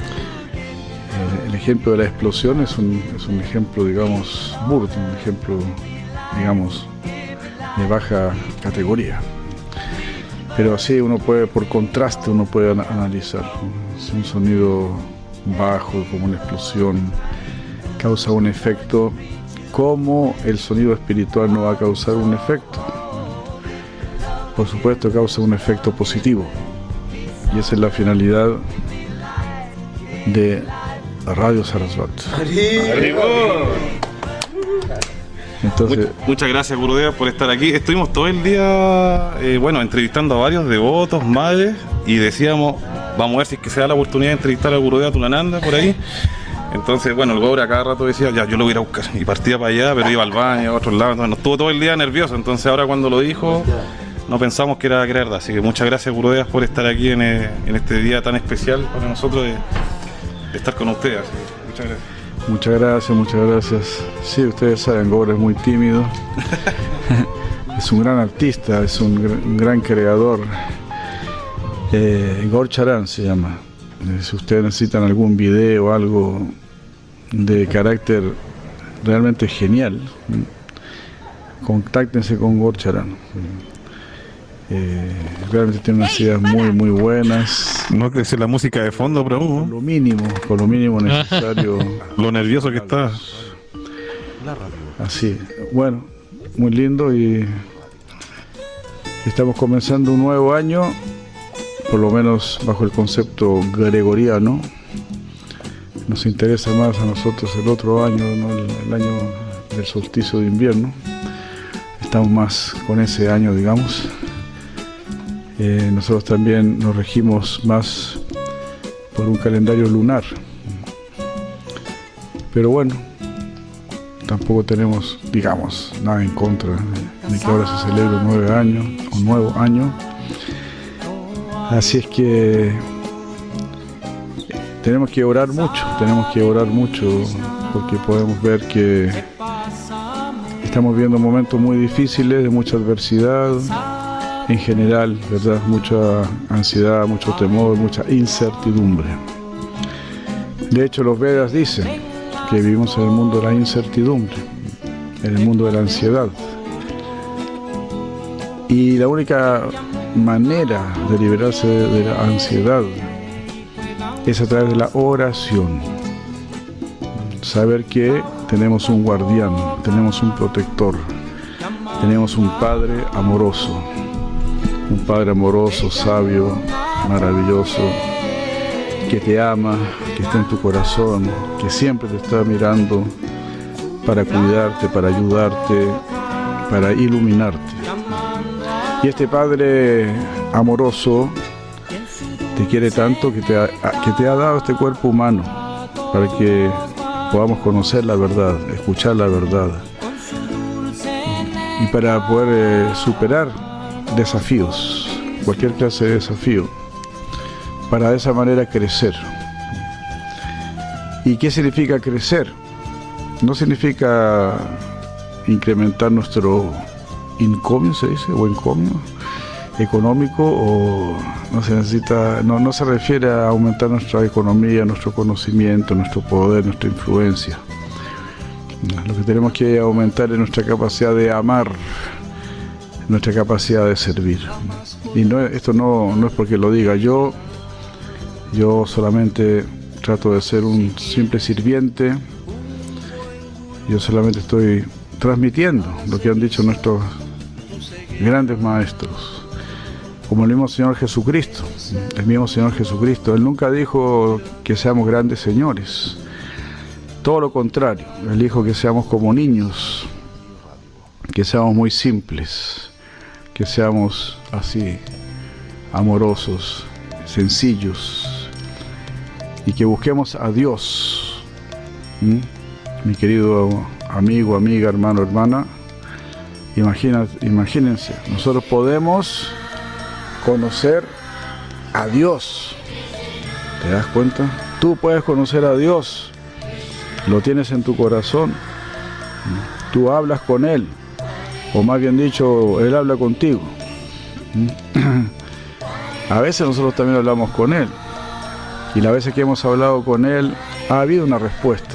El ejemplo de la explosión es un ejemplo, digamos, burdo, un ejemplo, digamos, de baja categoría. Pero así uno puede, por contraste, uno puede analizar. Si un sonido bajo, como una explosión, causa un efecto, ¿cómo el sonido espiritual no va a causar un efecto? Por supuesto, causa un efecto positivo. Y esa es la finalidad de Radio Sarasvati. Entonces, muchas gracias, Gurudeva, por estar aquí. Estuvimos todo el día entrevistando a varios devotos, madres, y decíamos, vamos a ver si es que se da la oportunidad de entrevistar a Gurudeva Tulananda por ahí. Entonces, el Gobra cada rato decía, ya, yo lo voy a ir a buscar, y partía para allá, pero iba al baño, a otros lados. Entonces, nos estuvo todo el día nervioso. Entonces ahora cuando lo dijo, no pensamos que era verdad. Así que muchas gracias, Gurudeva, por estar aquí en este día tan especial para nosotros de estar con ustedes. Así que muchas gracias. Muchas gracias. Sí, ustedes saben, Gobra es muy tímido. Es un gran artista, es un gran creador. Gor Charan se llama. Si ustedes necesitan algún video o algo de carácter realmente genial, contáctense con Gor Charan. Realmente tiene unas ideas muy buenas. No te sé la música de fondo, pero con lo mínimo necesario. Lo nervioso que está. Así, bueno, muy lindo, y estamos comenzando un nuevo año, por lo menos bajo el concepto gregoriano. Nos interesa más a nosotros el otro año, ¿no? el año del solsticio de invierno. Estamos más con ese año, digamos. Nosotros también nos regimos más por un calendario lunar, pero bueno, tampoco tenemos, digamos, nada en contra de que ahora se celebre un nuevo año. Así es que tenemos que orar mucho, porque podemos ver que estamos viviendo momentos muy difíciles, de mucha adversidad. En general, ¿verdad? Mucha ansiedad, mucho temor, mucha incertidumbre. De hecho, los Vedas dicen que vivimos en el mundo de la incertidumbre, en el mundo de la ansiedad. Y la única manera de liberarse de la ansiedad es a través de la oración. Saber que tenemos un guardián, tenemos un protector, tenemos un Padre amoroso. Un Padre amoroso, sabio, maravilloso, que te ama, que está en tu corazón, que siempre te está mirando para cuidarte, para ayudarte, para iluminarte. Y este Padre amoroso te quiere tanto que te ha dado este cuerpo humano para que podamos conocer la verdad, escuchar la verdad, y para poder superar desafíos, cualquier clase de desafío, para de esa manera crecer. ¿Y qué significa crecer? No significa incrementar nuestro incomio, se dice, o encomio económico, o no se refiere a aumentar nuestra economía, nuestro conocimiento, nuestro poder, nuestra influencia. Lo que tenemos que aumentar es nuestra capacidad de amar, nuestra capacidad de servir. Y esto no es porque lo diga yo solamente trato de ser un simple sirviente. Yo solamente estoy transmitiendo lo que han dicho nuestros grandes maestros, como el mismo Señor Jesucristo. El mismo Señor Jesucristo, Él nunca dijo que seamos grandes señores, todo lo contrario. Él dijo que seamos como niños, que seamos muy simples, que seamos así, amorosos, sencillos, y que busquemos a Dios. Mi querido amigo, amiga, hermano, hermana, imagínense, nosotros podemos conocer a Dios. ¿Te das cuenta? Tú puedes conocer a Dios, lo tienes en tu corazón, tú hablas con Él, o más bien dicho, Él habla contigo. A veces nosotros también hablamos con Él, y las veces que hemos hablado con Él ha habido una respuesta.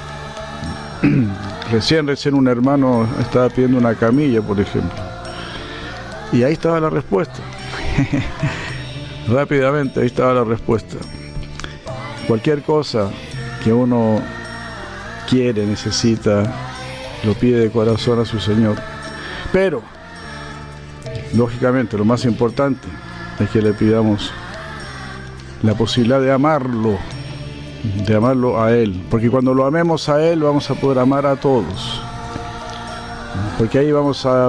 Recién un hermano estaba pidiendo una camilla, por ejemplo, y ahí estaba la respuesta. Rápidamente ahí estaba la respuesta. Cualquier cosa que uno quiere, necesita, lo pide de corazón a su Señor. Pero, lógicamente, lo más importante es que le pidamos la posibilidad de amarlo a Él. Porque cuando lo amemos a Él, vamos a poder amar a todos. Porque ahí vamos a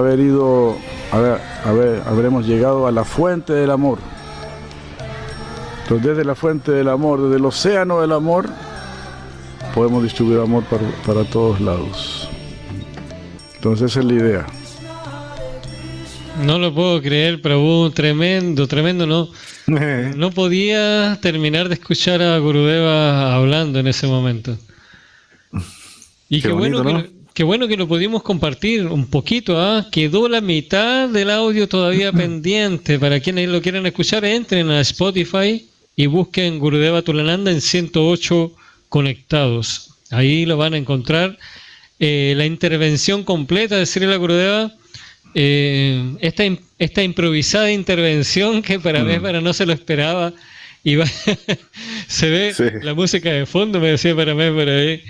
habremos llegado a la fuente del amor. Entonces, desde la fuente del amor, desde el océano del amor, podemos distribuir amor para todos lados. Entonces, esa es la idea. No lo puedo creer, Prabhu, tremendo, ¿no? No podía terminar de escuchar a Gurudeva hablando en ese momento. Y qué bonito, bueno, ¿no? Qué bueno que lo pudimos compartir un poquito, ¿ah? Quedó la mitad del audio todavía pendiente. Para quienes lo quieran escuchar, entren a Spotify y busquen Gurudeva Tulananda en 108 Conectados. Ahí lo van a encontrar. La intervención completa de Srila Gurudeva. Esta improvisada intervención que para mí no se lo esperaba. Y se ve la música de fondo, me decía para mí por ahí.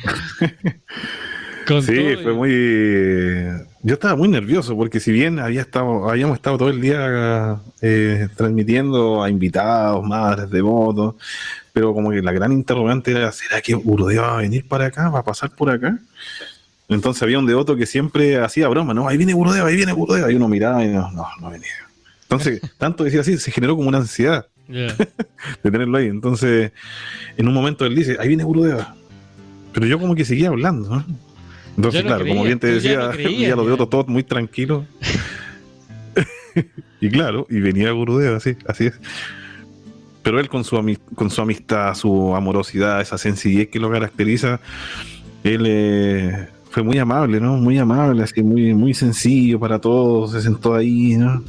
Fue muy... Yo estaba muy nervioso porque si bien habíamos estado todo el día transmitiendo a invitados, madres, devotos, pero como que la gran interrogante era, ¿será que Gurudeva va a venir para acá? ¿Va a pasar por acá? Entonces había un devoto que siempre hacía broma, ¿no? Ahí viene Gurudeva, y uno miraba y no venía. Entonces, tanto decía así, se generó como una ansiedad de tenerlo ahí. Entonces, en un momento él dice, ahí viene Gurudeva. Pero yo como que seguía hablando, ¿no? Entonces, claro, como bien te decía, ya los devotos todos muy tranquilos. Y claro, y venía Gurudeva, así es. Pero él con su amistad, su amorosidad, esa sencillez que lo caracteriza, él fue muy amable, ¿no? Muy amable, así muy, muy sencillo para todos, se sentó ahí, ¿no?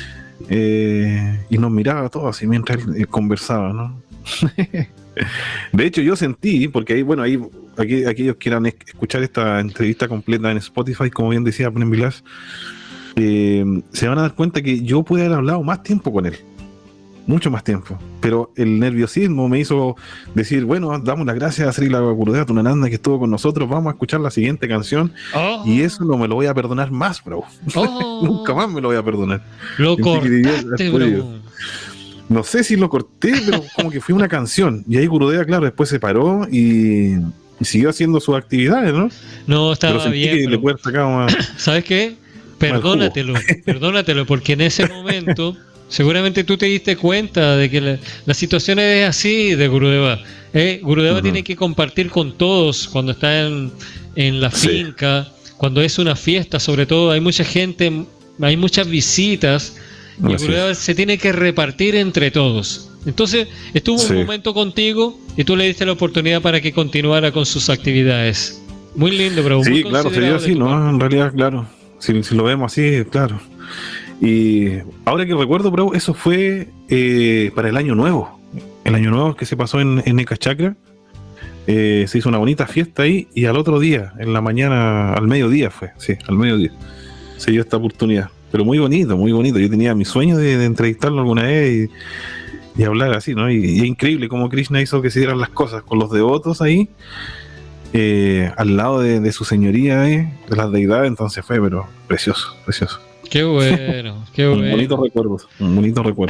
Y nos miraba a todos así mientras él conversaba, ¿no? De hecho, yo sentí, porque aquí aquellos quieran escuchar esta entrevista completa en Spotify, como bien decía Prem Vilas, se van a dar cuenta que yo pude haber hablado más tiempo con él, mucho más tiempo, pero el nerviosismo me hizo decir, bueno, damos las gracias a Srila Gurudeva Tulananda que estuvo con nosotros, vamos a escuchar la siguiente canción, y eso no me lo voy a perdonar más, bro. Nunca más me lo voy a perdonar. Lo cortaste, bro. No sé si lo corté, pero como que fue una canción. Y ahí Gurudeva, claro, después se paró y siguió haciendo sus actividades, ¿no? No, estaba bien. Le puede sacar más, ¿sabes qué? Perdónatelo, porque en ese momento seguramente tú te diste cuenta de que la situación es así de Gurudeva. Gurudeva tiene que compartir con todos cuando está en la finca, cuando es una fiesta, sobre todo, hay mucha gente, hay muchas visitas. Y Gurudeva se tiene que repartir entre todos. Entonces estuvo un momento contigo y tú le diste la oportunidad para que continuara con sus actividades. Muy lindo, bro. Sí, claro, se dio así, ¿no? En realidad, claro. Si lo vemos así, claro. Y ahora que recuerdo, bro, eso fue para el año nuevo. El año nuevo que se pasó en Eka Chakra. Se hizo una bonita fiesta ahí y al otro día, en la mañana, al mediodía al mediodía, se dio esta oportunidad. Pero muy bonito, muy bonito. Yo tenía mi sueño de entrevistarlo alguna vez y hablar así, ¿no? Y es increíble cómo Krishna hizo que se dieran las cosas con los devotos ahí, al lado de su señoría, de las deidades. Entonces fue, pero precioso. Qué bueno, qué bueno. Un bonito recuerdo.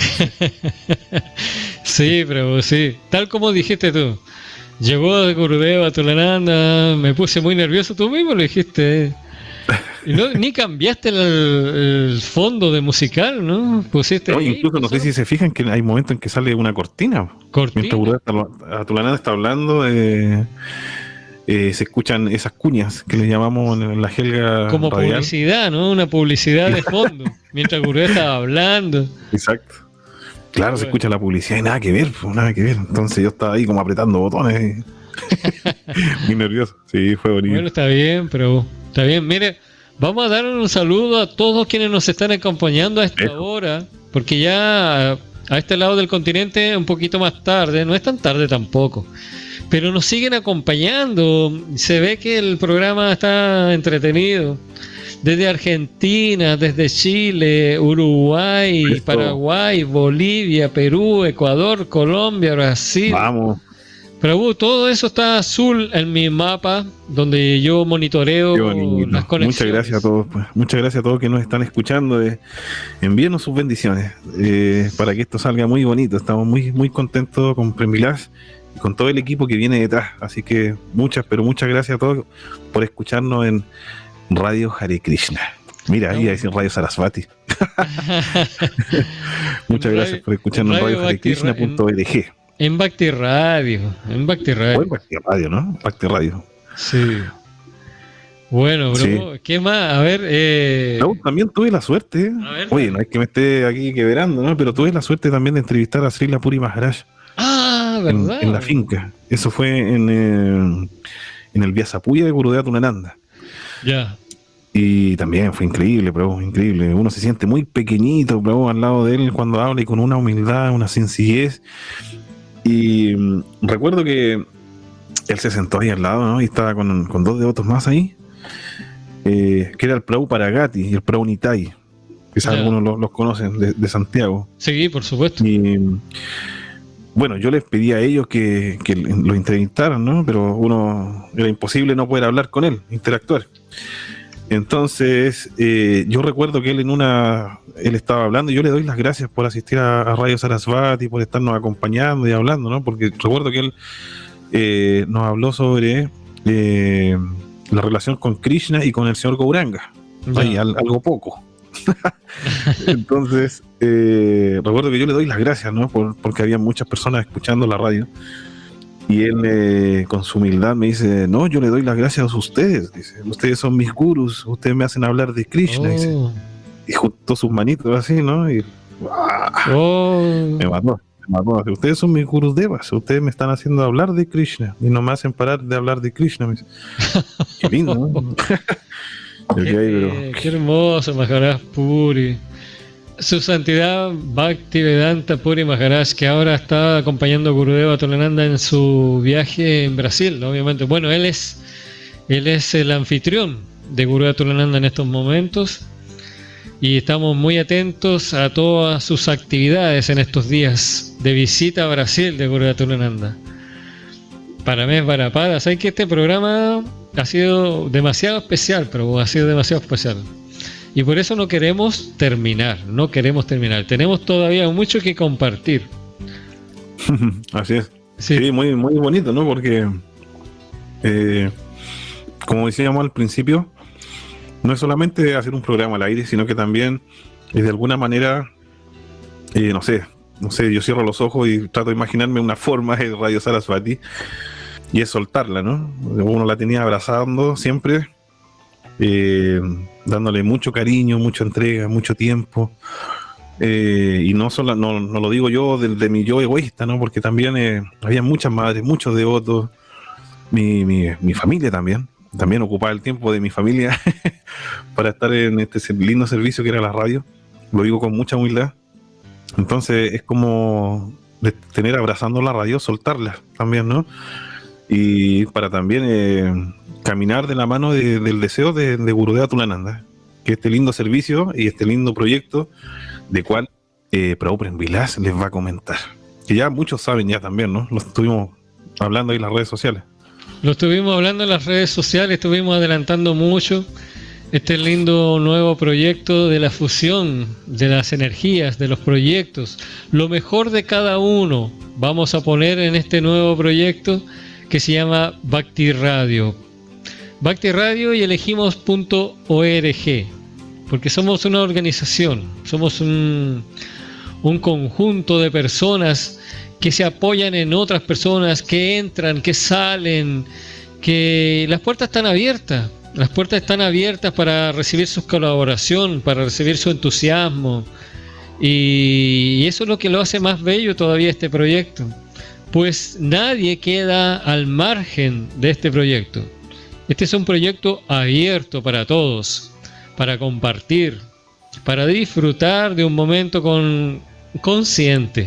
Sí, pero sí. Tal como dijiste tú. Llegó Gurudeva Tulananda, me puse muy nervioso. Tú mismo lo dijiste. Y ni cambiaste el fondo de musical, ¿no? Pusiste. No, incluso no sé si se fijan que hay momentos en que sale una cortina. Mientras Gurudeva Tulananda está hablando, se escuchan esas cuñas que le llamamos en la jerga como radial. Publicidad, ¿no? Una publicidad de fondo. Mientras Gurudeva estaba hablando. Exacto. Claro, se escucha la publicidad y nada que ver. Entonces yo estaba ahí como apretando botones. Muy nervioso. Sí, fue bonito. Bueno, está bien, pero... Está bien, mire, vamos a dar un saludo a todos quienes nos están acompañando a esta hora porque ya a este lado del continente un poquito más tarde, no es tan tarde tampoco, pero nos siguen acompañando. Se ve que el programa está entretenido. Desde Argentina, desde Chile, Uruguay, Paraguay, Bolivia, Perú, Ecuador, Colombia, Brasil. Vamos. Pero todo eso está azul en mi mapa, donde yo monitoreo las conexiones. Muchas gracias a todos, pues. Muchas gracias a todos que nos están escuchando. Envíenos sus bendiciones para que esto salga muy bonito. Estamos muy, muy contentos con Premilas y con todo el equipo que viene detrás. Así que muchas gracias a todos por escucharnos en Radio Hare Krishna. Mira, ahí dicen Radio Sarasvati. Muchas gracias por escucharnos en radioharekrishna.org. En Bhakti Radio. En Bhakti Radio, ¿no? Bhakti Radio. Sí. Bueno, bro, sí. ¿Qué más? A ver, No, también tuve la suerte. Oye, no es que me esté aquí quebrando, ¿no? Pero tuve la suerte también de entrevistar a Srila Puri Maharaj. Ah, ¿verdad? En la finca. Eso fue en el Vyasapuya de Gurudeva Tunananda. Ya. Y también fue increíble, bro, increíble. Uno se siente muy pequeñito, bro, al lado de él cuando habla y con una humildad, una sencillez. Y recuerdo que él se sentó ahí al lado, ¿no? Y estaba con dos devotos más ahí, que era el Prabhu Paragati y el Prabhu Nitai. Quizás algunos los conocen de Santiago. Sí, por supuesto. Y bueno, yo les pedí a ellos que lo entrevistaran, ¿no? Pero era imposible no poder hablar con él, interactuar. Entonces, yo recuerdo que él estaba hablando y yo le doy las gracias por asistir a Radio Sarasvati, por estarnos acompañando y hablando, ¿no? Porque recuerdo que él nos habló sobre la relación con Krishna y con el señor Gauranga. Ahí, algo poco. Entonces, recuerdo que yo le doy las gracias, ¿no? Porque había muchas personas escuchando la radio. Y él con su humildad me dice, no, yo le doy las gracias a ustedes, dice, ustedes son mis gurus, ustedes me hacen hablar de Krishna, dice, y juntó sus manitos así, ¿no? Y me mató, ustedes son mis gurus devas, ustedes me están haciendo hablar de Krishna, y no me hacen parar de hablar de Krishna, me dice. Qué lindo, ¿no? Qué hermoso, Maharaj Puri. Su santidad Bhaktivedanta Puri Maharaj, que ahora está acompañando a Gurudeva Tunananda en su viaje en Brasil, ¿no? Obviamente. Bueno, él es el anfitrión de Gurudeva Tunananda en estos momentos y estamos muy atentos a todas sus actividades en estos días de visita a Brasil de Gurudeva Tunananda. Para mí es Varapada. Sabes que este programa ha sido demasiado especial, pero ha sido demasiado especial. Y por eso no queremos terminar. Tenemos todavía mucho que compartir. Así es. Sí, muy, muy bonito, ¿no? Porque, como decíamos al principio, no es solamente hacer un programa al aire, sino que también, de alguna manera, no sé, yo cierro los ojos y trato de imaginarme una forma de Radio Sarasvati y es soltarla, ¿no? Uno la tenía abrazando siempre, dándole mucho cariño, mucha entrega, mucho tiempo, y no lo digo yo de mi yo egoísta, ¿no? Porque también había muchas madres, muchos devotos, mi familia también ocupaba el tiempo de mi familia para estar en este lindo servicio que era la radio, lo digo con mucha humildad. Entonces es como de tener abrazando la radio, soltarla también, ¿no? Y para también caminar de la mano del deseo de Gurudeva Tunananda, que este lindo servicio y este lindo proyecto de cual Prabhu Premvilas les va a comentar, que ya muchos saben ya también, ¿no? Lo estuvimos hablando ahí en las redes sociales. Lo estuvimos hablando en las redes sociales, estuvimos adelantando mucho este lindo nuevo proyecto de la fusión de las energías, de los proyectos, lo mejor de cada uno vamos a poner en este nuevo proyecto que se llama Bhakti Radio. Bhakti Radio, y elegimos .org porque somos una organización, somos un conjunto de personas que se apoyan en otras personas, que entran, que salen, que las puertas están abiertas. Las puertas están abiertas para recibir su colaboración, para recibir su entusiasmo. Y eso es lo que lo hace más bello todavía este proyecto. Pues nadie queda al margen de este proyecto. Este es un proyecto abierto para todos, para compartir. para disfrutar de un momento consciente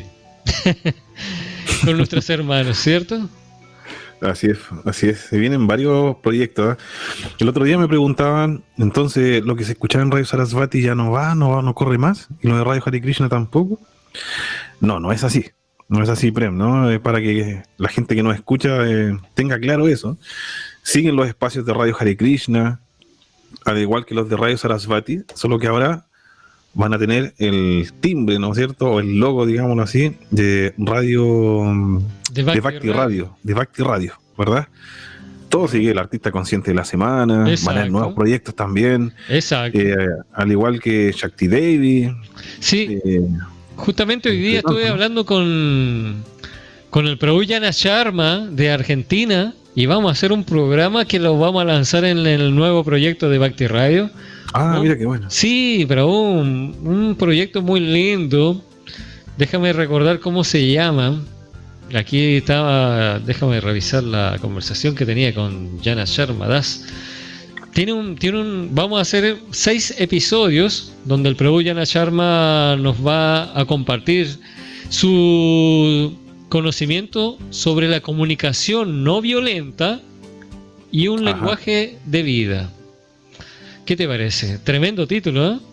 con nuestros hermanos, ¿cierto? Así es. Se vienen varios proyectos. El otro día me preguntaban, entonces, lo que se escuchaba en Radio Sarasvati ya no corre más, y lo de Radio Hare Krishna tampoco. No es así. No es así, Prem, ¿no? Para que la gente que nos escucha tenga claro eso. Siguen los espacios de Radio Hare Krishna, al igual que los de Radio Sarasvati, solo que ahora van a tener el timbre, ¿no es cierto? O el logo, digámoslo así, de radio... De Bhakti Radio, ¿verdad? Todo sigue el artista consciente de la semana. Exacto. Van a haber nuevos proyectos también. Exacto. Al igual que Shakti Devi. Sí. Justamente hoy día estuve hablando con el Prabhu Yana Sharma de Argentina y vamos a hacer un programa que lo vamos a lanzar en el nuevo proyecto de Bhakti Radio. Mira qué bueno. Sí, pero un proyecto muy lindo. Déjame recordar cómo se llama. Aquí estaba, déjame revisar la conversación que tenía con Yana Sharma Das. Vamos a hacer 6 episodios donde el Prabhu Yana Sharma nos va a compartir su conocimiento sobre la comunicación no violenta y un lenguaje de vida. ¿Qué te parece? Tremendo título, ¿eh?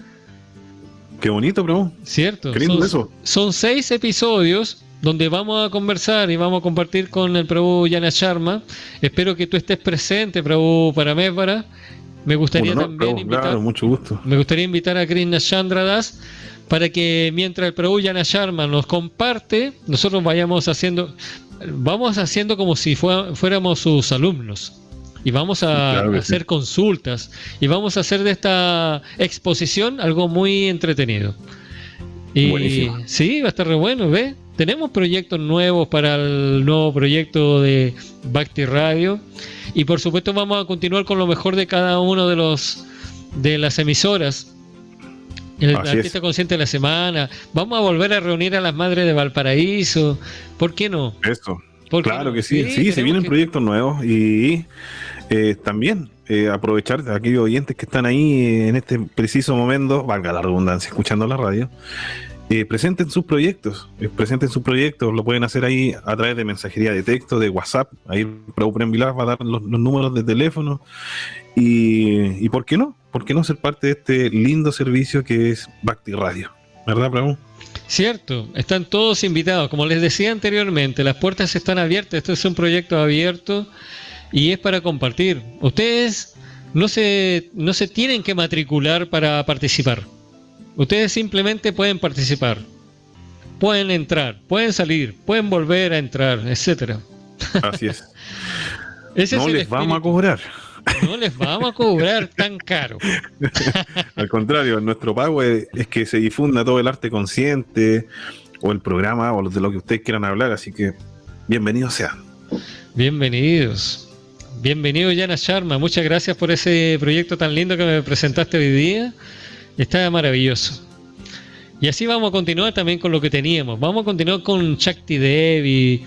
Qué bonito, Prabhu. Cierto. Qué lindo eso. Son 6 episodios donde vamos a conversar y vamos a compartir con el Prabhu Yana Sharma. Espero que tú estés presente, Prabhu Paramesvara. Me gustaría también invitar, claro, mucho gusto. Me gustaría invitar a Krishna Chandra Das para que mientras el Prabhu Yana Sharma nos comparte, nosotros vamos haciendo como si fuéramos sus alumnos. Y vamos a hacer consultas y vamos a hacer de esta exposición algo muy entretenido. Y buenísimo. Sí, va a estar re bueno, ¿ves? Tenemos proyectos nuevos para el nuevo proyecto de Bhakti Radio y por supuesto vamos a continuar con lo mejor de cada uno de las emisoras. El artista consciente de la semana. Vamos a volver a reunir a las madres de Valparaíso. ¿Por qué no? Eso. Claro que sí. Sí, se vienen proyectos nuevos y también aprovechar a aquellos oyentes que están ahí en este preciso momento, valga la redundancia, escuchando la radio. Presenten sus proyectos, lo pueden hacer ahí a través de mensajería de texto, de WhatsApp. Ahí Prabhu Prem Vilas va a dar los números de teléfono y ¿por qué no? ¿Por qué no ser parte de este lindo servicio que es Bhakti Radio? ¿Verdad, Prabhu? Cierto, están todos invitados. Como les decía anteriormente, las puertas están abiertas. Esto es un proyecto abierto y es para compartir. Ustedes no se tienen que matricular para participar. Ustedes simplemente pueden participar, pueden entrar, pueden salir, pueden volver a entrar, etcétera. Así es. No les vamos a cobrar. No les vamos a cobrar tan caro. Al contrario, nuestro pago es que se difunda todo el arte consciente o el programa o de lo que ustedes quieran hablar, así que bienvenidos sean. Bienvenidos. Bienvenido Yana Sharma, muchas gracias por ese proyecto tan lindo que me presentaste hoy día. Está maravilloso. Y así vamos a continuar también con lo que teníamos. Vamos a continuar con Shakti Devi.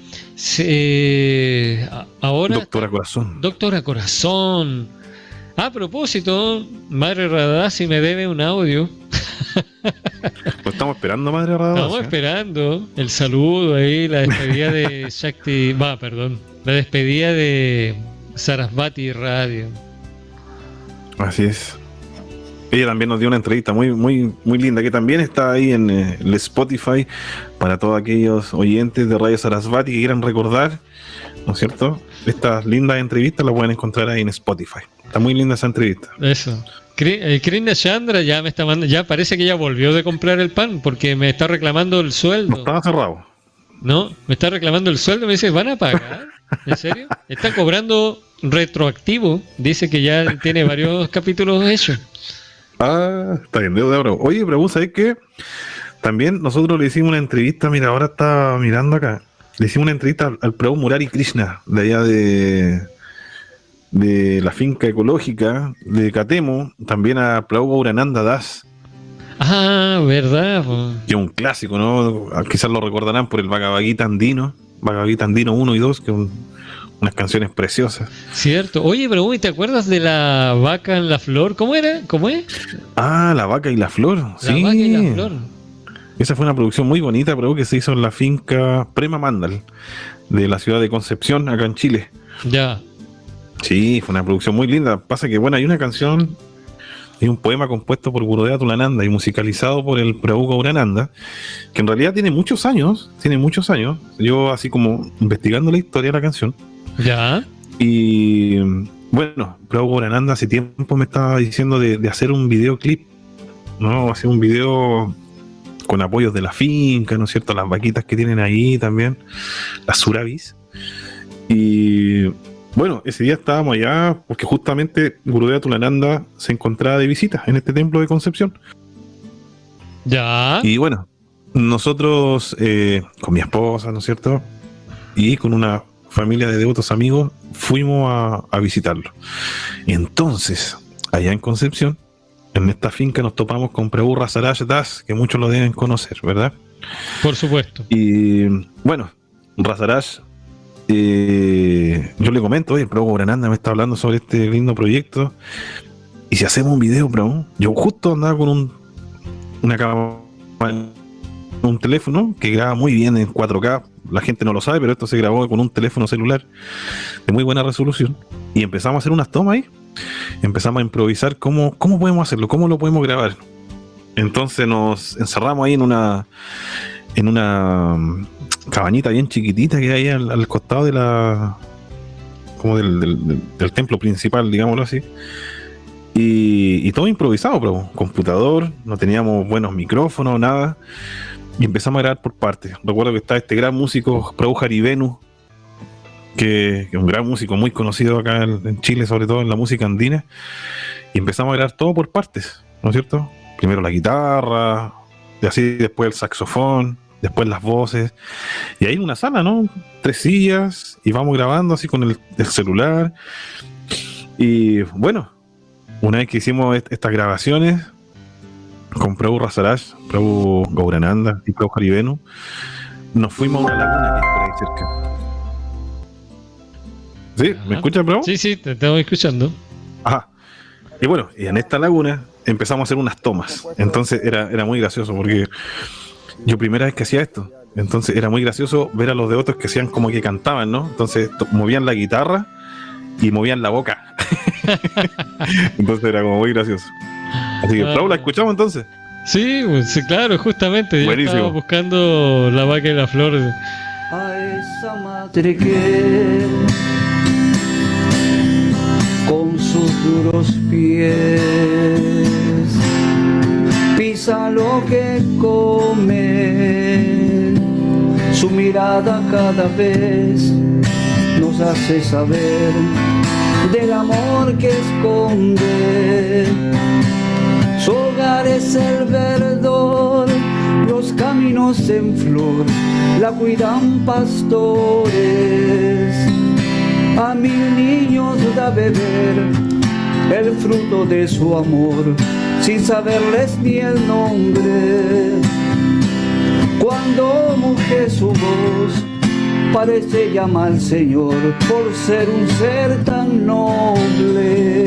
Ahora Doctora Corazón. Doctora Corazón. A propósito, Madre Radhasi me debe un audio. Lo estamos esperando, Madre Radhasi. Estamos esperando el saludo ahí, la despedida de Shakti. La despedida de Sarasvati Radio. Así es. Ella también nos dio una entrevista muy, muy, muy linda, que también está ahí en el Spotify para todos aquellos oyentes de Radio Sarasvati que quieran recordar, ¿no es cierto? Estas lindas entrevistas las pueden encontrar ahí en Spotify. Está muy linda esa entrevista. Eso. Krishna Chandra ya me está mandando, ya parece que ya volvió de comprar el pan porque me está reclamando el sueldo. No estaba cerrado. No, me está reclamando el sueldo, me dice, ¿van a pagar? ¿En serio? Está cobrando retroactivo, dice que ya tiene varios capítulos hechos. Está bien, deuda, bro. Oye, pero ¿sabes qué? También nosotros le hicimos una entrevista, mira, ahora está mirando acá. Le hicimos una entrevista al Prabhu Murari Krishna, de allá de la finca ecológica de Catemo, también a Prabhu Gaurananda Das. Ah, verdad. Que es un clásico, ¿no? Quizás lo recordarán por el Bhagavad Gita andino, Vagavita Andino 1 y 2, que unas canciones preciosas. Cierto. Oye, pero ¿te acuerdas de La Vaca en la Flor? ¿Cómo era? ¿Cómo es? Ah, La Vaca y la Flor. La Vaca y la Flor. Esa fue una producción muy bonita, pero que se hizo en la finca Prema Mandal de la ciudad de Concepción, acá en Chile. Ya. Sí, fue una producción muy linda. Pasa que, bueno, hay una canción, hay un poema compuesto por Gurudeva Tulananda y musicalizado por el Prabhu Gaurananda, que en realidad tiene muchos años. Yo, así como investigando la historia de la canción. Ya. Y bueno, Prabhu Gaurananda hace tiempo me estaba diciendo de hacer un videoclip, ¿no? Hacer un video con apoyos de la finca, ¿no es cierto? Las vaquitas que tienen ahí también, las surabis. Y bueno, ese día estábamos allá porque justamente Gurudeva Tulananda se encontraba de visita en este templo de Concepción. Ya. Y bueno, nosotros con mi esposa, ¿no es cierto? Y con una familia de devotos amigos fuimos a visitarlo. Y entonces, allá en Concepción, en esta finca nos topamos con Prabhu Rasaraj Das, que muchos lo deben conocer, ¿verdad? Por supuesto. Y bueno, Rasaraj, yo le comento, oye, el Prabhu Gaurananda me está hablando sobre este lindo proyecto, y si hacemos un video, Prabhu, yo justo andaba con un teléfono que graba muy bien en 4K, la gente no lo sabe, pero esto se grabó con un teléfono celular de muy buena resolución, y empezamos a hacer unas tomas ahí. Empezamos a improvisar cómo podemos hacerlo, cómo lo podemos grabar. Entonces nos encerramos ahí en una cabañita bien chiquitita que hay al costado de como del templo principal, digámoslo así. Y todo improvisado, pero computador, no teníamos buenos micrófonos, nada. Y empezamos a grabar por partes. Recuerdo que está este gran músico, Prabhu Haribenu, que es un gran músico muy conocido acá en Chile, sobre todo en la música andina, y empezamos a grabar todo por partes, ¿no es cierto? Primero la guitarra, y así después el saxofón, después las voces, y ahí en una sala, ¿no? 3 sillas, y vamos grabando así con el celular. Y bueno, una vez que hicimos estas grabaciones con Prabhu Rasaraj, Prabhu Gaurananda y Prabhu Haribenu, nos fuimos a una laguna que es por ahí cerca. ¿Sí? ¿Me escuchas, Prabhu? Sí, te estamos escuchando. Ajá. Y bueno, y en esta laguna empezamos a hacer unas tomas. Entonces era muy gracioso porque yo primera vez que hacía esto. Entonces era muy gracioso ver a los devotos que hacían como que cantaban, ¿no? Entonces movían la guitarra y movían la boca. Entonces era como muy gracioso. Así que, Prabhu, ¿la escuchamos entonces? Sí, claro, justamente. Buenísimo. Yo estaba buscando La Vaca y la Flor. A esa madre que con sus duros pies pisa lo que come, su mirada cada vez nos hace saber del amor que esconde. Su hogar es el verdor, los caminos en flor la cuidan pastores. A 1000 niños da beber el fruto de su amor, sin saberles ni el nombre. Cuando muge su voz, parece llamar al Señor por ser un ser tan noble.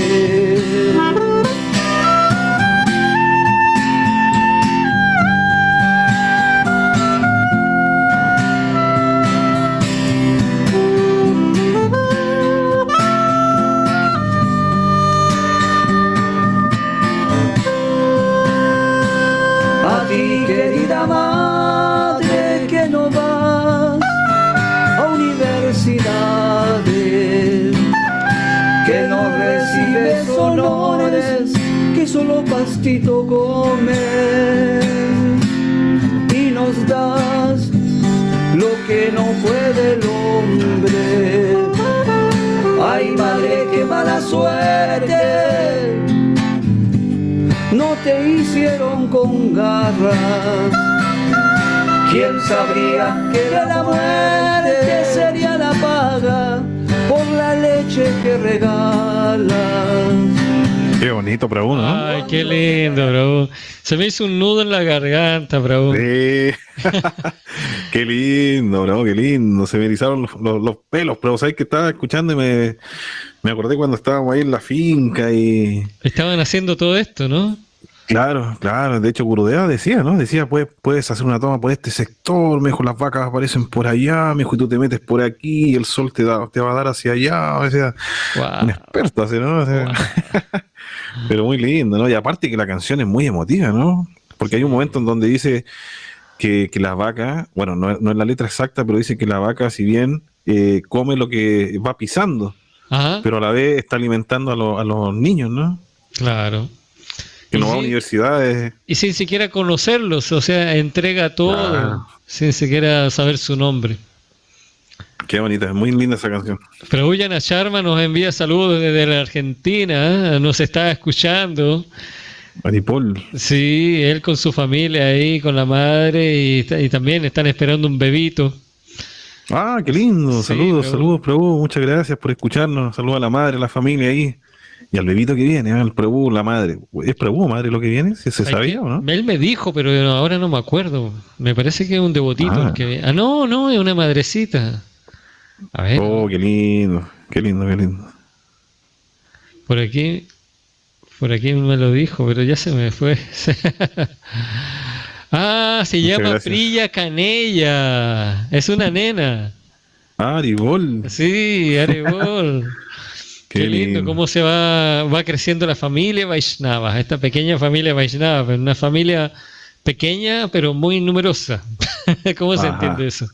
Querida madre que no vas a universidades, que no recibes honores, que solo pastito comes, y nos das lo que no puede el hombre. Ay, madre, qué mala suerte, no te hicieron con garras. ¿Quién sabría que la muerte sería la paga por la leche que regalas? Qué bonito, Prabhu, ¿no? Ay, qué lindo, Prabhu. Se me hizo un nudo en la garganta, Prabhu. Sí. Qué lindo, Prabhu, qué lindo. Se me erizaron los pelos, Prabhu. ¿Sabes que estaba escuchando y me acordé cuando estábamos ahí en la finca y... Estaban haciendo todo esto, ¿no? Claro, claro. De hecho, Gurudeva decía, ¿no? Decía, puedes hacer una toma por este sector, mejor las vacas aparecen por allá, mejor y tú te metes por aquí y el sol te va a dar hacia allá. O sea, un experto así, ¿no? O sea, pero muy lindo, ¿no? Y aparte que la canción es muy emotiva, ¿no? Porque hay un momento en donde dice que la vaca, bueno, no es la letra exacta, pero dice que la vaca, si bien come lo que va pisando, ajá, pero a la vez está alimentando a los niños, ¿no? Claro. Que no va a universidades. Y sin siquiera conocerlos, o sea, entrega todo, sin siquiera saber su nombre. Qué bonita, es muy linda esa canción. Prabhuyana Sharma nos envía saludos desde la Argentina, nos está escuchando. Maripol. Sí, él con su familia ahí, con la madre, y también están esperando un bebito. Ah, qué lindo. Sí, saludos, Prabhu. Muchas gracias por escucharnos. Saludos a la madre, a la familia ahí. Y al bebito que viene, al Prabhu, la madre. ¿Es Prabhu, madre, lo que viene? ¿Se sabía o no? Él me dijo, pero ahora no me acuerdo. Me parece que es un devotito. No, es una madrecita. A ver. Oh, qué lindo, qué lindo, qué lindo. Por aquí me lo dijo, pero ya se me fue. Se llama Priya Canella. Es una nena. Aribol. Sí, Aribol. Qué lindo cómo se va creciendo la familia Vaishnava, esta pequeña familia Vaishnava, una familia pequeña pero muy numerosa. ¿Cómo se entiende eso?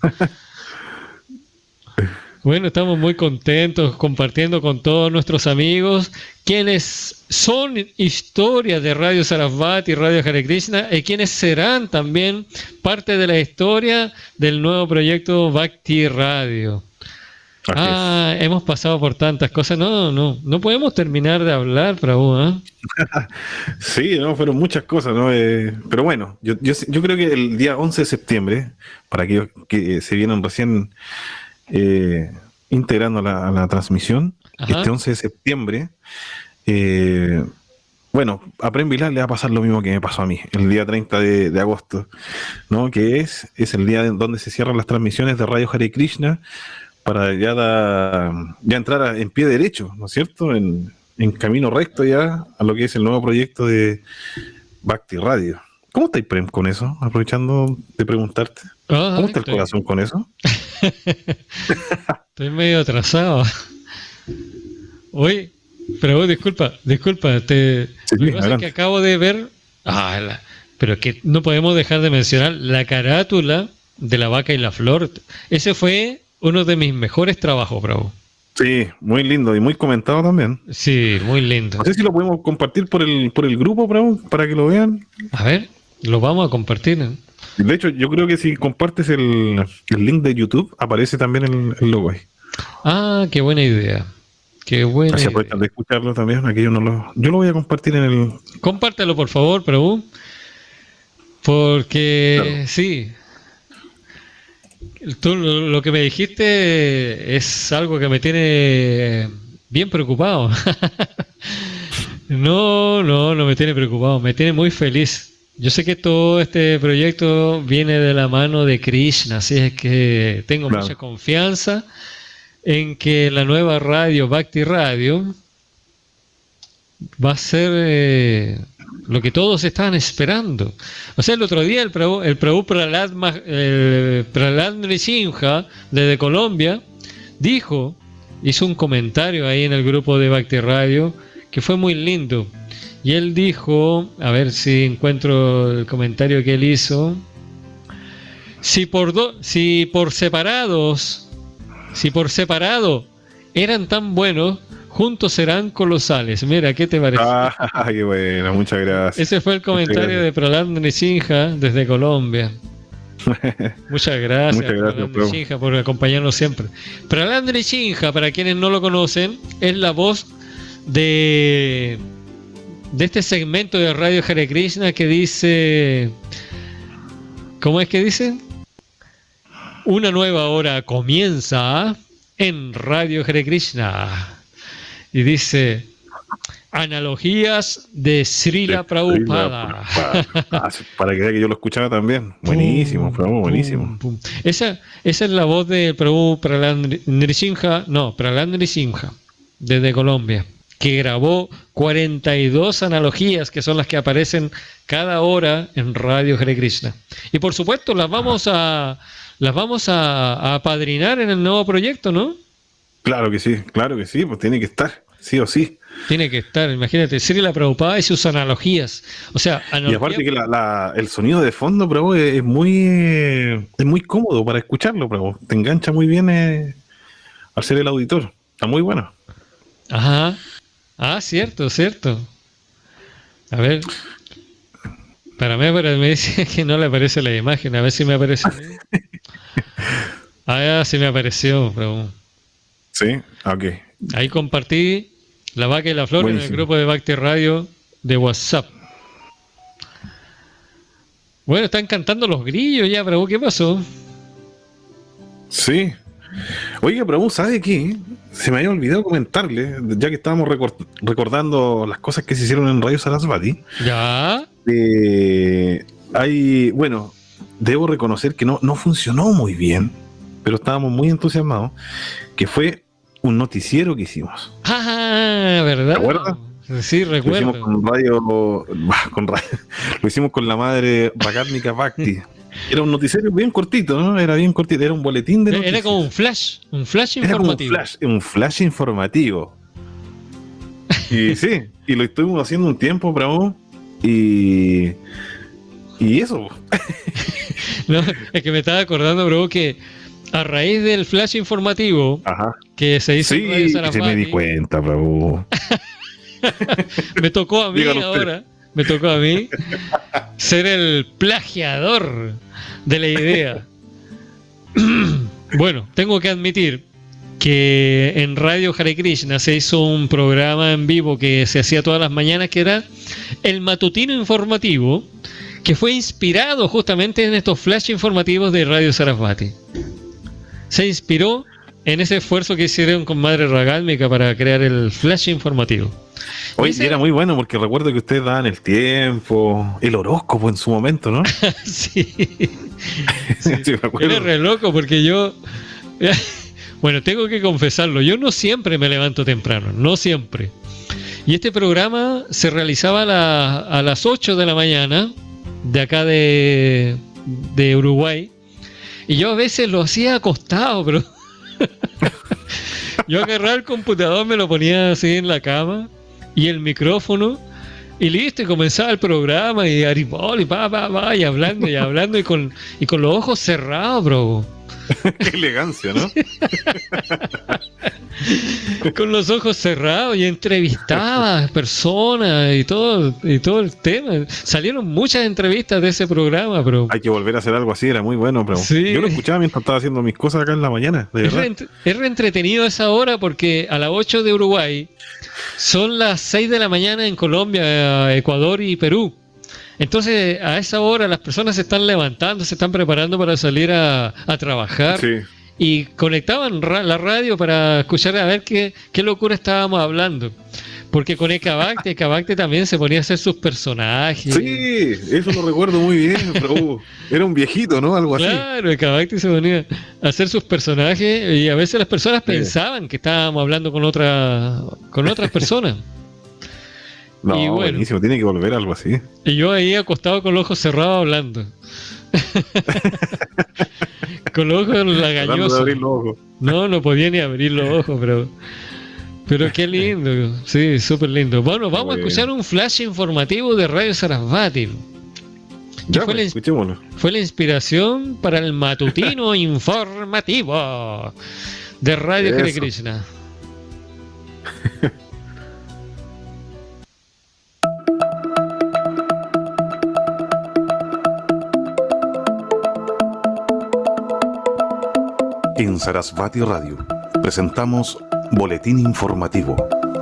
Bueno, estamos muy contentos compartiendo con todos nuestros amigos quienes son historias de Radio Sarasvati y Radio Hare Krishna y quienes serán también parte de la historia del nuevo proyecto Bhakti Radio. Hemos pasado por tantas cosas. No podemos terminar de hablar, Prabhu, ¿eh? Sí, fueron muchas cosas, ¿no? Pero bueno, yo creo que el día 11 de septiembre, para aquellos que se vienen recién integrando a la transmisión, este 11 de septiembre, bueno, a Prem Vilar le va a pasar lo mismo que me pasó a mí, el día 30 de agosto, ¿no? Que es el día donde se cierran las transmisiones de Radio Hare Krishna, para ya entrar en pie derecho, ¿no es cierto? En camino recto ya a lo que es el nuevo proyecto de Bhakti Radio. ¿Cómo estáis, Prem, con eso? Aprovechando de preguntarte. ¿Cómo está el corazón con eso? Estoy medio atrasado. Oye, pero disculpa. Lo que pasa es que acabo de ver... pero que no podemos dejar de mencionar la carátula de La Vaca y la Flor. Ese fue uno de mis mejores trabajos, Prabhu. Sí, muy lindo y muy comentado también. Sí, muy lindo. No sé si lo podemos compartir por el grupo, Prabhu, para que lo vean. A ver, lo vamos a compartir, ¿no? De hecho, yo creo que si compartes el link de YouTube, aparece también el logo ahí. Qué buena idea. Qué buena idea. Aprovechan de escucharlo también. Aquí yo lo voy a compartir en el... Compártelo, por favor, Prabhu. Porque, sí... Tú, lo que me dijiste es algo que me tiene bien preocupado. No me tiene preocupado, me tiene muy feliz. Yo sé que todo este proyecto viene de la mano de Krishna, así es que tengo mucha confianza en que la nueva radio, Bhakti Radio, va a ser lo que todos estaban esperando. O sea, el otro día el Prabhu Prahlad Nrisimha desde Colombia hizo un comentario ahí en el grupo de Bhakti Radio que fue muy lindo. Y él dijo, a ver si encuentro el comentario que él hizo: si por separado eran tan buenos, juntos serán colosales. Mira, ¿qué te parece? Qué bueno, muchas gracias. Ese fue el comentario de Prahlad Nrisimha desde Colombia. Muchas gracias, Prahlad Nrisimha, por acompañarnos siempre. Prahlad Nrisimha, para quienes no lo conocen, es la voz de este segmento de Radio Hare Krishna que dice... ¿Cómo es que dice? Una nueva hora comienza en Radio Hare Krishna. Y dice, Analogías de Srila Prabhupada. Para que vea que yo lo escuchaba también. Buenísimo, Prabhu, buenísimo. Esa es la voz de Prabhu Prahlad Nrsimha, desde Colombia, que grabó 42 analogías, que son las que aparecen cada hora en Radio Hare Krishna. Y por supuesto las vamos a apadrinar en el nuevo proyecto, ¿no? Claro que sí, pues tiene que estar, sí o sí. Tiene que estar, imagínate, Srila Prabhupada y sus analogías. O sea, y aparte que el sonido de fondo, Prabhu, es muy cómodo para escucharlo, Prabhu. Te engancha muy bien al ser el auditor. Está muy bueno. Ajá. Cierto. A ver. Para mí me dice que no le aparece la imagen. A ver si me aparece. Sí me apareció, Prabhu. Sí, ok. Ahí compartí La Vaca y la Flor. Buenísimo. En el grupo de Bhakti Radio de WhatsApp. Bueno, están cantando los grillos ya, Prabhu, ¿qué pasó? Sí. Oiga, Prabhu, ¿sabe qué? Se me había olvidado comentarle, ya que estábamos recordando las cosas que se hicieron en Radio Sarasvati. Ya. Bueno, debo reconocer que no funcionó muy bien, pero estábamos muy entusiasmados, que fue un noticiero que hicimos. ¿Verdad? ¿Te acuerdas? Sí, recuerdo. Lo hicimos con la madre Rakatmika Bhakti. Era un noticiero bien cortito, ¿no? Era bien cortito, era un boletín de noticias. Era como un flash informativo. Un flash informativo. Y sí, y lo estuvimos haciendo un tiempo, Prabhu, y eso. No, es que me estaba acordando, Prabhu, que a raíz del flash informativo que se hizo en Radio Sarasvati, me di cuenta, Prabhu. Me tocó a mí ahora. Me tocó a mí ser el plagiador de la idea. Bueno, tengo que admitir que en Radio Hare Krishna se hizo un programa en vivo que se hacía todas las mañanas, que era el matutino informativo, que fue inspirado justamente en estos flash informativos de Radio Sarasvati. Se inspiró en ese esfuerzo que hicieron con Madre Rakatmika para crear el flash informativo. Oye, era muy bueno porque recuerdo que ustedes daban el tiempo, el horóscopo en su momento, ¿no? Sí, me acuerdo. Era re loco porque yo... Bueno, tengo que confesarlo, yo no siempre me levanto temprano, no siempre. Y este programa se realizaba a las 8 de la mañana, de acá de Uruguay, y yo a veces lo hacía acostado, pero... Yo agarraba el computador, me lo ponía así en la cama y el micrófono y listo, y comenzaba el programa y aribol y y hablando y con los ojos cerrados, bro. Qué elegancia, ¿no? Con los ojos cerrados y entrevistaba personas y todo el tema. Salieron muchas entrevistas de ese programa, pero hay que volver a hacer algo así, era muy bueno, pero sí. Yo lo escuchaba mientras estaba haciendo mis cosas acá en la mañana, de verdad. Es reentretenido esa hora porque a las 8 de Uruguay son las 6 de la mañana en Colombia, Ecuador y Perú. Entonces, a esa hora las personas se están levantando, se están preparando para salir a trabajar. Sí. Y conectaban la radio para escuchar a ver qué locura estábamos hablando. Porque con Eka Bhakti también se ponía a hacer sus personajes. Sí, eso lo recuerdo muy bien, pero era un viejito, ¿no? Algo así. Claro, Eka Bhakti se ponía a hacer sus personajes y a veces las personas pensaban que estábamos hablando con otras personas. No, y bueno, buenísimo, tiene que volver algo así. Y yo ahí acostado con los ojos cerrados hablando. Con los ojos lagañosos. No podía ni abrir los ojos, pero qué lindo. Sí, súper lindo. Bueno, vamos a escuchar un flash informativo de Radio Sarasvati. Escuchémoslo. Fue la inspiración para el matutino informativo de Radio Hare Krishna. En Sarasvati Radio presentamos Boletín Informativo.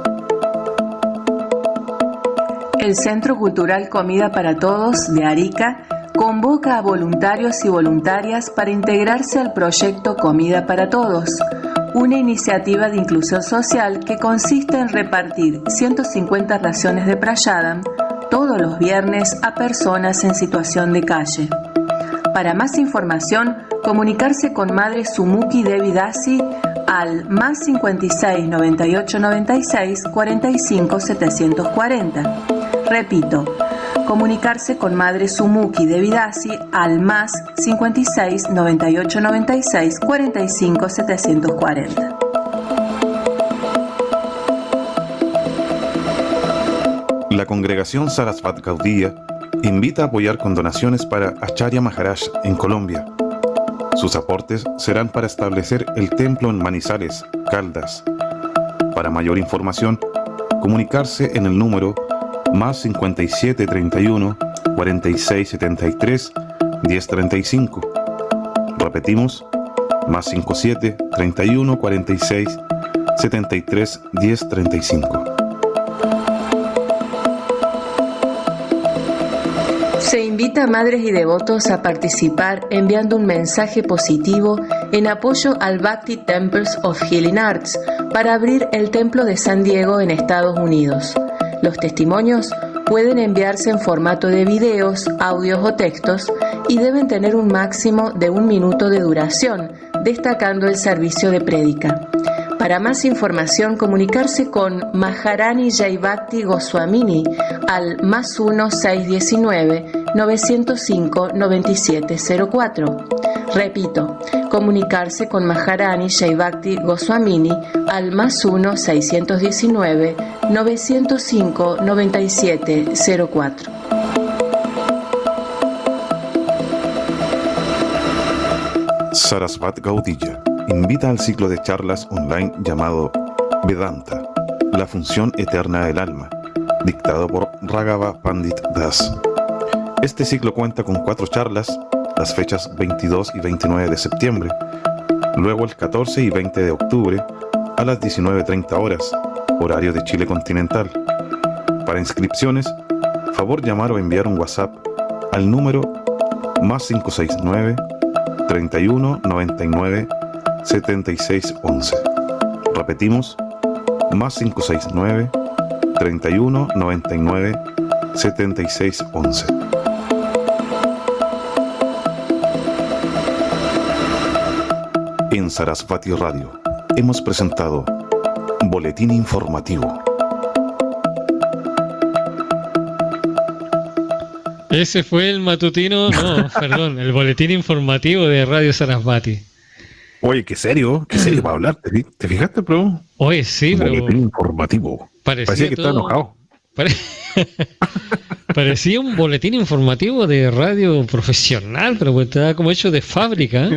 El Centro Cultural Comida para Todos de Arica convoca a voluntarios y voluntarias para integrarse al proyecto Comida para Todos, una iniciativa de inclusión social que consiste en repartir 150 raciones de Prayadam todos los viernes a personas en situación de calle. Para más información, comunicarse con Madre Sumuki Devi Dasi al más 56 98 96 45 740. Repito, comunicarse con Madre Sumuki Devi Dasi al más 56 98 96 45 740. La congregación Sarasvat Gaudiya invita a apoyar con donaciones para Acharya Maharaj en Colombia. Sus aportes serán para establecer el templo en Manizales, Caldas. Para mayor información, comunicarse en el número más 57 31 46 73 10 35. Repetimos, más 57 31 46 73 10 35. Se invita a madres y devotos a participar enviando un mensaje positivo en apoyo al Bhakti Temples of Healing Arts para abrir el Templo de San Diego en Estados Unidos. Los testimonios pueden enviarse en formato de videos, audios o textos y deben tener un máximo de 1 minuto de duración, destacando el servicio de prédica. Para más información, comunicarse con Maharani Jaivakti Goswamini al más 1 619 905 9704. Repito, comunicarse con Maharani Jaivakti Goswamini al más 1 619 905 9704. Sarasvat Gaudiya invita al ciclo de charlas online llamado Vedanta, la función eterna del alma, dictado por Raghava Pandit Das. Este ciclo cuenta con 4 charlas, las fechas 22 y 29 de septiembre, luego el 14 y 20 de octubre a las 19:30 horas, horario de Chile continental. Para inscripciones, favor llamar o enviar un WhatsApp al número más 569 31 99 76 11. Repetimos, más 569 31 99 76 11. En Sarasvati Radio hemos presentado Boletín Informativo. Ese fue el matutino, perdón, el boletín informativo de Radio Sarasvati. Oye, qué serio para hablar. ¿Te fijaste, bro? Oye, sí, un pero... boletín informativo. Parecía que estaba enojado. Parecía un boletín informativo de radio profesional, pero pues estaba como hecho de fábrica.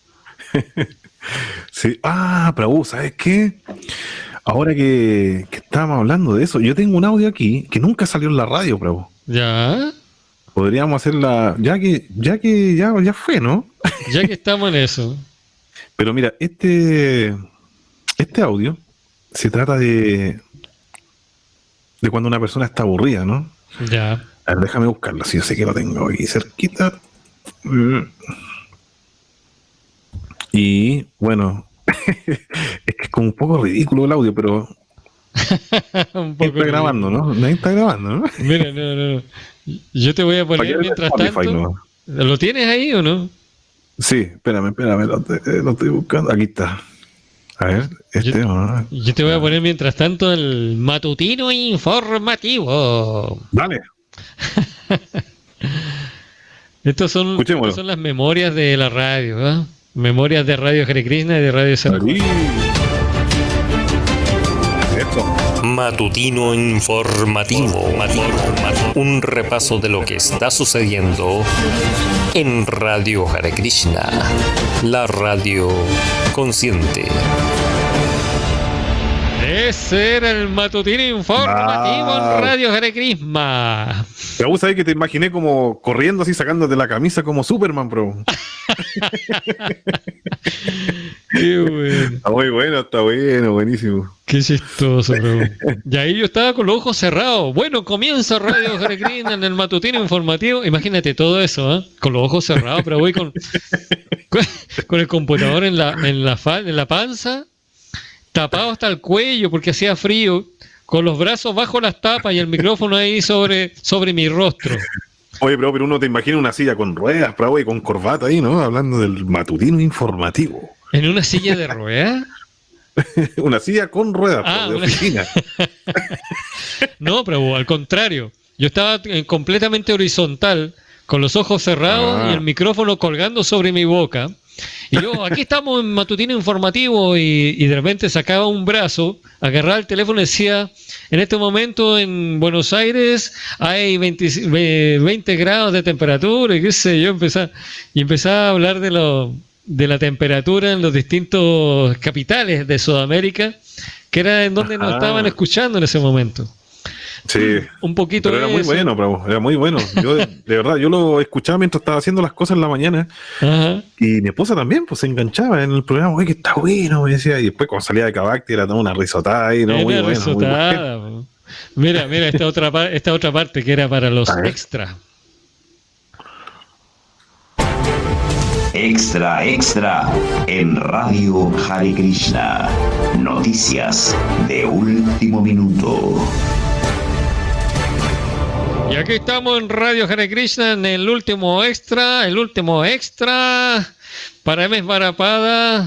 Sí. Pero ¿sabes qué? Ahora que estábamos hablando de eso, yo tengo un audio aquí que nunca salió en la radio, bro. ¿Ya? Podríamos hacerla, ya fue, ¿no? Ya que estamos en eso. Pero mira, este audio se trata de cuando una persona está aburrida, ¿no? Ya. A ver, déjame buscarlo, si yo sé que lo tengo aquí cerquita. Y bueno, es que es como un poco ridículo el audio, pero un poco está grabando, ¿no? Nadie está grabando, ¿no? Mira, no. Yo te voy a poner mientras tanto. ¿No? ¿Lo tienes ahí o no? Sí, espérame, lo estoy buscando. Aquí está. A ver, yo te voy a poner mientras tanto el matutino informativo. Dale. Estas son las memorias de la radio, ¿eh? Memorias de Radio Hare Krishna y de Radio Sarasvati. Matutino informativo. Un repaso de lo que está sucediendo en Radio Hare Krishna, la radio consciente. Ese era el matutino informativo en Radio Hare Krishna. Te gusta ahí que te imaginé como corriendo así, sacándote la camisa como Superman, bro. Qué bueno. Está bueno, buenísimo. Qué chistoso, bro. Y ahí yo estaba con los ojos cerrados. Bueno, comienza Radio Hare Krishna en el matutino informativo. Imagínate todo eso, ¿eh? Con los ojos cerrados, pero voy con el computador en la panza tapado hasta el cuello porque hacía frío, con los brazos bajo las tapas y el micrófono ahí sobre mi rostro. Oye, pero uno te imagina una silla con ruedas, Pravo, y con corbata ahí, ¿no? Hablando del matutino informativo. ¿En una silla de ruedas? Una silla con ruedas, de oficina. No, pero al contrario. Yo estaba completamente horizontal, con los ojos cerrados y el micrófono colgando sobre mi boca. Y yo, aquí estamos en matutino informativo, y de repente sacaba un brazo, agarraba el teléfono y decía, en este momento en Buenos Aires hay 20 grados de temperatura, y qué sé yo, empezaba a hablar de la temperatura en los distintos capitales de Sudamérica, que era en donde nos estaban escuchando en ese momento. Sí, un poquito. Pero era muy bueno, Bravo, era muy bueno. Yo, de verdad, yo lo escuchaba mientras estaba haciendo las cosas en la mañana. Y mi esposa también, pues se enganchaba en el programa. Oye, que está bueno, me decía. Y después, cuando salía de Cabacti, era toda una risotada ahí, ¿no? Muy risotada, muy bueno. Mira, esta otra parte que era para los extra. Extra en Radio Hare Krishna. Noticias de último minuto. Y aquí estamos en Radio Hare Krishna en el último extra para Emes Barapada.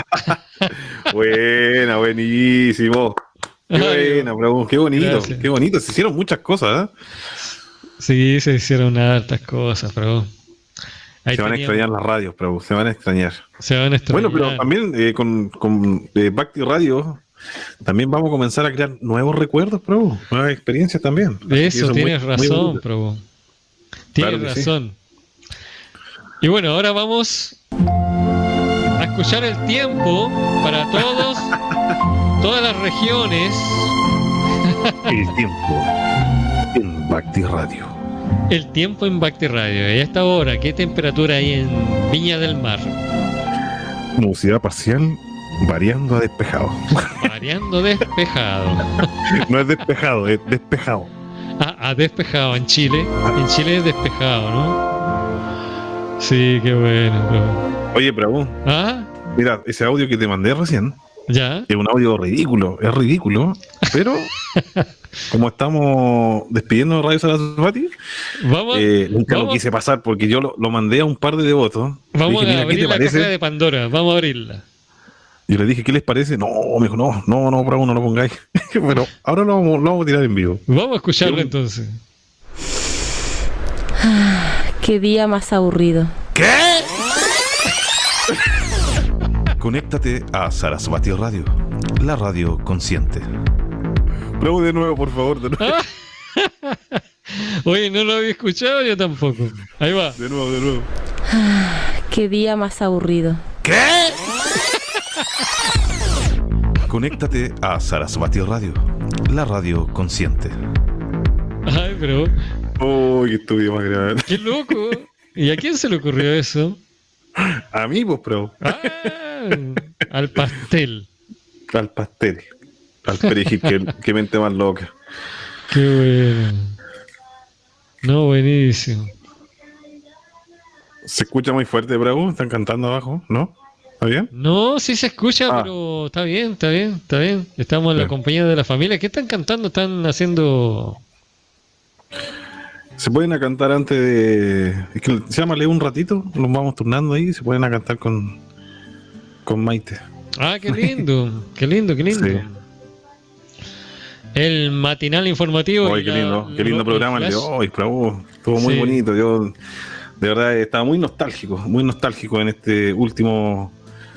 Buena, buenísimo. Qué buena, Bravo, qué bonito, gracias. Qué bonito. Se hicieron muchas cosas, ¿eh? Sí, se hicieron hartas cosas, Bravo. Se van a extrañar las radios, Bravo, se van a extrañar. Bueno, pero también con Bhakti Radio también vamos a comenzar a crear nuevos recuerdos, Prabhu, nuevas experiencias también. Eso, tienes razón, Prabhu. Tienes razón. Sí. Y bueno, ahora vamos a escuchar el tiempo para todas las regiones. El tiempo en Bhakti Radio. El tiempo en Bhakti Radio. Y a esta hora, ¿qué temperatura hay en Viña del Mar? Nubosidad parcial. Variando a despejado. Variando despejado. No es despejado, es despejado. Despejado en Chile. En Chile es despejado, ¿no? Sí, qué bueno, bro. Oye, Prabhu. Mira, ese audio que te mandé recién. ¿Ya? Es un audio ridículo, pero como estamos despidiendo de Radio Sarasvati, nunca lo quise pasar porque yo lo mandé a un par de devotos. Vamos a abrir la caja de Pandora, vamos a abrirla. Yo le dije, ¿qué les parece? No, me dijo, no, Bravo, no lo pongáis. Pero ahora lo vamos a tirar en vivo. Vamos a escucharlo entonces. Qué día más aburrido. ¿Qué? Conéctate a Sarasvati Radio, la radio consciente. Bravo, de nuevo, por favor, de nuevo. Oye, no lo había escuchado, yo tampoco. Ahí va. De nuevo. Qué día más aburrido. ¿Qué? Conéctate a Sarasvati Radio, la radio consciente. Ay, pero... Oh, qué estudio más grande. ¡Qué loco! ¿Y a quién se le ocurrió eso? A mí, pues, Pro. Al pastel. Al perejil, qué mente más loca. Qué bueno. No, buenísimo. Se escucha muy fuerte, Bravo. Están cantando abajo, ¿no? ¿Está bien? No, sí se escucha, pero está bien. Estamos en la compañía de la familia. ¿Qué están cantando? ¿Están haciendo...? Se pueden a cantar antes de... Es que se llama Leo un ratito, nos vamos turnando ahí, se pueden a cantar con Maite. Ah, qué lindo, qué lindo. Sí. El matinal informativo. Qué lindo programa el de hoy, estuvo muy bonito. Yo de verdad estaba muy nostálgico en este último...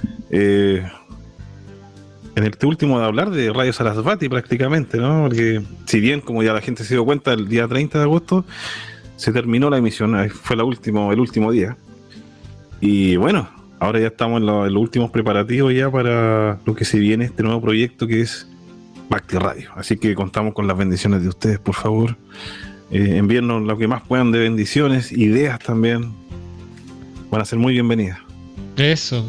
en este último de hablar de Radio Sarasvati prácticamente, ¿no? Porque si bien, como ya la gente se dio cuenta, el día 30 de agosto se terminó la emisión, fue el último día. Y bueno, ahora ya estamos en los últimos preparativos ya para lo que se viene, este nuevo proyecto que es Bhakti Radio. Así que contamos con las bendiciones de ustedes, por favor. Envíennos lo que más puedan de bendiciones, ideas también. Van a ser muy bienvenidas. Eso.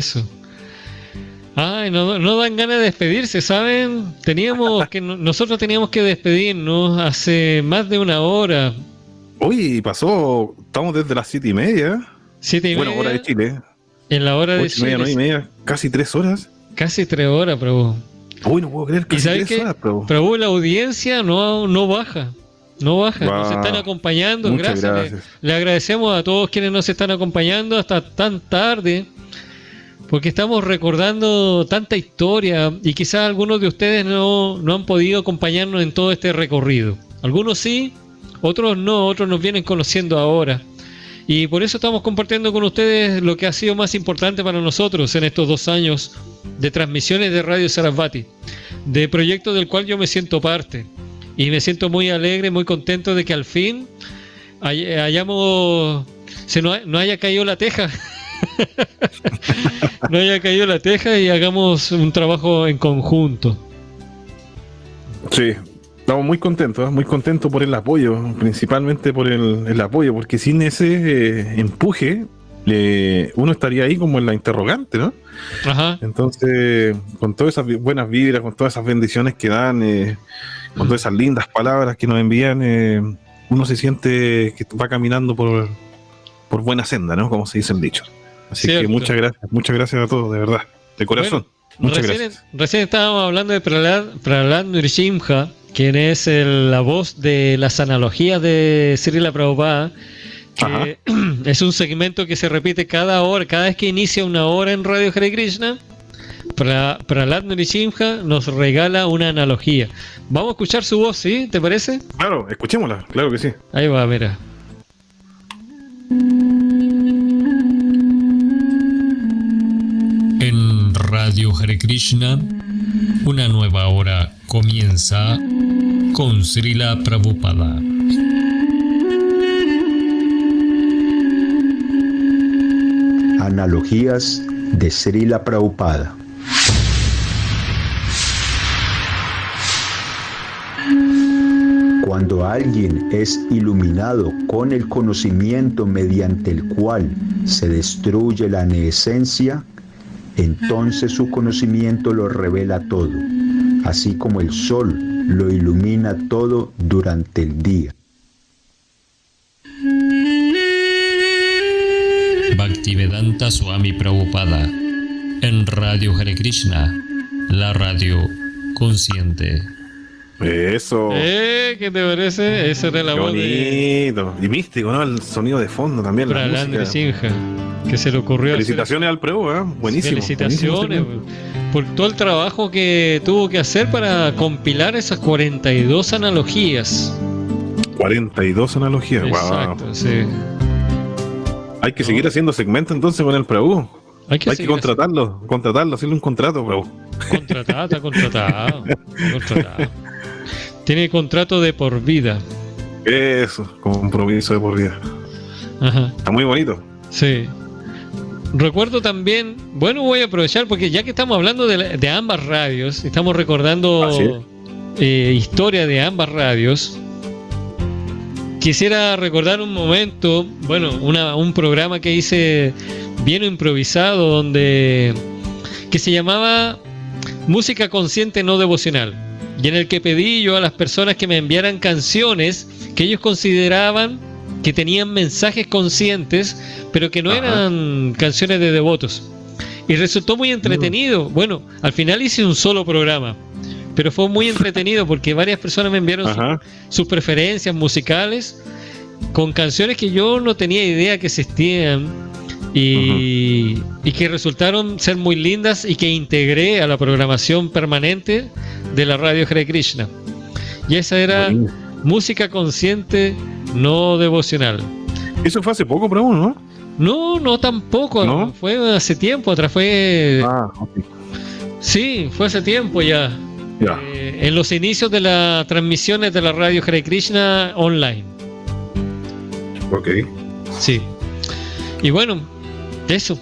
Ay, no dan ganas de despedirse, ¿saben? Nosotros teníamos que despedirnos hace más de una hora. Uy, estamos desde las 7:30. 7:30. Bueno, hora de Chile. En la hora de Chile. 8:30, 9:30, casi 3 horas. Casi 3 horas, Prabhu. Uy, no puedo creer que casi 3 horas, Prabhu, la audiencia no baja. No baja, nos están acompañando. Gracias. Le agradecemos a todos quienes nos están acompañando hasta tan tarde, porque estamos recordando tanta historia y quizás algunos de ustedes no han podido acompañarnos en todo este recorrido. Algunos sí, otros no, otros nos vienen conociendo ahora. Y por eso estamos compartiendo con ustedes lo que ha sido más importante para nosotros en estos 2 años de transmisiones de Radio Sarasvati, de proyecto del cual yo me siento parte. Y me siento muy alegre, muy contento de que al fin no haya caído la teja. No haya caído la teja y hagamos un trabajo en conjunto. Sí, estamos muy contentos por el apoyo, principalmente por el apoyo, porque sin ese empuje uno estaría ahí como en la interrogante, ¿no? Ajá. Entonces, con todas esas buenas vibras, con todas esas bendiciones que dan, con todas esas lindas palabras que nos envían, uno se siente que va caminando por buena senda, ¿no? Como se dice el dicho. Así que muchas gracias a todos, de verdad, de corazón. Muchas gracias. Recién estábamos hablando de Prahlad Nrsimha, quien es la voz de las analogías de Srila Prabhupada, que es un segmento que se repite cada hora, cada vez que inicia una hora en Radio Hare Krishna. Prahlad Nrsimha nos regala una analogía. Vamos a escuchar su voz, ¿sí? ¿Te parece? Claro, escuchémosla, claro que sí. Ahí va, mira. En Radio Hare Krishna, una nueva hora comienza con Srila Prabhupada. Analogías de Srila Prabhupada. Cuando alguien es iluminado con el conocimiento mediante el cual se destruye la neesencia, entonces su conocimiento lo revela todo, así como el sol lo ilumina todo durante el día. Bhaktivedanta Swami Prabhupada en Radio Hare Krishna, la radio consciente. Eso. ¿Qué te parece? Esa era la voz bonito. Y místico, ¿no? El sonido de fondo también. Prahlad Nrsimha, que se le ocurrió. Felicitaciones al Prabhu, buenísimo. Felicitaciones por todo el trabajo que tuvo que hacer para compilar esas 42 analogías. 42 analogías, exacto, wow. Sí. Hay que seguir haciendo segmentos entonces con el Prabhu. Hay que contratarlo, hacerle un contrato, Prabhu. Contratado. Tiene contrato de por vida. Eso, compromiso de por vida. Ajá. Está muy bonito. Sí. Recuerdo también, bueno, voy a aprovechar porque ya que estamos hablando de ambas radios, estamos recordando historia de ambas radios. Quisiera recordar un momento, bueno, un programa que hice bien improvisado que se llamaba Música Consciente No Devocional, y en el que pedí yo a las personas que me enviaran canciones que ellos consideraban que tenían mensajes conscientes, pero que no eran canciones de devotos. Y resultó muy entretenido. Bueno, al final hice un solo programa, pero fue muy entretenido porque varias personas me enviaron sus preferencias musicales con canciones que yo no tenía idea que existían y que resultaron ser muy lindas y que integré a la programación permanente de la Radio Hare Krishna. Y esa era Música Consciente No Devocional. Eso fue hace poco, pero ¿no? No tampoco. ¿No? Fue hace tiempo atrás. Sí, fue hace tiempo ya. En los inicios de las transmisiones de la Radio Hare Krishna online. Ok. Sí. Y bueno, eso.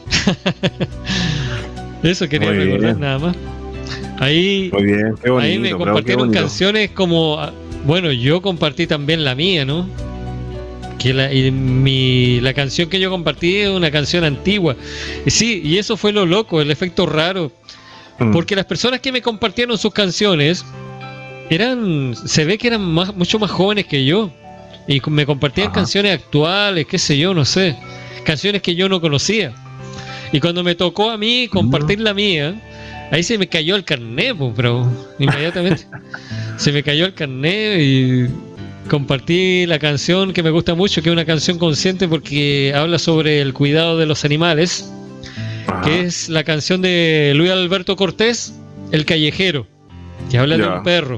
Eso quería recordar nada más. Ahí, muy bien, qué bonito, ahí me compartieron canciones como... Bueno, yo compartí también la mía, ¿no? Que la canción que yo compartí es una canción antigua. Sí, y eso fue lo loco, el efecto raro. Porque las personas que me compartieron sus canciones se ve que eran mucho más jóvenes que yo. Y me compartían canciones actuales, qué sé yo, no sé. Canciones que yo no conocía. Y cuando me tocó a mí compartir la mía, Ahí se me cayó el carnet, pero inmediatamente se me cayó el carnet y compartí la canción que me gusta mucho, que es una canción consciente porque habla sobre el cuidado de los animales, que es la canción de Luis Alberto Cortés, El Callejero, que habla de un perro.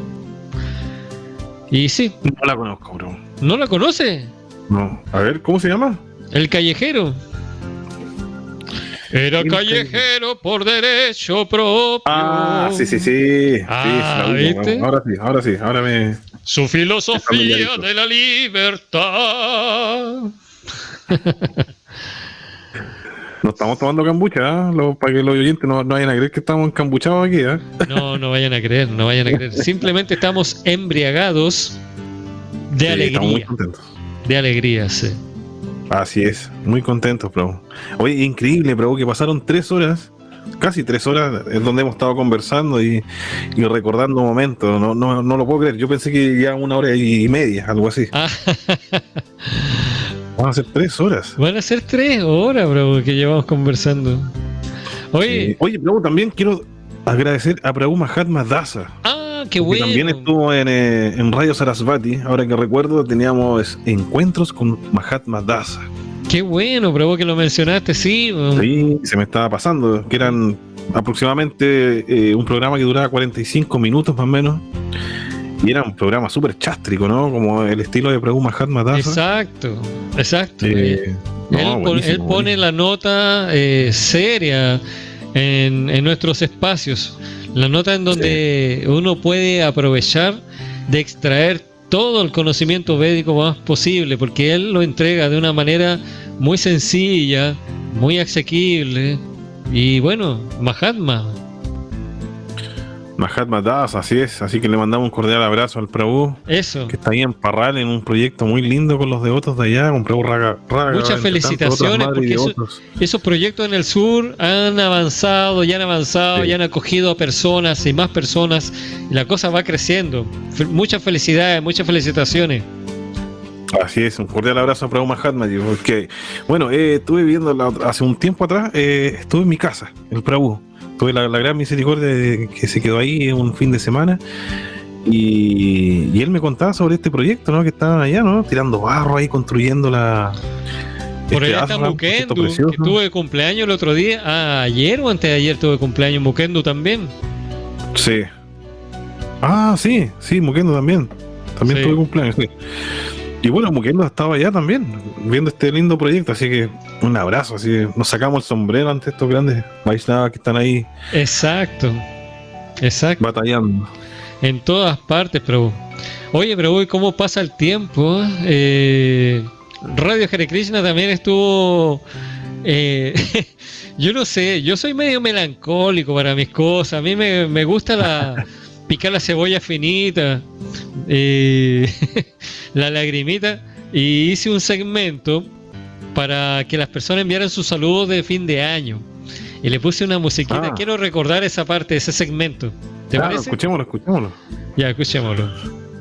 Y sí. No la conozco, bro. ¿No la conoce? No. A ver, ¿cómo se llama? El Callejero. Era callejero por derecho propio. Ah, sí. Ah, sí, ¿viste? Ahora sí, ahora me... Su filosofía de la libertad. No estamos tomando cambucha, para que los oyentes no vayan a creer que estamos encambuchados aquí, ¿eh? No vayan a creer, no vayan a creer. Simplemente estamos embriagados de alegría. Estamos muy contentos. De alegría, sí. Así es, muy contentos, bro. Oye, increíble, bro, que pasaron 3 horas, casi 3 horas, en donde hemos estado conversando y recordando momentos. No lo puedo creer. Yo pensé que ya 1 hora y media, algo así. Van a ser 3 horas. Van a ser 3 horas, bro, que llevamos conversando. Oye, bro, también quiero agradecer a Prabhu Mahatma Dasa. Qué bueno. También estuvo en Radio Sarasvati. Ahora que recuerdo, teníamos encuentros con Mahatma Dasa. Qué bueno, Prabhu, que lo mencionaste, sí. Sí, se me estaba pasando. Que eran aproximadamente un programa que duraba 45 minutos más o menos. Y era un programa súper chástrico, ¿no? Como el estilo de Prabhu Mahatma Dasa. Exacto. Él pone la nota seria en nuestros espacios. La nota en donde uno puede aprovechar de extraer todo el conocimiento védico más posible, porque él lo entrega de una manera muy sencilla, muy asequible. Y bueno, Mahatma Das, así es. Así que le mandamos un cordial abrazo al Prabhu. Eso. Que está ahí en Parral en un proyecto muy lindo con los devotos de allá, con Prabhu Raga. Muchas felicitaciones, porque esos proyectos en el sur han avanzado, y han acogido a personas y más personas, y la cosa va creciendo. Muchas felicidades, muchas felicitaciones. Así es, un cordial abrazo a Prabhu Mahatma, porque, bueno, estuve viendo hace un tiempo atrás, estuve en mi casa, el Prabhu. Tuve la gran misericordia de que se quedó ahí un fin de semana y él me contaba sobre este proyecto, ¿no? Que estaban allá, ¿no? Tirando barro ahí, construyendo la... Por allá está Mukendu, que tuve cumpleaños el otro día. Ayer o antes de ayer tuve cumpleaños Mukendu también. Sí. Sí, Mukendu también. También tuve cumpleaños, sí. Y bueno, Mukendu estaba allá también, viendo este lindo proyecto, así que un abrazo, así que nos sacamos el sombrero ante estos grandes Vaishnavas que están ahí. Exacto. Batallando. En todas partes, Prabhu. Oye, Prabhu, ¿cómo pasa el tiempo? Radio Hare Krishna también estuvo... yo no sé, yo soy medio melancólico para mis cosas, a mí me gusta picar la cebolla finita, la lagrimita, y hice un segmento para que las personas enviaran sus saludos de fin de año y le puse una musiquita. Quiero recordar esa parte de ese segmento. ¿Te parece? Escuchémoslo. Ya, escuchémoslo.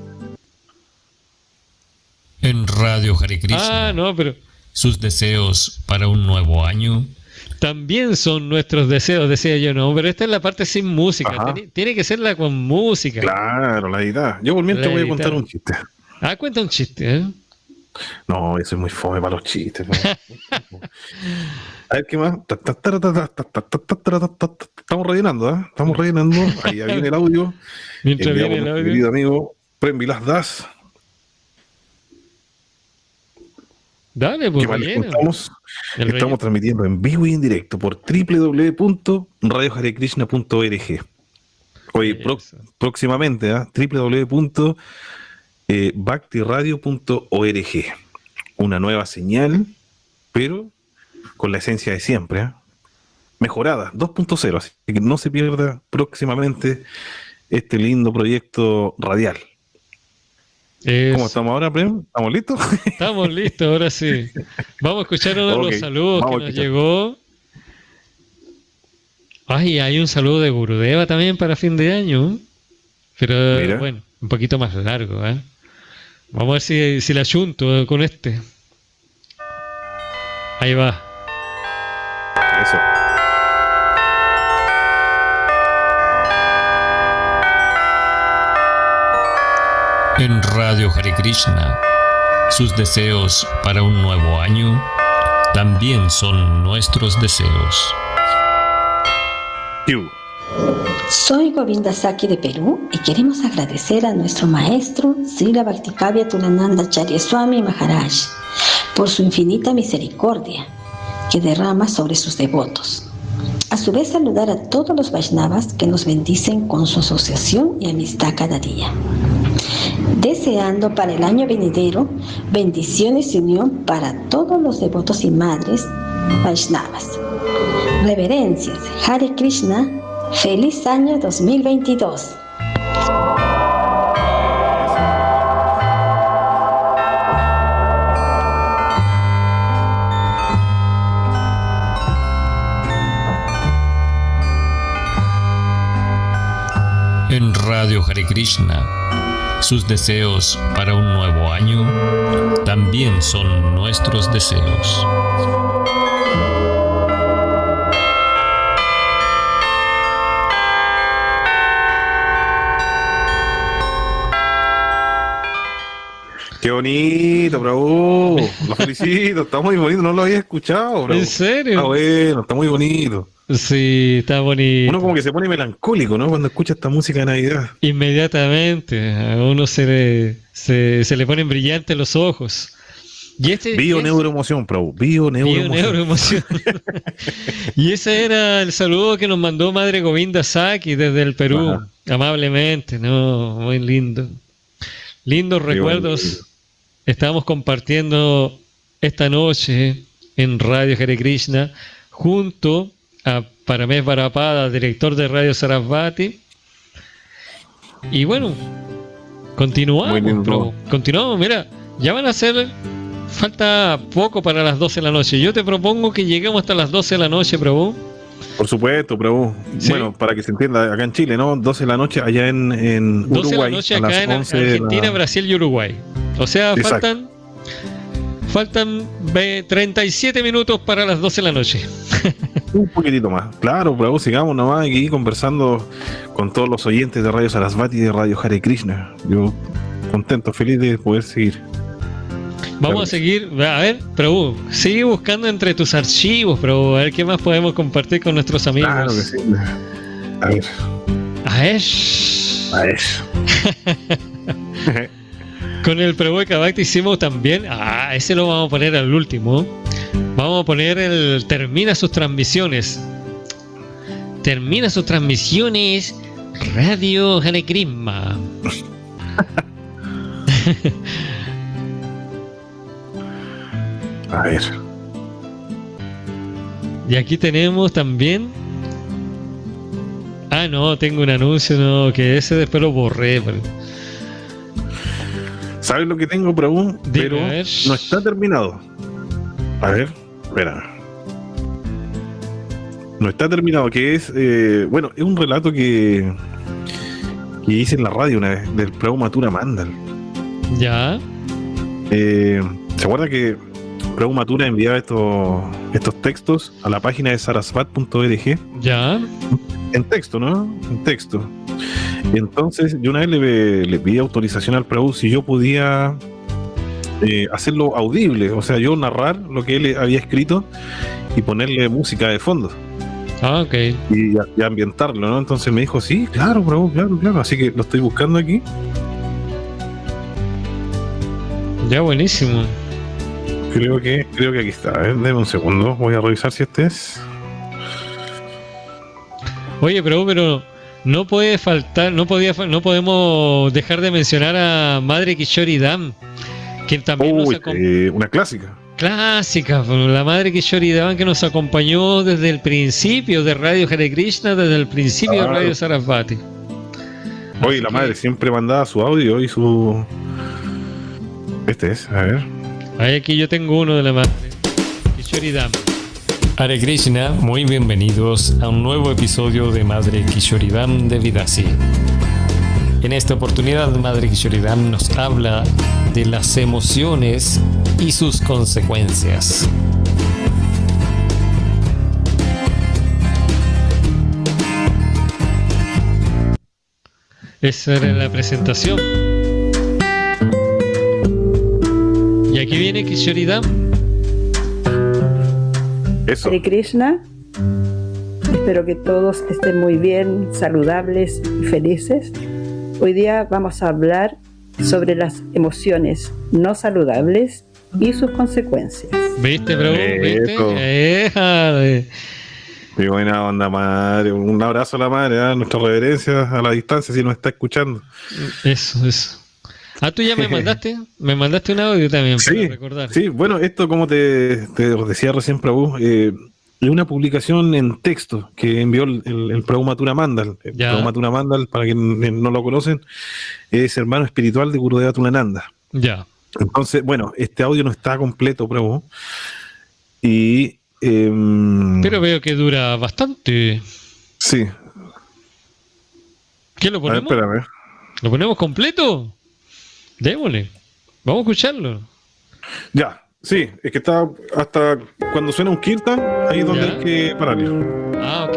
En Radio Hare Krishna, pero sus deseos para un nuevo año también son nuestros deseos, decía yo. No, pero esta es la parte sin música. Tiene que serla con música. Claro, la edad. Yo por mientras voy a contar un chiste. Cuenta un chiste, ¿eh? No, yo soy muy fome para los chistes. A ver, ¿qué más? Estamos rellenando, ¿eh? Estamos rellenando. Ahí viene el audio. Mientras viene el audio. Querido amigo, Prem Vilas Das. Dale, pues. Estamos transmitiendo en vivo y en directo por www.radioharekrishna.org. Oye, próximamente, www.bhaktiradio.org. Una nueva señal, pero con la esencia de siempre, mejorada, 2.0, así que no se pierda próximamente este lindo proyecto radial. ¿Cómo estamos ahora, Prem? ¿Estamos listos? Estamos listos, ahora sí. Vamos a escuchar uno de los saludos que nos llegó. Hay un saludo de Gurudeva también para fin de año. Pero bueno, un poquito más largo, ¿eh? Vamos a ver si la junto con este. Ahí va. Eso. En Radio Hare Krishna, sus deseos para un nuevo año también son nuestros deseos. Soy Govinda Saki de Perú y queremos agradecer a nuestro maestro Srila Bhaktikavya Tulananda Acharya Swami Maharaj por su infinita misericordia que derrama sobre sus devotos. A su vez, saludar a todos los Vaishnavas que nos bendicen con su asociación y amistad cada día. Deseando para el año venidero bendiciones y unión para todos los devotos y madres Vaishnavas. Reverencias, Hare Krishna, feliz año 2022. En Radio Hare Krishna, sus deseos para un nuevo año también son nuestros deseos. Qué bonito, Prabhu. Lo felicito, está muy bonito, no lo había escuchado, Prabhu. ¿En serio? Está bueno, está muy bonito. Sí, está bonito. Uno como que se pone melancólico, ¿no? Cuando escucha esta música de Navidad. Inmediatamente, a uno se le ponen brillantes los ojos. Y Bio-neuroemoción, Prabhu. Bio-neuroemoción. Y ese era el saludo que nos mandó Madre Govinda Saki desde el Perú. Ajá. Amablemente, ¿no? Muy lindo. Lindos recuerdos estamos compartiendo esta noche en Radio Hare Krishna junto a Paramesh Barapada, director de Radio Sarasvati. Y bueno, continuamos, mira, ya van a ser, falta poco para las 12 de la noche. Yo te propongo que lleguemos hasta las 12 de la noche, Prabhu. Por supuesto, Prabhu. ¿Sí? Bueno, para que se entienda, acá en Chile, ¿no? 12 de la noche allá en 12 Uruguay. 12 de la noche acá en Argentina, Brasil y Uruguay. O sea, faltan 37 minutos para las 12 de la noche. Un poquitito más. Claro, Prabhu, sigamos nomás aquí conversando con todos los oyentes de Radio Sarasvati y de Radio Hare Krishna. Yo contento, feliz de poder seguir. Vamos a seguir, a ver, Prabhu, sigue buscando entre tus archivos, Prabhu, a ver qué más podemos compartir con nuestros amigos. Claro que sí. A ver. Con el Prabhu de Kavakti hicimos también, ese lo vamos a poner al último. Vamos a poner termina sus transmisiones. Termina sus transmisiones Radio Hare Krishna. A ver. Y aquí tenemos también. No, tengo un anuncio, no, que ese después lo borré. Pero... ¿Sabes lo que tengo, Prabhu? Pero no está terminado. A ver, espera. No está terminado, que es, bueno, es un relato que hice en la radio una vez, del Prabhu Mathura Mandal. Ya. ¿Se acuerda que Prabhu Mathura enviaba estos textos a la página de sarasvat.org? Ya. En texto, ¿no? En texto. Y entonces yo una vez le pedí autorización al Prabhu si yo podía hacerlo audible, o sea, yo narrar lo que él había escrito y ponerle música de fondo. Ok. Y ambientarlo, ¿no? Entonces me dijo, sí, claro, Prabhu, claro. Así que lo estoy buscando aquí. Ya, buenísimo. Creo que aquí está. A ver, deme un segundo. Voy a revisar si este es. Oye, pero no puede faltar, no podemos dejar de mencionar a Madre Kishori Dham, que también una clásica. Clásica, la Madre Kishori Dham, que nos acompañó desde el principio de Radio Hare Krishna, desde el principio de Radio Sarasvati. Oye, la madre siempre mandaba su audio y su... Este es, a ver. Aquí yo tengo uno de la Madre Kishori Dham. Hare Krishna, muy bienvenidos a un nuevo episodio de Madre Kishori Dham de Vidasi. En esta oportunidad, Madre Kishori Dham nos habla de las emociones y sus consecuencias. Esa era la presentación. aquí viene Kishoridam. Eso. Hare Krishna. Espero que todos estén muy bien, saludables y felices. Hoy día vamos a hablar sobre las emociones no saludables y sus consecuencias. ¿Viste, bro? ¿Viste? Qué buena onda, madre. Un abrazo a la madre, nuestra reverencia a la distancia si nos está escuchando. Eso. Ah, tú ya me mandaste un audio también para recordar. Sí, bueno, esto como te decía recién, Prabhu, es una publicación en texto que envió el Prabhu Mathura Mandal. El Prabhu Mathura Mandal, para quienes no lo conocen, es hermano espiritual de Gurudeva Tulananda. Ya. Entonces, bueno, este audio no está completo, Prabhu. Pero veo que dura bastante. Sí. ¿Qué lo ponemos? Espérame. ¿Lo ponemos completo? Démosle. Vamos a escucharlo. Ya, sí. Es que está hasta cuando suena un kirtan, ahí es donde hay que pararlo. Ah, ok.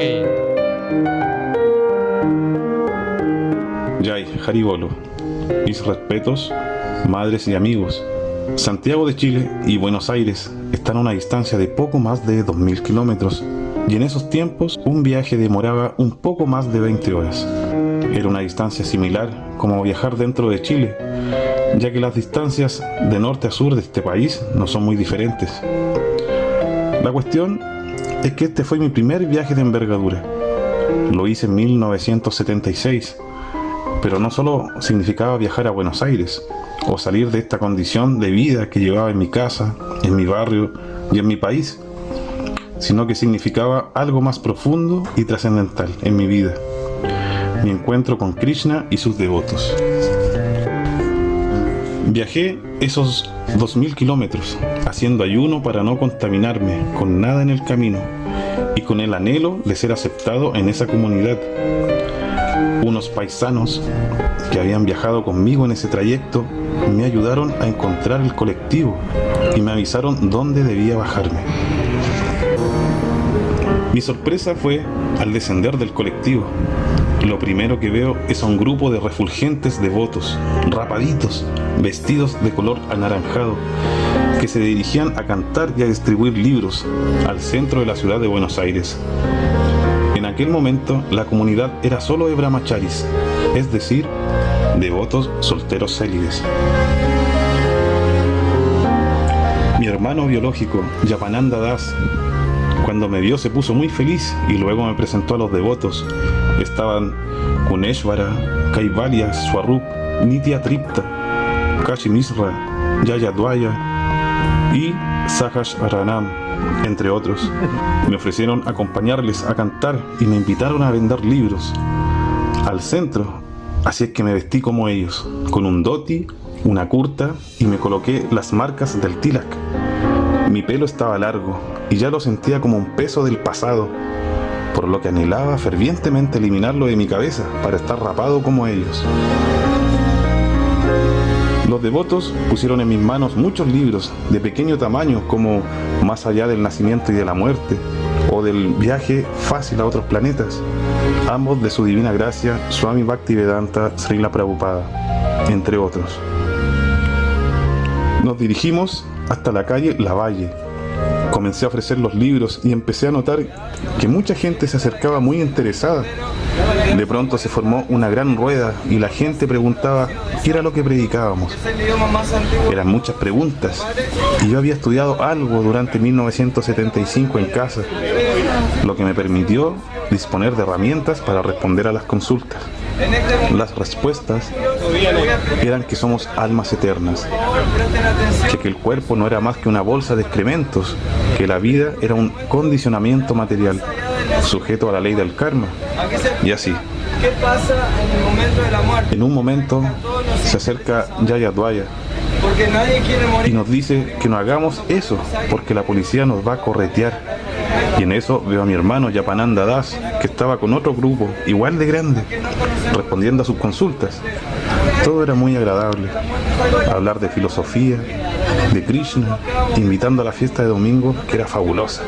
Jai, Haribolo. Mis respetos, madres y amigos. Santiago de Chile y Buenos Aires están a una distancia de poco más de 2.000 kilómetros, y en esos tiempos un viaje demoraba un poco más de 20 horas. Era una distancia similar como viajar dentro de Chile, ya que las distancias de norte a sur de este país no son muy diferentes. La cuestión es que este fue mi primer viaje de envergadura. Lo hice en 1976, pero no solo significaba viajar a Buenos Aires o salir de esta condición de vida que llevaba en mi casa, en mi barrio y en mi país, sino que significaba algo más profundo y trascendental en mi vida: mi encuentro con Krishna y sus devotos. Viajé esos 2.000 kilómetros haciendo ayuno para no contaminarme con nada en el camino y con el anhelo de ser aceptado en esa comunidad. Unos paisanos que habían viajado conmigo en ese trayecto me ayudaron a encontrar el colectivo y me avisaron dónde debía bajarme. Mi sorpresa fue al descender del colectivo. Lo primero que veo es a un grupo de refulgentes devotos, rapaditos, vestidos de color anaranjado, que se dirigían a cantar y a distribuir libros al centro de la ciudad de Buenos Aires. En aquel momento la comunidad era solo de brahmacharis, es decir, devotos solteros célibes. Mi hermano biológico, Yapananda Das, cuando me vio se puso muy feliz y luego me presentó a los devotos. Estaban Kuneshvara, Kaivalya Swarup, Nitya Tripta, Kashi Misra, Yayadvaya y Sahash Ranam, entre otros. Me ofrecieron acompañarles a cantar y me invitaron a vender libros al centro, así es que me vestí como ellos, con un dhoti, una kurta y me coloqué las marcas del tilak. Mi pelo estaba largo y ya lo sentía como un peso del pasado, por lo que anhelaba fervientemente eliminarlo de mi cabeza para estar rapado como ellos. Los devotos pusieron en mis manos muchos libros de pequeño tamaño, como Más allá del nacimiento y de la muerte, o del viaje fácil a otros planetas, ambos de su divina gracia Swami Bhaktivedanta Srila Prabhupada, entre otros. Nos dirigimos hasta la calle Lavalle. Comencé a ofrecer los libros y empecé a notar que mucha gente se acercaba muy interesada. De pronto se formó una gran rueda y la gente preguntaba qué era lo que predicábamos. Eran muchas preguntas y yo había estudiado algo durante 1975 en casa, lo que me permitió disponer de herramientas para responder a las consultas. Las respuestas eran que somos almas eternas, que el cuerpo no era más que una bolsa de excrementos, que la vida era un condicionamiento material, sujeto a la ley del karma, y así. ¿Qué pasa en el momento de la muerte? En un momento se acerca Yayadvaya Porque nadie quiere morir. y nos dice que no hagamos eso, porque la policía nos va a corretear. Y en eso veo a mi hermano Yapananda Das, que estaba con otro grupo, igual de grande, respondiendo a sus consultas. Todo era muy agradable. Hablar de filosofía, de Krishna, invitando a la fiesta de domingo, que era fabulosa.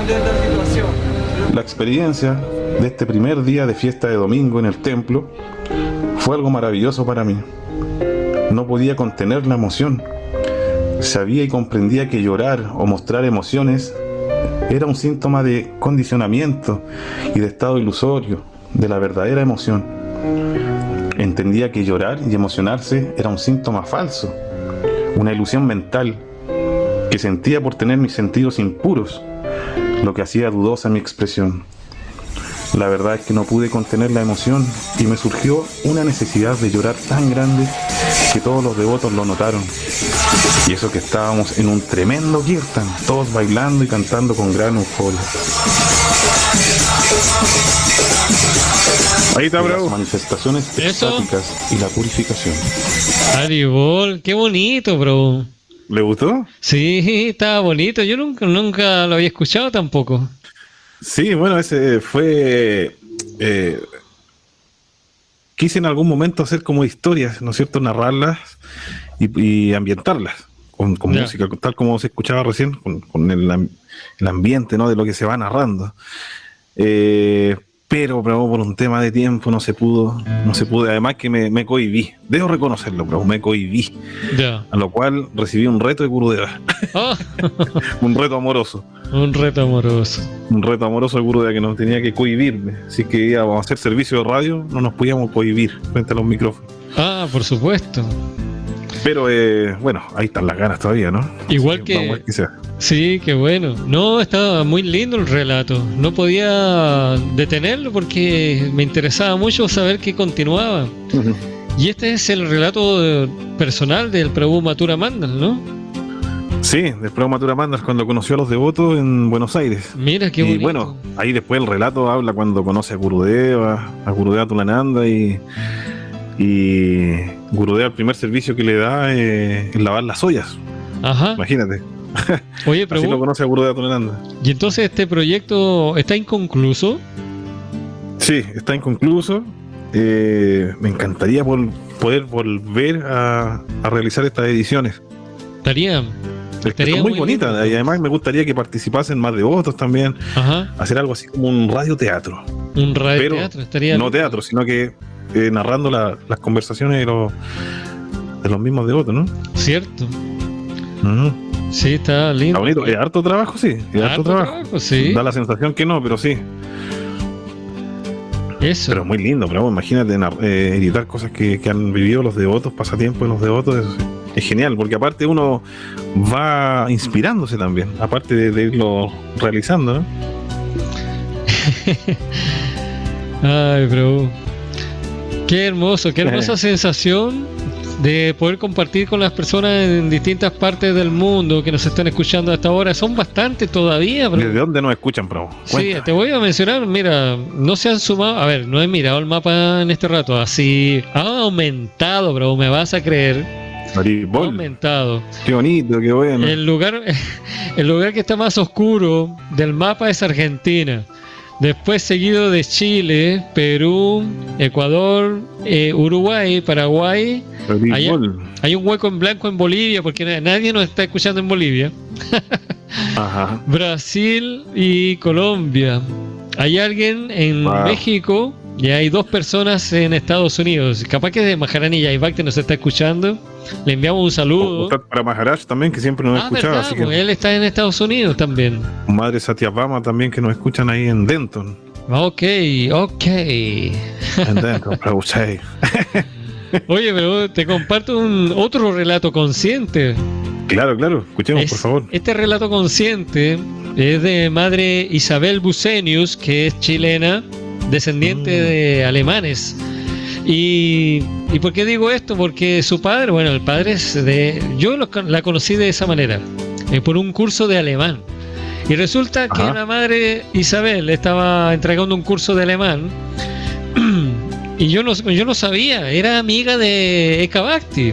La experiencia de este primer día de fiesta de domingo en el templo fue algo maravilloso para mí. No podía contener la emoción. sabía y comprendía que llorar o mostrar emociones era un síntoma de condicionamiento y de estado ilusorio de la verdadera emoción. Entendía que llorar y emocionarse era un síntoma falso, una ilusión mental que sentía por tener mis sentidos impuros, lo que hacía dudosa mi expresión. La verdad es que no pude contener la emoción y me surgió una necesidad de llorar tan grande que todos los devotos lo notaron. Y eso que estábamos en un tremendo kirtan, todos bailando y cantando con gran euforia. Ahí está, bro. Las manifestaciones extáticas y la purificación. Haribol, qué bonito, bro. ¿Le gustó? Sí, estaba bonito. Yo nunca lo había escuchado tampoco. Sí, bueno, ese fue... quise en algún momento hacer como historias, ¿no es cierto? Narrarlas y ambientarlas con música, tal como se escuchaba recién, con el ambiente, ¿no? De lo que se va narrando. Pero por un tema de tiempo no se pudo. Además que me cohibí. Debo reconocerlo, pero me cohibí. Ya. A lo cual recibí un reto de Gurudeva. Oh. Un reto amoroso. Un reto amoroso de Gurudeva, que nos tenía que cohibirme. Así que íbamos a hacer servicio de radio, no nos podíamos cohibir frente a los micrófonos. Ah, por supuesto. Pero bueno, ahí están las ganas todavía, ¿no? Igual que sí, qué bueno. No, estaba muy lindo el relato. No podía detenerlo porque me interesaba mucho saber que continuaba. Uh-huh. Y este es el relato personal del Prabhu Mathura Mandal, ¿no? Sí, del Prabhu Mathura Mandal cuando conoció a los devotos en Buenos Aires. Mira, qué bonito. Y bueno, ahí después el relato habla cuando conoce a Gurudeva Tulananda y Gurudeva, el primer servicio que le da es lavar las ollas. Ajá. Imagínate. Oye, pero así lo conoce a Gurudeva Tulananda. ¿Y entonces este proyecto está inconcluso? Sí, está inconcluso. Me encantaría poder volver a realizar estas ediciones. Estaría muy bonita, lindo. Y además me gustaría que participasen más devotos también. Ajá. Hacer algo así como un radioteatro. Un radioteatro estaría. No teatro, sino que narrando las conversaciones de los mismos devotos, ¿no? Cierto. Uh-huh. Sí, está lindo. Está bonito. Es harto trabajo, sí. Harto trabajo, sí. Da la sensación que no, pero sí. Eso. Pero es muy lindo, pero imagínate editar cosas que han vivido los devotos, pasatiempos de los devotos. Es genial, porque aparte uno va inspirándose también, aparte de irlo realizando, ¿no? Ay, bro. Qué hermosa sensación de poder compartir con las personas en distintas partes del mundo que nos están escuchando hasta ahora. Son bastantes todavía, bro. ¿Desde dónde nos escuchan, bro? Sí, te voy a mencionar, mira, no se han sumado, a ver, no he mirado el mapa en este rato, así ha aumentado, bro, me vas a creer. Ha aumentado. Qué bonito, qué bueno. El lugar que está más oscuro del mapa es Argentina. Después seguido de Chile, Perú, Ecuador, Uruguay, Paraguay. Hay un hueco en blanco en Bolivia porque nadie nos está escuchando en Bolivia. Ajá. Brasil y Colombia. Hay alguien en México y hay 2 personas en Estados Unidos. Capaz que de Maharani Yaivakti nos está escuchando. Le enviamos un saludo. Para Maharaj también, que siempre nos escuchaba. Así que él está en Estados Unidos también. Madre Satyabhama también, que nos escuchan ahí en Denton. Ok. En Denton, Oye, pero te comparto otro relato consciente. Claro, escuchemos, por favor. Este relato consciente es de Madre Isabel Bucenius, que es chilena, descendiente de alemanes. ¿Y por qué digo esto? Porque su padre, bueno, el padre es yo la conocí de esa manera, por un curso de alemán. Y resulta que la madre Isabel estaba entregando un curso de alemán y yo no sabía, era amiga de Eka Bhakti.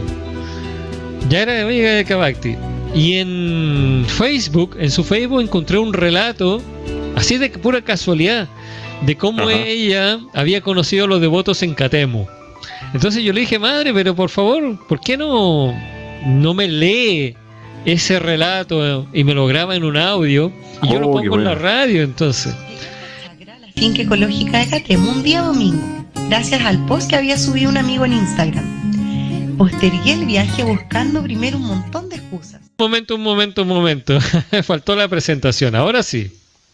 Ya era amiga de Eka Bhakti. Y en su Facebook encontré un relato, así de pura casualidad, de cómo ella había conocido a los devotos en Catemu. Entonces yo le dije, madre, pero por favor, ¿por qué no me lee ese relato y me lo graba en un audio y yo lo pongo en la radio? Entonces la finca ecológica de Catemu un día domingo, gracias al post que había subido un amigo en Instagram. Postergué el viaje buscando primero un montón de excusas. Un momento. Faltó la presentación. Ahora sí.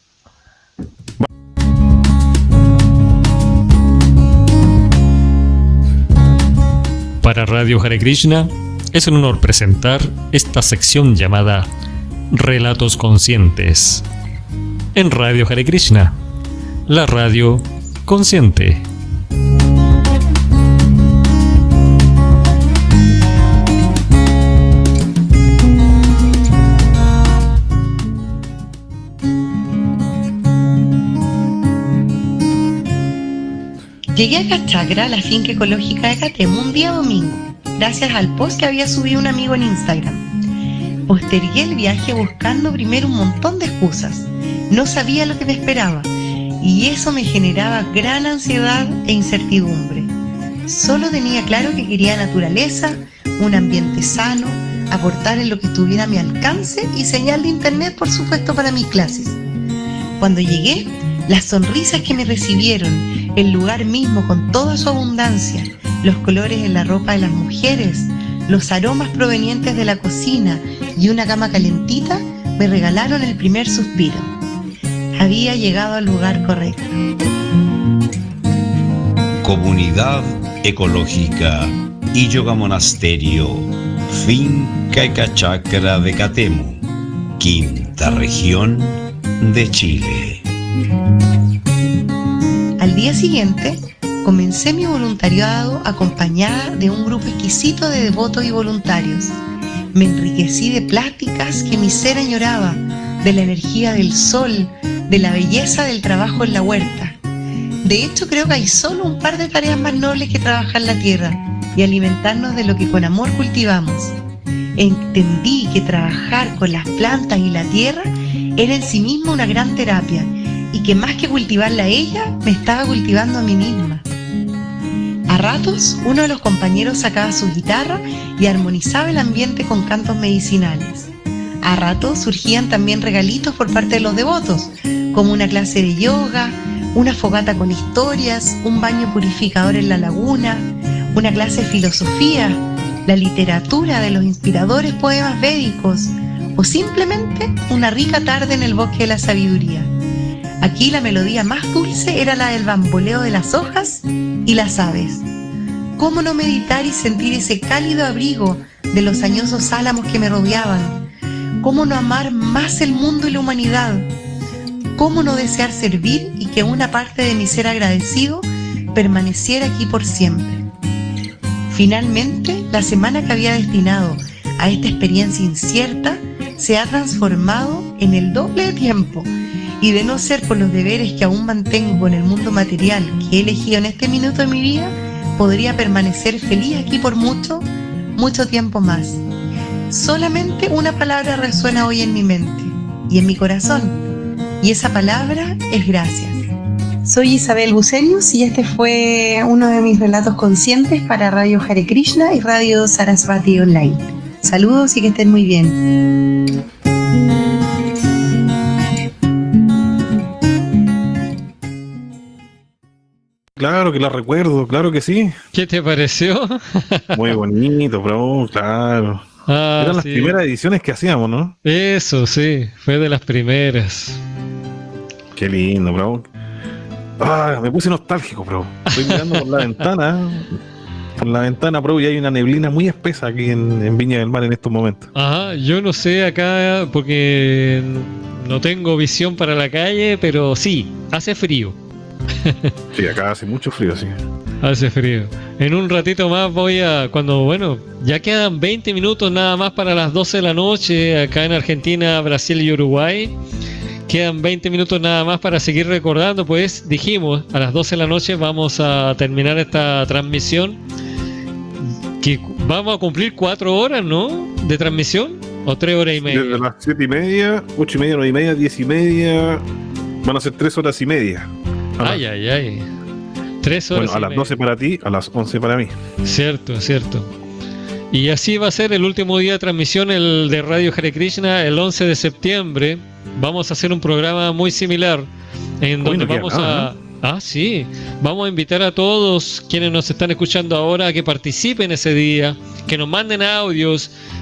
Para Radio Hare Krishna es un honor presentar esta sección llamada Relatos Conscientes. En Radio Hare Krishna, la radio consciente. Llegué a Cachacra, la finca ecológica de Catemo, un día domingo, gracias al post que había subido un amigo en Instagram. Postergué el viaje buscando primero un montón de excusas. No sabía lo que me esperaba y eso me generaba gran ansiedad e incertidumbre. Solo tenía claro que quería naturaleza, un ambiente sano, aportar en lo que estuviera a mi alcance y señal de internet, por supuesto, para mis clases. Cuando llegué, las sonrisas que me recibieron, el lugar mismo con toda su abundancia, los colores en la ropa de las mujeres, los aromas provenientes de la cocina y una cama calentita me regalaron el primer suspiro. Había llegado al lugar correcto. Comunidad Ecológica y Yoga Monasterio, Finca Cachacra de Catemo, quinta región de Chile. Al día siguiente, comencé mi voluntariado acompañada de un grupo exquisito de devotos y voluntarios. Me enriquecí de pláticas que mi ser añoraba, de la energía del sol, de la belleza del trabajo en la huerta. De hecho, creo que hay solo un par de tareas más nobles que trabajar la tierra y alimentarnos de lo que con amor cultivamos. Entendí que trabajar con las plantas y la tierra era en sí mismo una gran terapia, y que más que cultivarla a ella, me estaba cultivando a mí misma. A ratos, uno de los compañeros sacaba su guitarra y armonizaba el ambiente con cantos medicinales. A ratos surgían también regalitos por parte de los devotos, como una clase de yoga, una fogata con historias, un baño purificador en la laguna, una clase de filosofía, la literatura de los inspiradores poemas védicos, o simplemente una rica tarde en el bosque de la sabiduría. Aquí la melodía más dulce era la del bamboleo de las hojas y las aves. ¿Cómo no meditar y sentir ese cálido abrigo de los añosos álamos que me rodeaban? ¿Cómo no amar más el mundo y la humanidad? ¿Cómo no desear servir y que una parte de mi ser agradecido permaneciera aquí por siempre? Finalmente, la semana que había destinado a esta experiencia incierta se ha transformado en el doble de tiempo. Y de no ser por los deberes que aún mantengo en el mundo material que he elegido en este minuto de mi vida, podría permanecer feliz aquí por mucho, mucho tiempo más. Solamente una palabra resuena hoy en mi mente y en mi corazón, y esa palabra es gracias. Soy Isabel Bucenius y este fue uno de mis relatos conscientes para Radio Hare Krishna y Radio Sarasvati Online. Saludos y que estén muy bien. Claro que la recuerdo, claro que sí. ¿Qué te pareció? Muy bonito, bro, claro. Eran las primeras ediciones que hacíamos, ¿no? Eso, sí, fue de las primeras. Qué lindo, bro. Me puse nostálgico, bro. Estoy mirando por la ventana. Por la ventana, bro, y hay una neblina muy espesa aquí en Viña del Mar en estos momentos. Ajá, yo no sé acá porque no tengo visión para la calle, pero sí, hace frío. Sí, acá hace mucho frío, sí. Hace frío. En un ratito más ya quedan 20 minutos nada más para las 12 de la noche acá en Argentina, Brasil y Uruguay. Quedan 20 minutos nada más para seguir recordando, pues dijimos, a las 12 de la noche vamos a terminar esta transmisión, que vamos a cumplir 4 horas, ¿no? De transmisión, o 3 horas y media. Desde las 7:30, 8:30, 9:30, 10:30, van a ser 3 horas y media. Ay. 3 horas. Bueno, a las 12 para ti, a las 11 para mí. Cierto. Y así va a ser el último día de transmisión, el de Radio Hare Krishna, el 11 de septiembre. Vamos a hacer un programa muy similar, en donde vamos vamos a invitar a todos quienes nos están escuchando ahora a que participen ese día, que nos manden audios,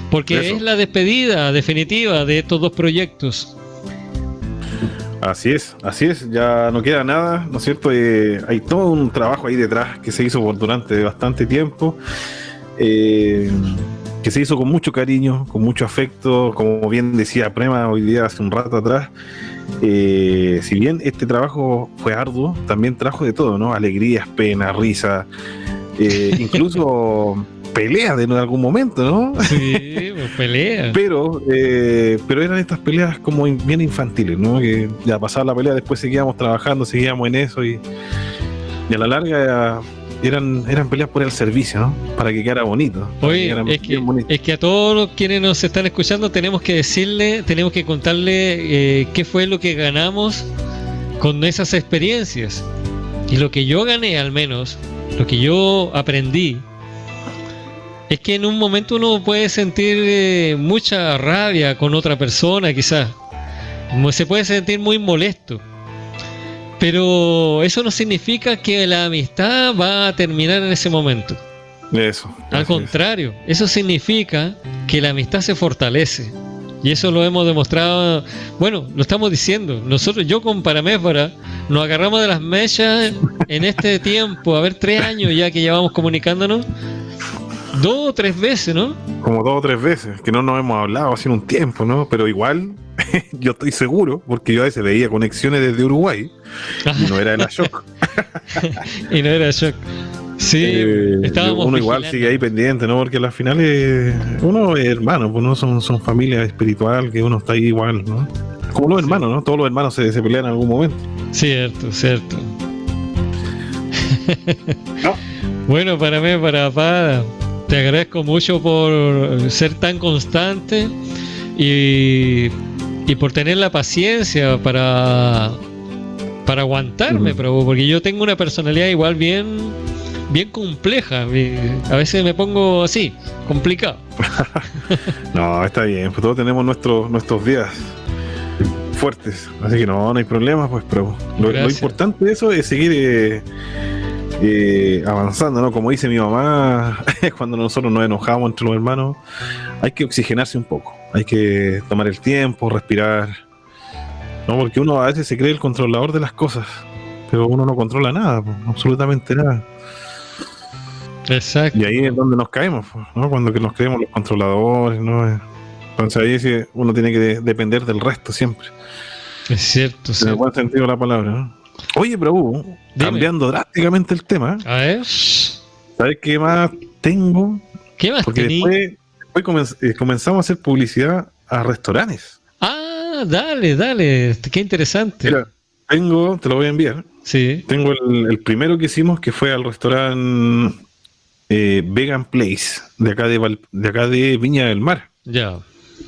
porque Eso. es la despedida definitiva de estos dos proyectos. Así es, ya no queda nada, ¿no es cierto? Hay todo un trabajo ahí detrás que se hizo durante bastante tiempo, que se hizo con mucho cariño, con mucho afecto, como bien decía Prema hoy día hace un rato atrás. Si bien este trabajo fue arduo, también trajo de todo, ¿no? Alegrías, penas, risas, incluso peleas en algún momento, ¿no? Sí, pues peleas. Pero eran estas peleas como bien infantiles, ¿no? Que ya pasaba la pelea, después seguíamos trabajando, seguíamos en eso y a la larga eran peleas por el servicio, ¿no? Para que quedara bonito. Oye, es que a todos los quienes nos están escuchando tenemos que decirle, tenemos que contarle qué fue lo que ganamos con esas experiencias. Y lo que yo gané, al menos, lo que yo aprendí, es que en un momento uno puede sentir mucha rabia con otra persona, quizás. Se puede sentir muy molesto. Pero eso no significa que la amistad va a terminar en ese momento. Eso. Al contrario, eso significa que la amistad se fortalece. Y eso lo hemos demostrado, bueno, lo estamos diciendo. Nosotros, yo con Paraméfara, nos agarramos de las mechas en este tiempo, a ver, 3 años ya que llevamos comunicándonos. 2 o 3 veces, ¿no? Como 2 o 3 veces, que no nos hemos hablado hace un tiempo, ¿no? Pero igual, yo estoy seguro, porque yo a veces veía conexiones desde Uruguay y no era de la Shock. Y no era Shock. Sí, estábamos uno igual vigilando. sigue ahí pendiente, ¿no? Porque al final uno es hermano, pues no son familia espiritual, que uno está ahí igual, ¿no? Como los hermanos, ¿no? Todos los hermanos se pelean en algún momento. Cierto. ¿No? Bueno, para Pada, te agradezco mucho por ser tan constante y por tener la paciencia para aguantarme, pero porque yo tengo una personalidad igual bien compleja. A veces me pongo así, complicado. No, está bien, pues todos tenemos nuestros días fuertes, así que no hay problema, pues, pero lo importante de eso es seguir avanzando, ¿no? Como dice mi mamá, cuando nosotros nos enojamos entre los hermanos, hay que oxigenarse un poco, hay que tomar el tiempo, respirar, ¿no? Porque uno a veces se cree el controlador de las cosas, pero uno no controla nada, pues, absolutamente nada. Exacto. Y ahí es donde nos caemos, ¿no? Cuando nos creemos los controladores, ¿no? Entonces ahí sí uno tiene que depender del resto siempre. Es cierto, en el buen sentido de la palabra, ¿no? Oye, pero cambiando drásticamente el tema, a ver, ¿sabes qué más tengo? ¿Qué más Porque tení? después comenzamos a hacer publicidad a restaurantes. Ah, dale, qué interesante. Mira, te lo voy a enviar. Sí. Tengo el primero que hicimos, que fue al restaurante Vegan Place, de acá de Viña del Mar. Ya.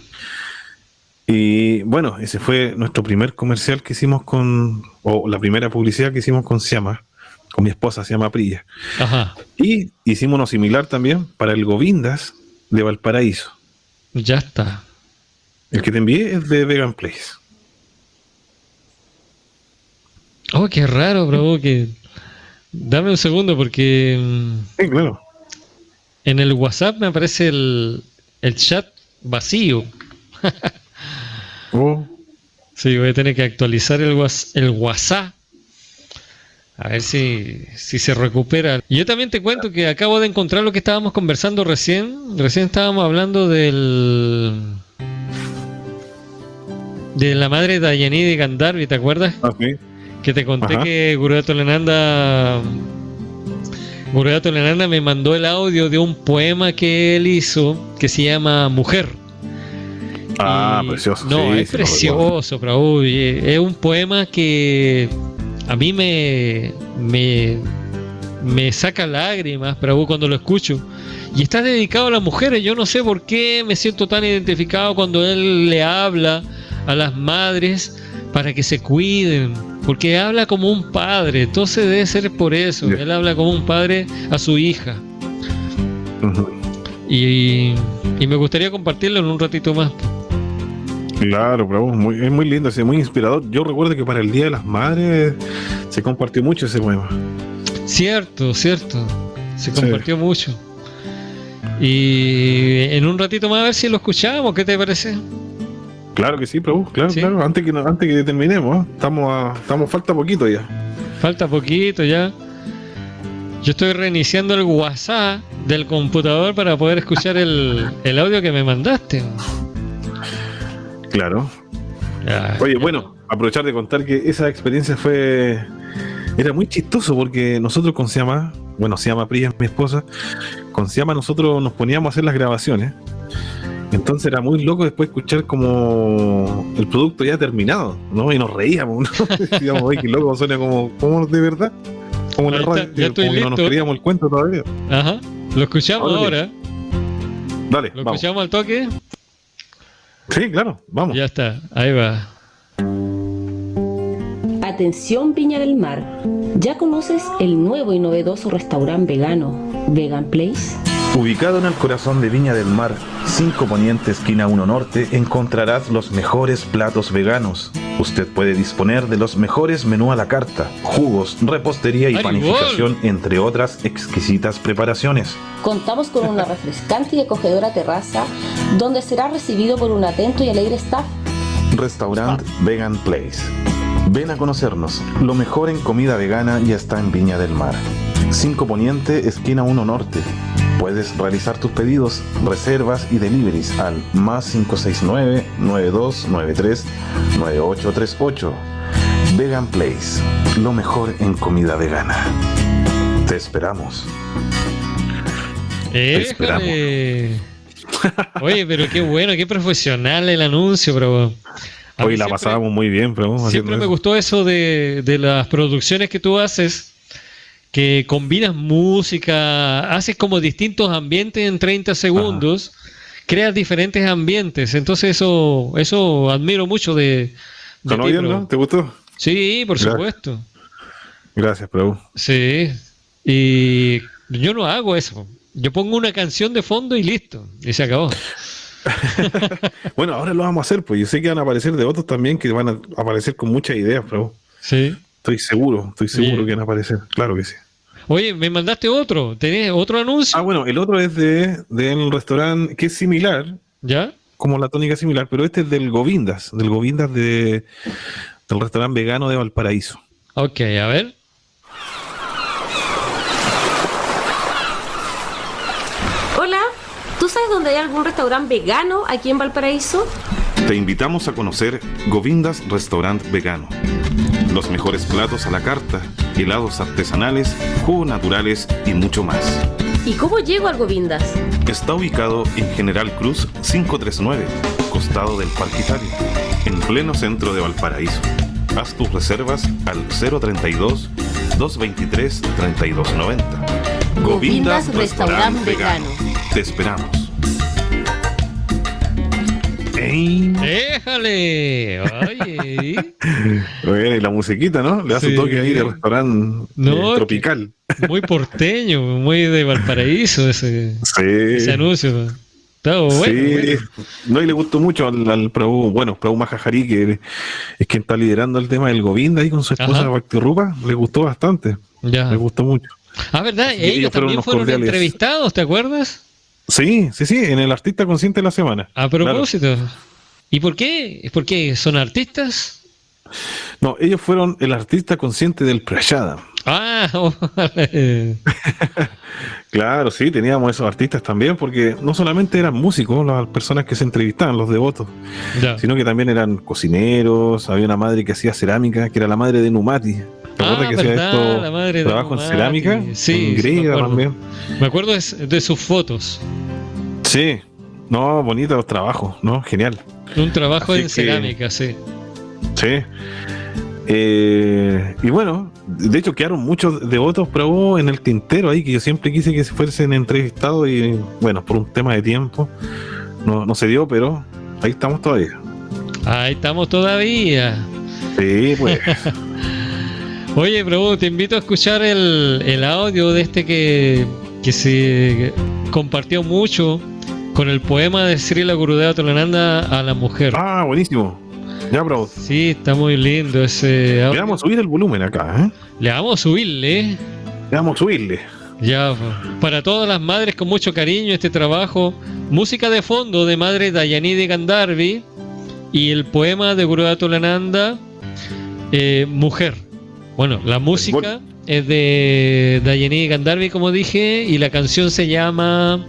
Y bueno, ese fue nuestro primer comercial que hicimos o la primera publicidad que hicimos con Siama, con mi esposa, Siama Prilla. Ajá. Y hicimos uno similar también para el Govindas de Valparaíso. Ya está. El que te envié es de Vegan Place. Oh, qué raro, bro, que... Dame un segundo porque... Sí, claro. En el WhatsApp me aparece el chat vacío. Sí, voy a tener que actualizar el WhatsApp. A ver si se recupera. Yo también te cuento que acabo de encontrar lo que estábamos conversando recién. Recién estábamos hablando de la madre de Dayani de Gandharvi, ¿te acuerdas? Sí. Que te conté Ajá. que Gurudato Lenanda me mandó el audio de un poema que él hizo que se llama Mujer. Precioso. No, sí, es precioso, Prabhu. Es un poema que a mí me saca lágrimas, Prabhu, cuando lo escucho. Y está dedicado a las mujeres. Yo no sé por qué me siento tan identificado cuando él le habla a las madres para que se cuiden, porque habla como un padre. Entonces debe ser por eso. Yeah. Él habla como un padre a su hija. Y me gustaría compartirlo en un ratito más. Claro, pero es muy lindo, es muy inspirador. Yo recuerdo que para el Día de las Madres se compartió mucho ese poema. Cierto. Se compartió mucho. Y en un ratito más a ver si lo escuchamos, ¿qué te parece? Claro que sí, Prabhu, claro, ¿Sí? claro, antes que terminemos, falta poquito ya. Falta poquito ya. Yo estoy reiniciando el WhatsApp del computador para poder escuchar el audio que me mandaste. Claro. Oye, bueno, aprovechar de contar que esa experiencia era muy chistoso porque nosotros con Siama, Priya, mi esposa, con Siama nosotros nos poníamos a hacer las grabaciones. Entonces era muy loco después escuchar como el producto ya terminado, ¿no? Y nos reíamos, ¿no? Decíamos, oye, qué loco, suena como de verdad. Como la radio, ya estoy como listo. Que no nos creíamos el cuento todavía. Ajá, lo escuchamos ahora. Dale, ¿Lo vamos. escuchamos al toque? Sí, claro, vamos. Ya está, ahí va. Atención Viña del Mar, ¿ya conoces el nuevo y novedoso restaurante vegano Vegan Place? Ubicado en el corazón de Viña del Mar, 5 Poniente, esquina 1 Norte, encontrarás los mejores platos veganos. Usted puede disponer de los mejores menú a la carta, jugos, repostería y panificación, entre otras exquisitas preparaciones. Contamos con una refrescante y acogedora terraza donde será recibido por un atento y alegre staff. Restaurant Vegan Place. Ven a conocernos. Lo mejor en comida vegana ya está en Viña del Mar. 5 Poniente, esquina 1 Norte. Puedes realizar tus pedidos, reservas y deliveries al +569 9293 9838. Vegan Place. Lo mejor en comida vegana. Te esperamos. Oye, pero qué bueno, qué profesional el anuncio, pero hoy la pasábamos muy bien, pero siempre me gustó eso de las producciones que tú haces, que combinas música, haces como distintos ambientes en 30 segundos, creas diferentes ambientes, entonces eso admiro mucho de ¿Sonó ti, bien, Prabhu. no? ¿Te gustó? Sí, por supuesto. Gracias, Prabhu. Sí, y yo no hago eso. Yo pongo una canción de fondo y listo, y se acabó. Bueno, ahora lo vamos a hacer, pues yo sé que van a aparecer de otros también que van a aparecer con muchas ideas, Prabhu. Sí. Estoy seguro Bien. que van a aparecer, claro que sí. Oye, me mandaste otro, ¿tenés otro anuncio? Ah, bueno, el otro es del restaurante que es similar, ¿ya? Como la tónica similar, pero este es del Govindas del restaurante vegano de Valparaíso. Ok, a ver. Hola, ¿tú sabes dónde hay algún restaurante vegano aquí en Valparaíso? Te invitamos a conocer Govindas Restaurant Vegano. Los mejores platos a la carta, helados artesanales, jugos naturales y mucho más. ¿Y cómo llego al Govindas? Está ubicado en General Cruz 539, costado del Parque Italia, en pleno centro de Valparaíso. Haz tus reservas al 032-223-3290. Govindas Restaurant Vegano. Te esperamos. ¡Déjale! Oye. Bueno, y la musiquita, ¿no? Le da su toque ahí de restaurante tropical. Muy porteño, muy de Valparaíso ese anuncio. Está bueno, sí, bueno. No, y le gustó mucho al Prabhu, Prabhu Mahajari, que es quien está liderando el tema del Govinda ahí con su esposa Bhakti Rupa, le gustó bastante. Ya. Le gustó mucho. Ah, ¿verdad? Ellos también fueron entrevistados, ¿te acuerdas? Sí, en el Artista Consciente de la Semana. A propósito. Claro. ¿Y por qué? ¿Por qué son artistas? No, ellos fueron el artista consciente del Prayada. Ah, claro, sí, teníamos esos artistas también, porque no solamente eran músicos las personas que se entrevistaban, los devotos, sino que también eran cocineros. Había una madre que hacía cerámica, que era la madre de Numati. ¿Te acuerdas que hacía esto, trabajo en cerámica? Sí, en griega también. Me acuerdo de sus fotos. Sí, no, bonitos los trabajos, ¿no? Genial. Un trabajo en cerámica, sí. Sí. Y bueno, de hecho quedaron muchos devotos Prabhu en el tintero ahí, que yo siempre quise que se fuesen entrevistados y bueno, por un tema de tiempo no se dio, pero ahí estamos todavía. Ahí estamos todavía. Sí, pues. Oye, Prabhu, te invito a escuchar el audio de este que se compartió mucho con el poema de Srila Gurudeva Tulananda a la mujer. Ah, buenísimo. Ya, Prabhu. Sí, está muy lindo ese audio. Le vamos a subir el volumen acá, ¿eh? Le vamos a subirle. Le vamos a subirle. Ya, para todas las madres con mucho cariño este trabajo, música de fondo de madre Dayanidi Gandharvi y el poema de Guru Atulananda, Mujer. Bueno, la música es de Dayanidi Gandharvi, como dije, y la canción se llama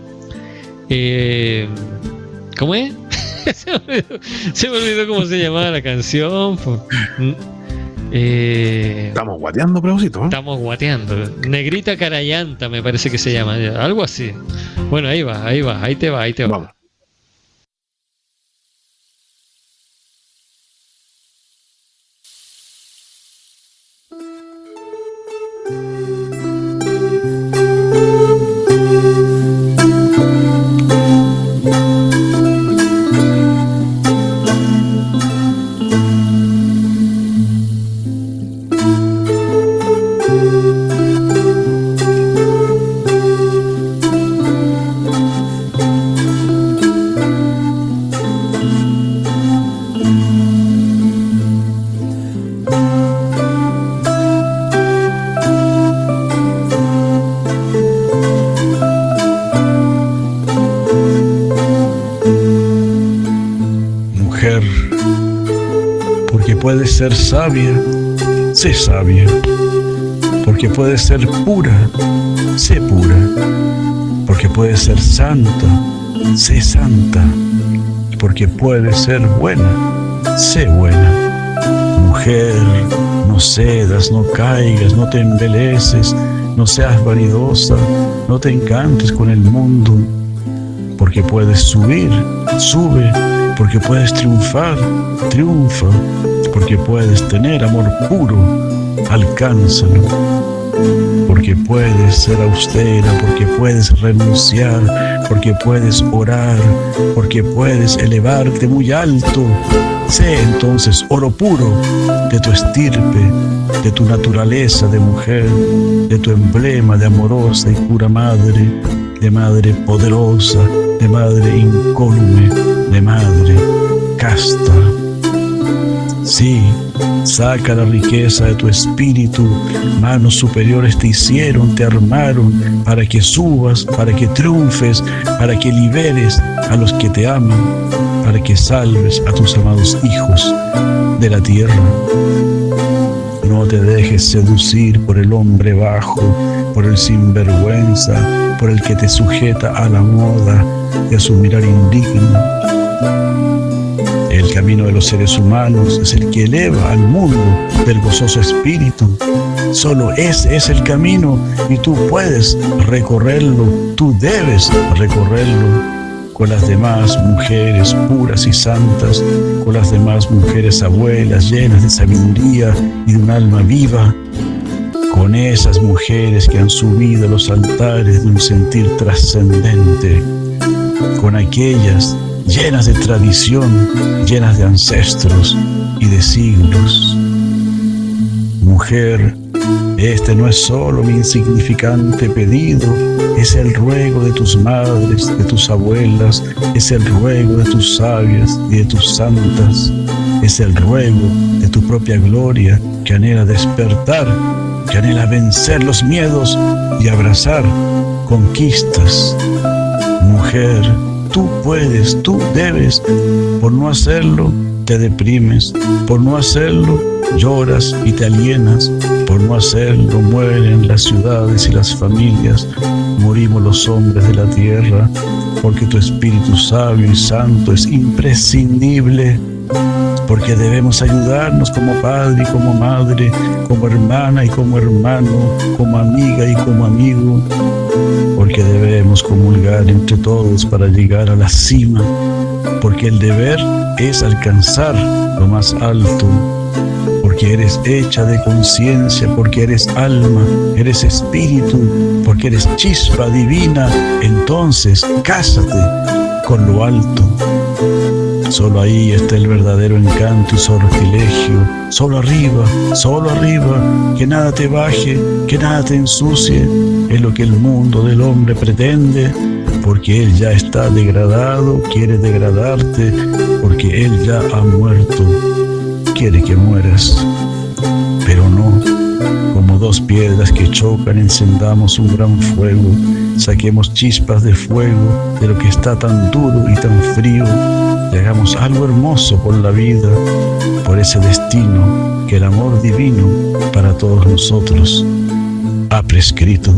¿cómo es? se me olvidó cómo se llamaba la canción. Estamos guateando, Preusito, ¿eh? Estamos guateando. Negrita Carayanta me parece que se llama, algo así. Bueno, ahí te va. Vamos. Puedes ser sabia, sé sabia. Porque puedes ser pura, sé pura. Porque puedes ser santa, sé santa. Porque puedes ser buena, sé buena. Mujer, no cedas, no caigas, no te embeleces, no seas vanidosa, no te encantes con el mundo. Porque puedes subir, sube. Porque puedes triunfar, triunfa. Porque puedes tener amor puro, alcánzalo. Porque puedes ser austera, porque puedes renunciar, porque puedes orar, porque puedes elevarte muy alto. Sé entonces oro puro de tu estirpe, de tu naturaleza de mujer, de tu emblema de amorosa y pura madre, de madre poderosa, de madre incólume, de madre casta. Sí, saca la riqueza de tu espíritu. Manos superiores te hicieron, te armaron para que subas, para que triunfes, para que liberes a los que te aman, para que salves a tus amados hijos de la tierra. No te dejes seducir por el hombre bajo, por el sinvergüenza, por el que te sujeta a la moda y a su mirar indigno. El camino de los seres humanos es el que eleva al mundo del gozoso espíritu. Solo ese es el camino y tú puedes recorrerlo, tú debes recorrerlo con las demás mujeres puras y santas, con las demás mujeres abuelas llenas de sabiduría y de un alma viva, con esas mujeres que han subido a los altares de un sentir trascendente, con aquellas llenas de tradición, llenas de ancestros y de siglos. Mujer, este no es solo mi insignificante pedido, es el ruego de tus madres, de tus abuelas, es el ruego de tus sabias y de tus santas, es el ruego de tu propia gloria que anhela despertar, que anhela vencer los miedos y abrazar conquistas. Mujer, tú puedes, tú debes. Por no hacerlo, te deprimes. Por no hacerlo, lloras y te alienas. Por no hacerlo, mueren las ciudades y las familias. Morimos los hombres de la tierra. Porque tu espíritu sabio y santo es imprescindible. Porque debemos ayudarnos como padre y como madre, como hermana y como hermano, como amiga y como amigo. Porque debemos comulgar entre todos para llegar a la cima. Porque el deber es alcanzar lo más alto. Porque eres hecha de conciencia, porque eres alma, eres espíritu, porque eres chispa divina. Entonces, cásate con lo alto. Solo ahí está el verdadero encanto y sortilegio. Solo arriba, que nada te baje, que nada te ensucie. Es lo que el mundo del hombre pretende, porque él ya está degradado, quiere degradarte, porque él ya ha muerto, quiere que mueras. Pero no, Como dos piedras que chocan, encendamos un gran fuego, saquemos chispas de fuego de lo que está tan duro y tan frío, y hagamos algo hermoso por la vida, por ese destino que el amor divino para todos nosotros ha prescrito.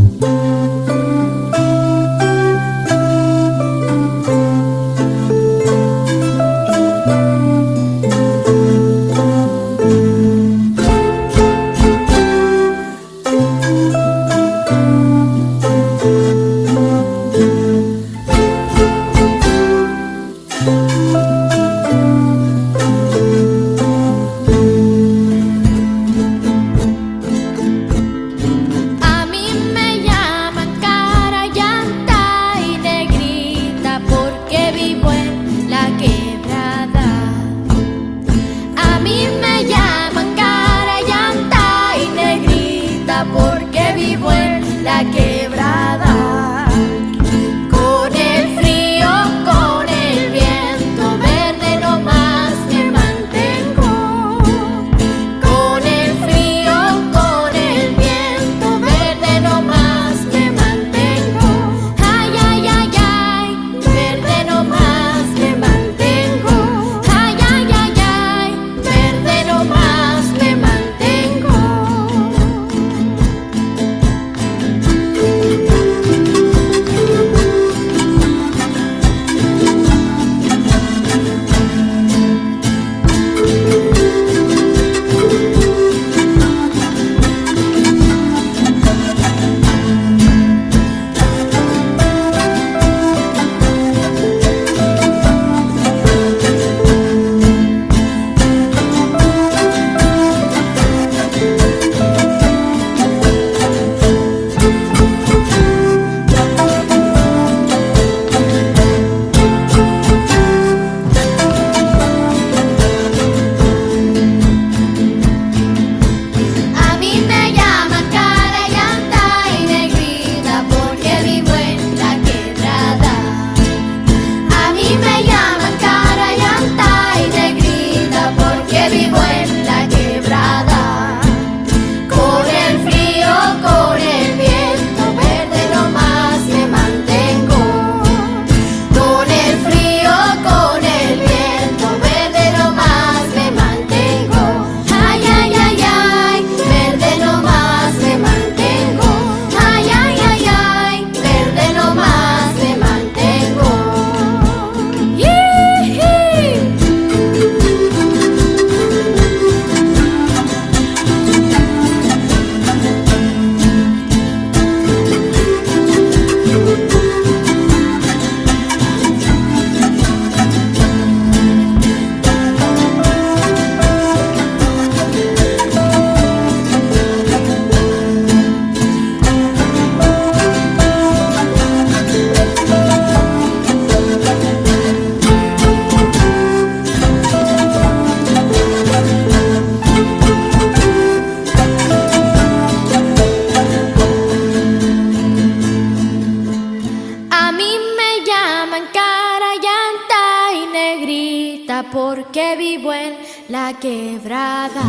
porque vivo en la quebrada.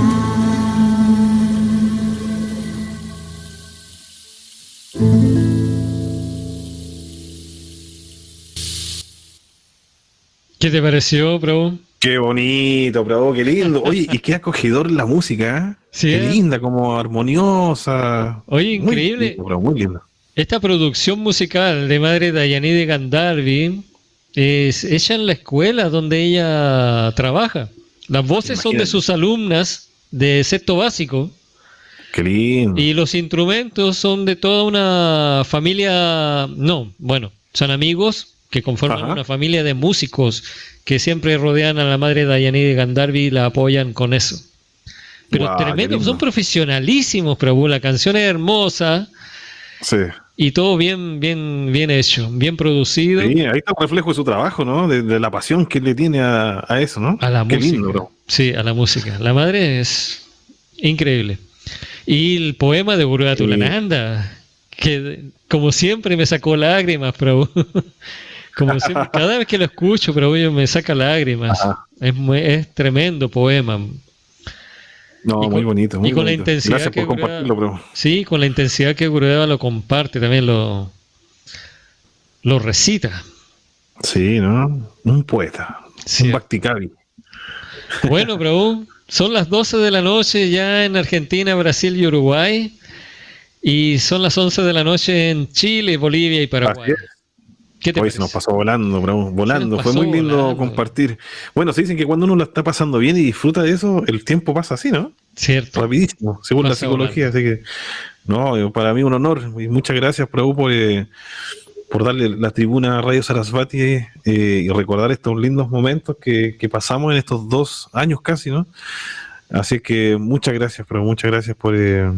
¿Qué te pareció, Bravo? Qué bonito, Bravo, qué lindo. Oye, y qué acogedor la música, ¿eh? Sí, qué linda, como armoniosa. Oye, increíble. Muy linda. Esta producción musical de Madre Dayanide Gandharvi es hecha en la escuela donde ella trabaja. Las voces son de sus alumnas de sexto básico. Qué lindo. Y los instrumentos son de toda una familia, son amigos que conforman una familia de músicos que siempre rodean a la Madre Dayanide Gandharvi y la apoyan con eso. Pero tremendo, son profesionalísimos, pero la canción es hermosa. Sí. Y todo bien hecho, bien producido. Sí, ahí está un reflejo de su trabajo, ¿no? De la pasión que le tiene a eso, ¿no? A la Qué música. lindo, bro. Sí, a la música. La madre es increíble. Y el poema de Burgatulananda, que como siempre me sacó lágrimas, pero como siempre, cada vez que lo escucho, pero me saca lágrimas. Es tremendo poema. No, muy bonito. Muy y con bonito. la intensidad Gracias por compartirlo, bro. Sí, con la intensidad que Gurudeva lo comparte, también lo recita. Sí, ¿no? Un poeta. Sí. Un Bhakti Kavi. Bueno, Prabhu, son las 12 de la noche ya en Argentina, Brasil y Uruguay. Y son las 11 de la noche en Chile, Bolivia y Paraguay. ¿Qué te parece? Se nos pasó volando, Prabhu, volando. Fue muy lindo compartir. Bueno, se dicen que cuando uno lo está pasando bien y disfruta de eso, el tiempo pasa así, ¿no? Cierto. Rapidísimo, según la psicología. Volando. Así que, no, para mí un honor. Y muchas gracias, Prabhu, por darle la tribuna a Radio Sarasvati y recordar estos lindos momentos que pasamos en estos 2 años casi, ¿no? Así que muchas gracias, Prabhu, muchas gracias por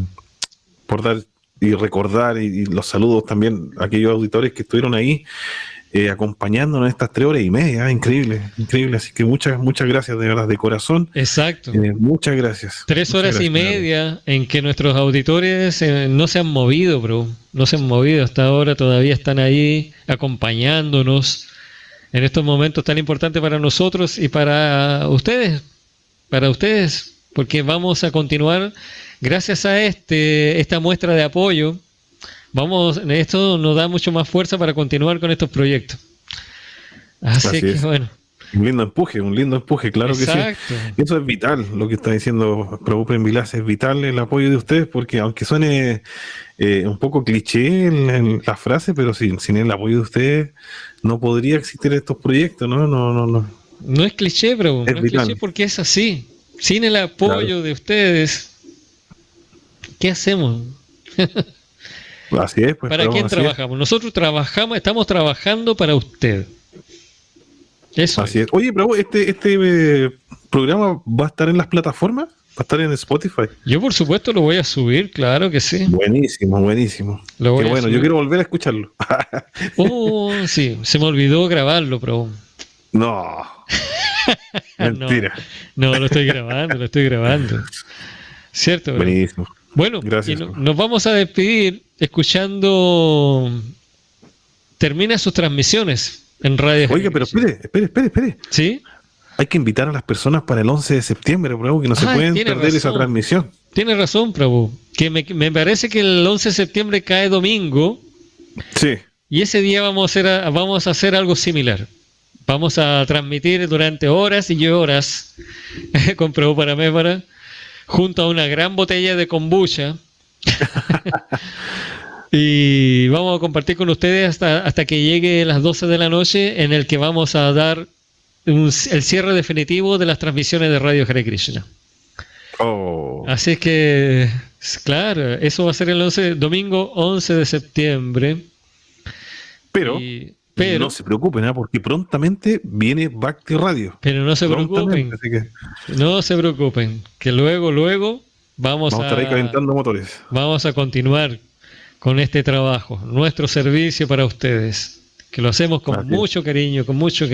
dar y recordar y los saludos también a aquellos auditores que estuvieron ahí acompañándonos estas 3 horas y media. Increíble, increíble. Así que muchas gracias, de verdad, de corazón. Exacto. Muchas gracias. 3 horas y media en que nuestros auditores no se han movido, bro. No se han movido hasta ahora, todavía están ahí acompañándonos en estos momentos tan importantes para nosotros y para ustedes, porque vamos a continuar gracias a esta muestra de apoyo. Esto nos da mucho más fuerza para continuar con estos proyectos. Así que bueno. Un lindo empuje, claro. Exacto. Que sí. Eso es vital, lo que está diciendo Prabhu Prem Vilas, es vital el apoyo de ustedes, porque aunque suene un poco cliché en la frase, pero sin el apoyo de ustedes no podría existir estos proyectos, ¿no? No es cliché, Prabhu, no es cliché porque es así. Sin el apoyo de ustedes, ¿qué hacemos? Así es, pues. ¿Para quién trabajamos? Nosotros estamos trabajando para usted. Eso así es. Oye, Prabhu, este programa va a estar en las plataformas, va a estar en Spotify. Yo por supuesto lo voy a subir, claro que sí. Buenísimo. Qué bueno, yo quiero volver a escucharlo. Sí, se me olvidó grabarlo, Prabhu. No. Mentira. No, lo estoy grabando. ¿Cierto? Bro? Buenísimo. Bueno, gracias, nos vamos a despedir escuchando. Termina sus transmisiones en Radio. Oiga, pero espere. ¿Sí? Hay que invitar a las personas para el 11 de septiembre, Prabhu, que no se pueden perder esa transmisión. Tiene razón, Prabhu. Que me parece que el 11 de septiembre cae domingo. Sí. Y ese día vamos a hacer algo similar. Vamos a transmitir durante horas y horas con Prabhu Paramesvara junto a una gran botella de kombucha. Y vamos a compartir con ustedes hasta que llegue las 12 de la noche, en el que vamos a dar el cierre definitivo de las transmisiones de Radio Hare Krishna. Así que, claro, eso va a ser el domingo 11 de septiembre. Pero no se preocupen, porque prontamente viene Bhakti Radio. Pero no se preocupen. No se preocupen, que luego vamos a estar ahí calentando motores. Vamos a continuar con este trabajo, nuestro servicio para ustedes, que lo hacemos con mucho cariño.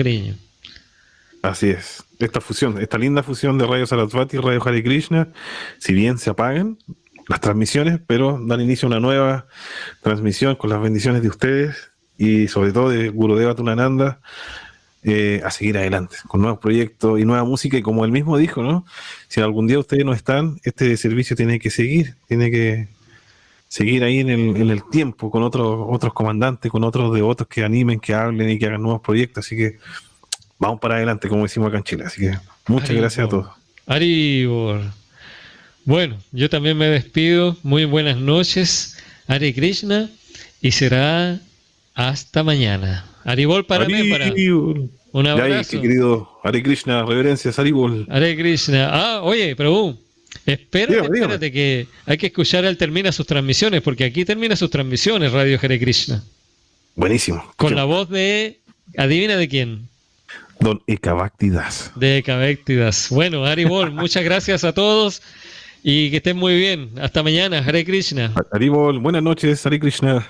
Así es. Esta linda fusión de Radio Sarasvati y Radio Hare Krishna, si bien se apagan las transmisiones, pero dan inicio a una nueva transmisión con las bendiciones de ustedes y sobre todo de Gurudeva Tulananda, a seguir adelante con nuevos proyectos y nueva música. Y como él mismo dijo, ¿no? Si algún día ustedes no están, este servicio tiene que seguir ahí en el tiempo, con otros comandantes, con otros devotos que animen, que hablen y que hagan nuevos proyectos. Así que vamos para adelante, como decimos acá en Chile. Así que muchas gracias a todos. Haribol. Bueno, yo también me despido. Muy buenas noches, Hare Krishna, y será hasta mañana. Haribol para mí. Un abrazo. Querido Hare Krishna, reverencias, Haribol. Hare Krishna. Oye, Prabhu, espérate que hay que escuchar al termina sus transmisiones, porque aquí termina sus transmisiones Radio Hare Krishna. Buenísimo. Con la voz de, adivina de quién. Don Ekavakti Das. De Ekavakti Das. Bueno, Haribol, muchas gracias a todos y que estén muy bien. Hasta mañana, Hare Krishna. Haribol, buenas noches, Hare Krishna.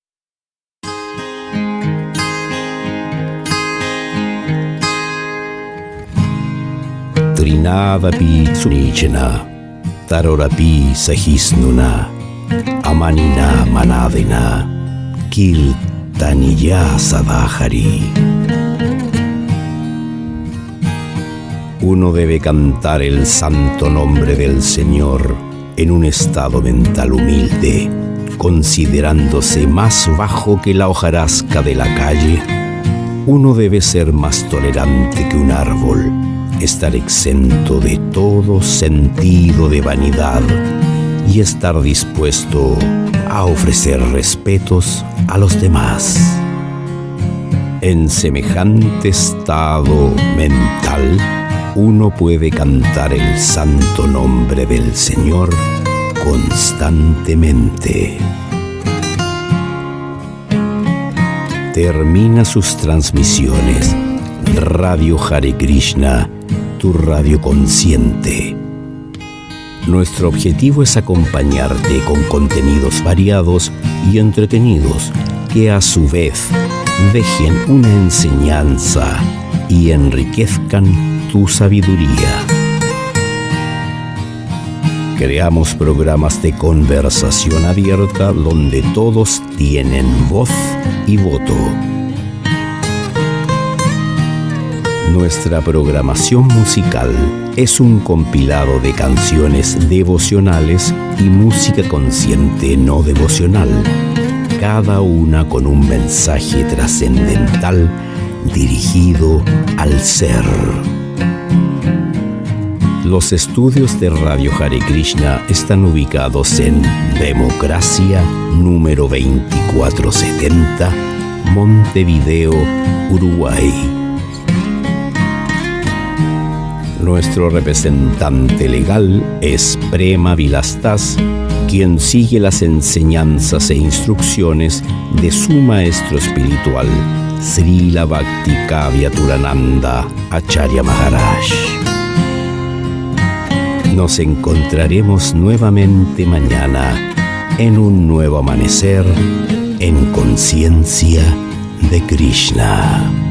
Trinavapi Sunichana, Tarorapi Sahisnuna, Amanina Manadina, Kirtaniya Sadahari. Uno debe cantar el santo nombre del Señor en un estado mental humilde, considerándose más bajo que la hojarasca de la calle. Uno debe ser más tolerante que un árbol, estar exento de todo sentido de vanidad y estar dispuesto a ofrecer respetos a los demás. En semejante estado mental, uno puede cantar el santo nombre del Señor constantemente. Termina sus transmisiones Radio Hare Krishna, tu radio consciente. Nuestro objetivo es acompañarte con contenidos variados y entretenidos que a su vez dejen una enseñanza y enriquezcan tu sabiduría. Creamos programas de conversación abierta donde todos tienen voz y voto. Nuestra programación musical es un compilado de canciones devocionales y música consciente no devocional, cada una con un mensaje trascendental dirigido al ser. Los estudios de Radio Hare Krishna están ubicados en Democracia número 2470, Montevideo, Uruguay. Nuestro representante legal es Prema Vilastas, quien sigue las enseñanzas e instrucciones de su maestro espiritual, Srila Bhakti-Kavya-Tulananda Acharya Maharaj. Nos encontraremos nuevamente mañana en un nuevo amanecer en conciencia de Krishna.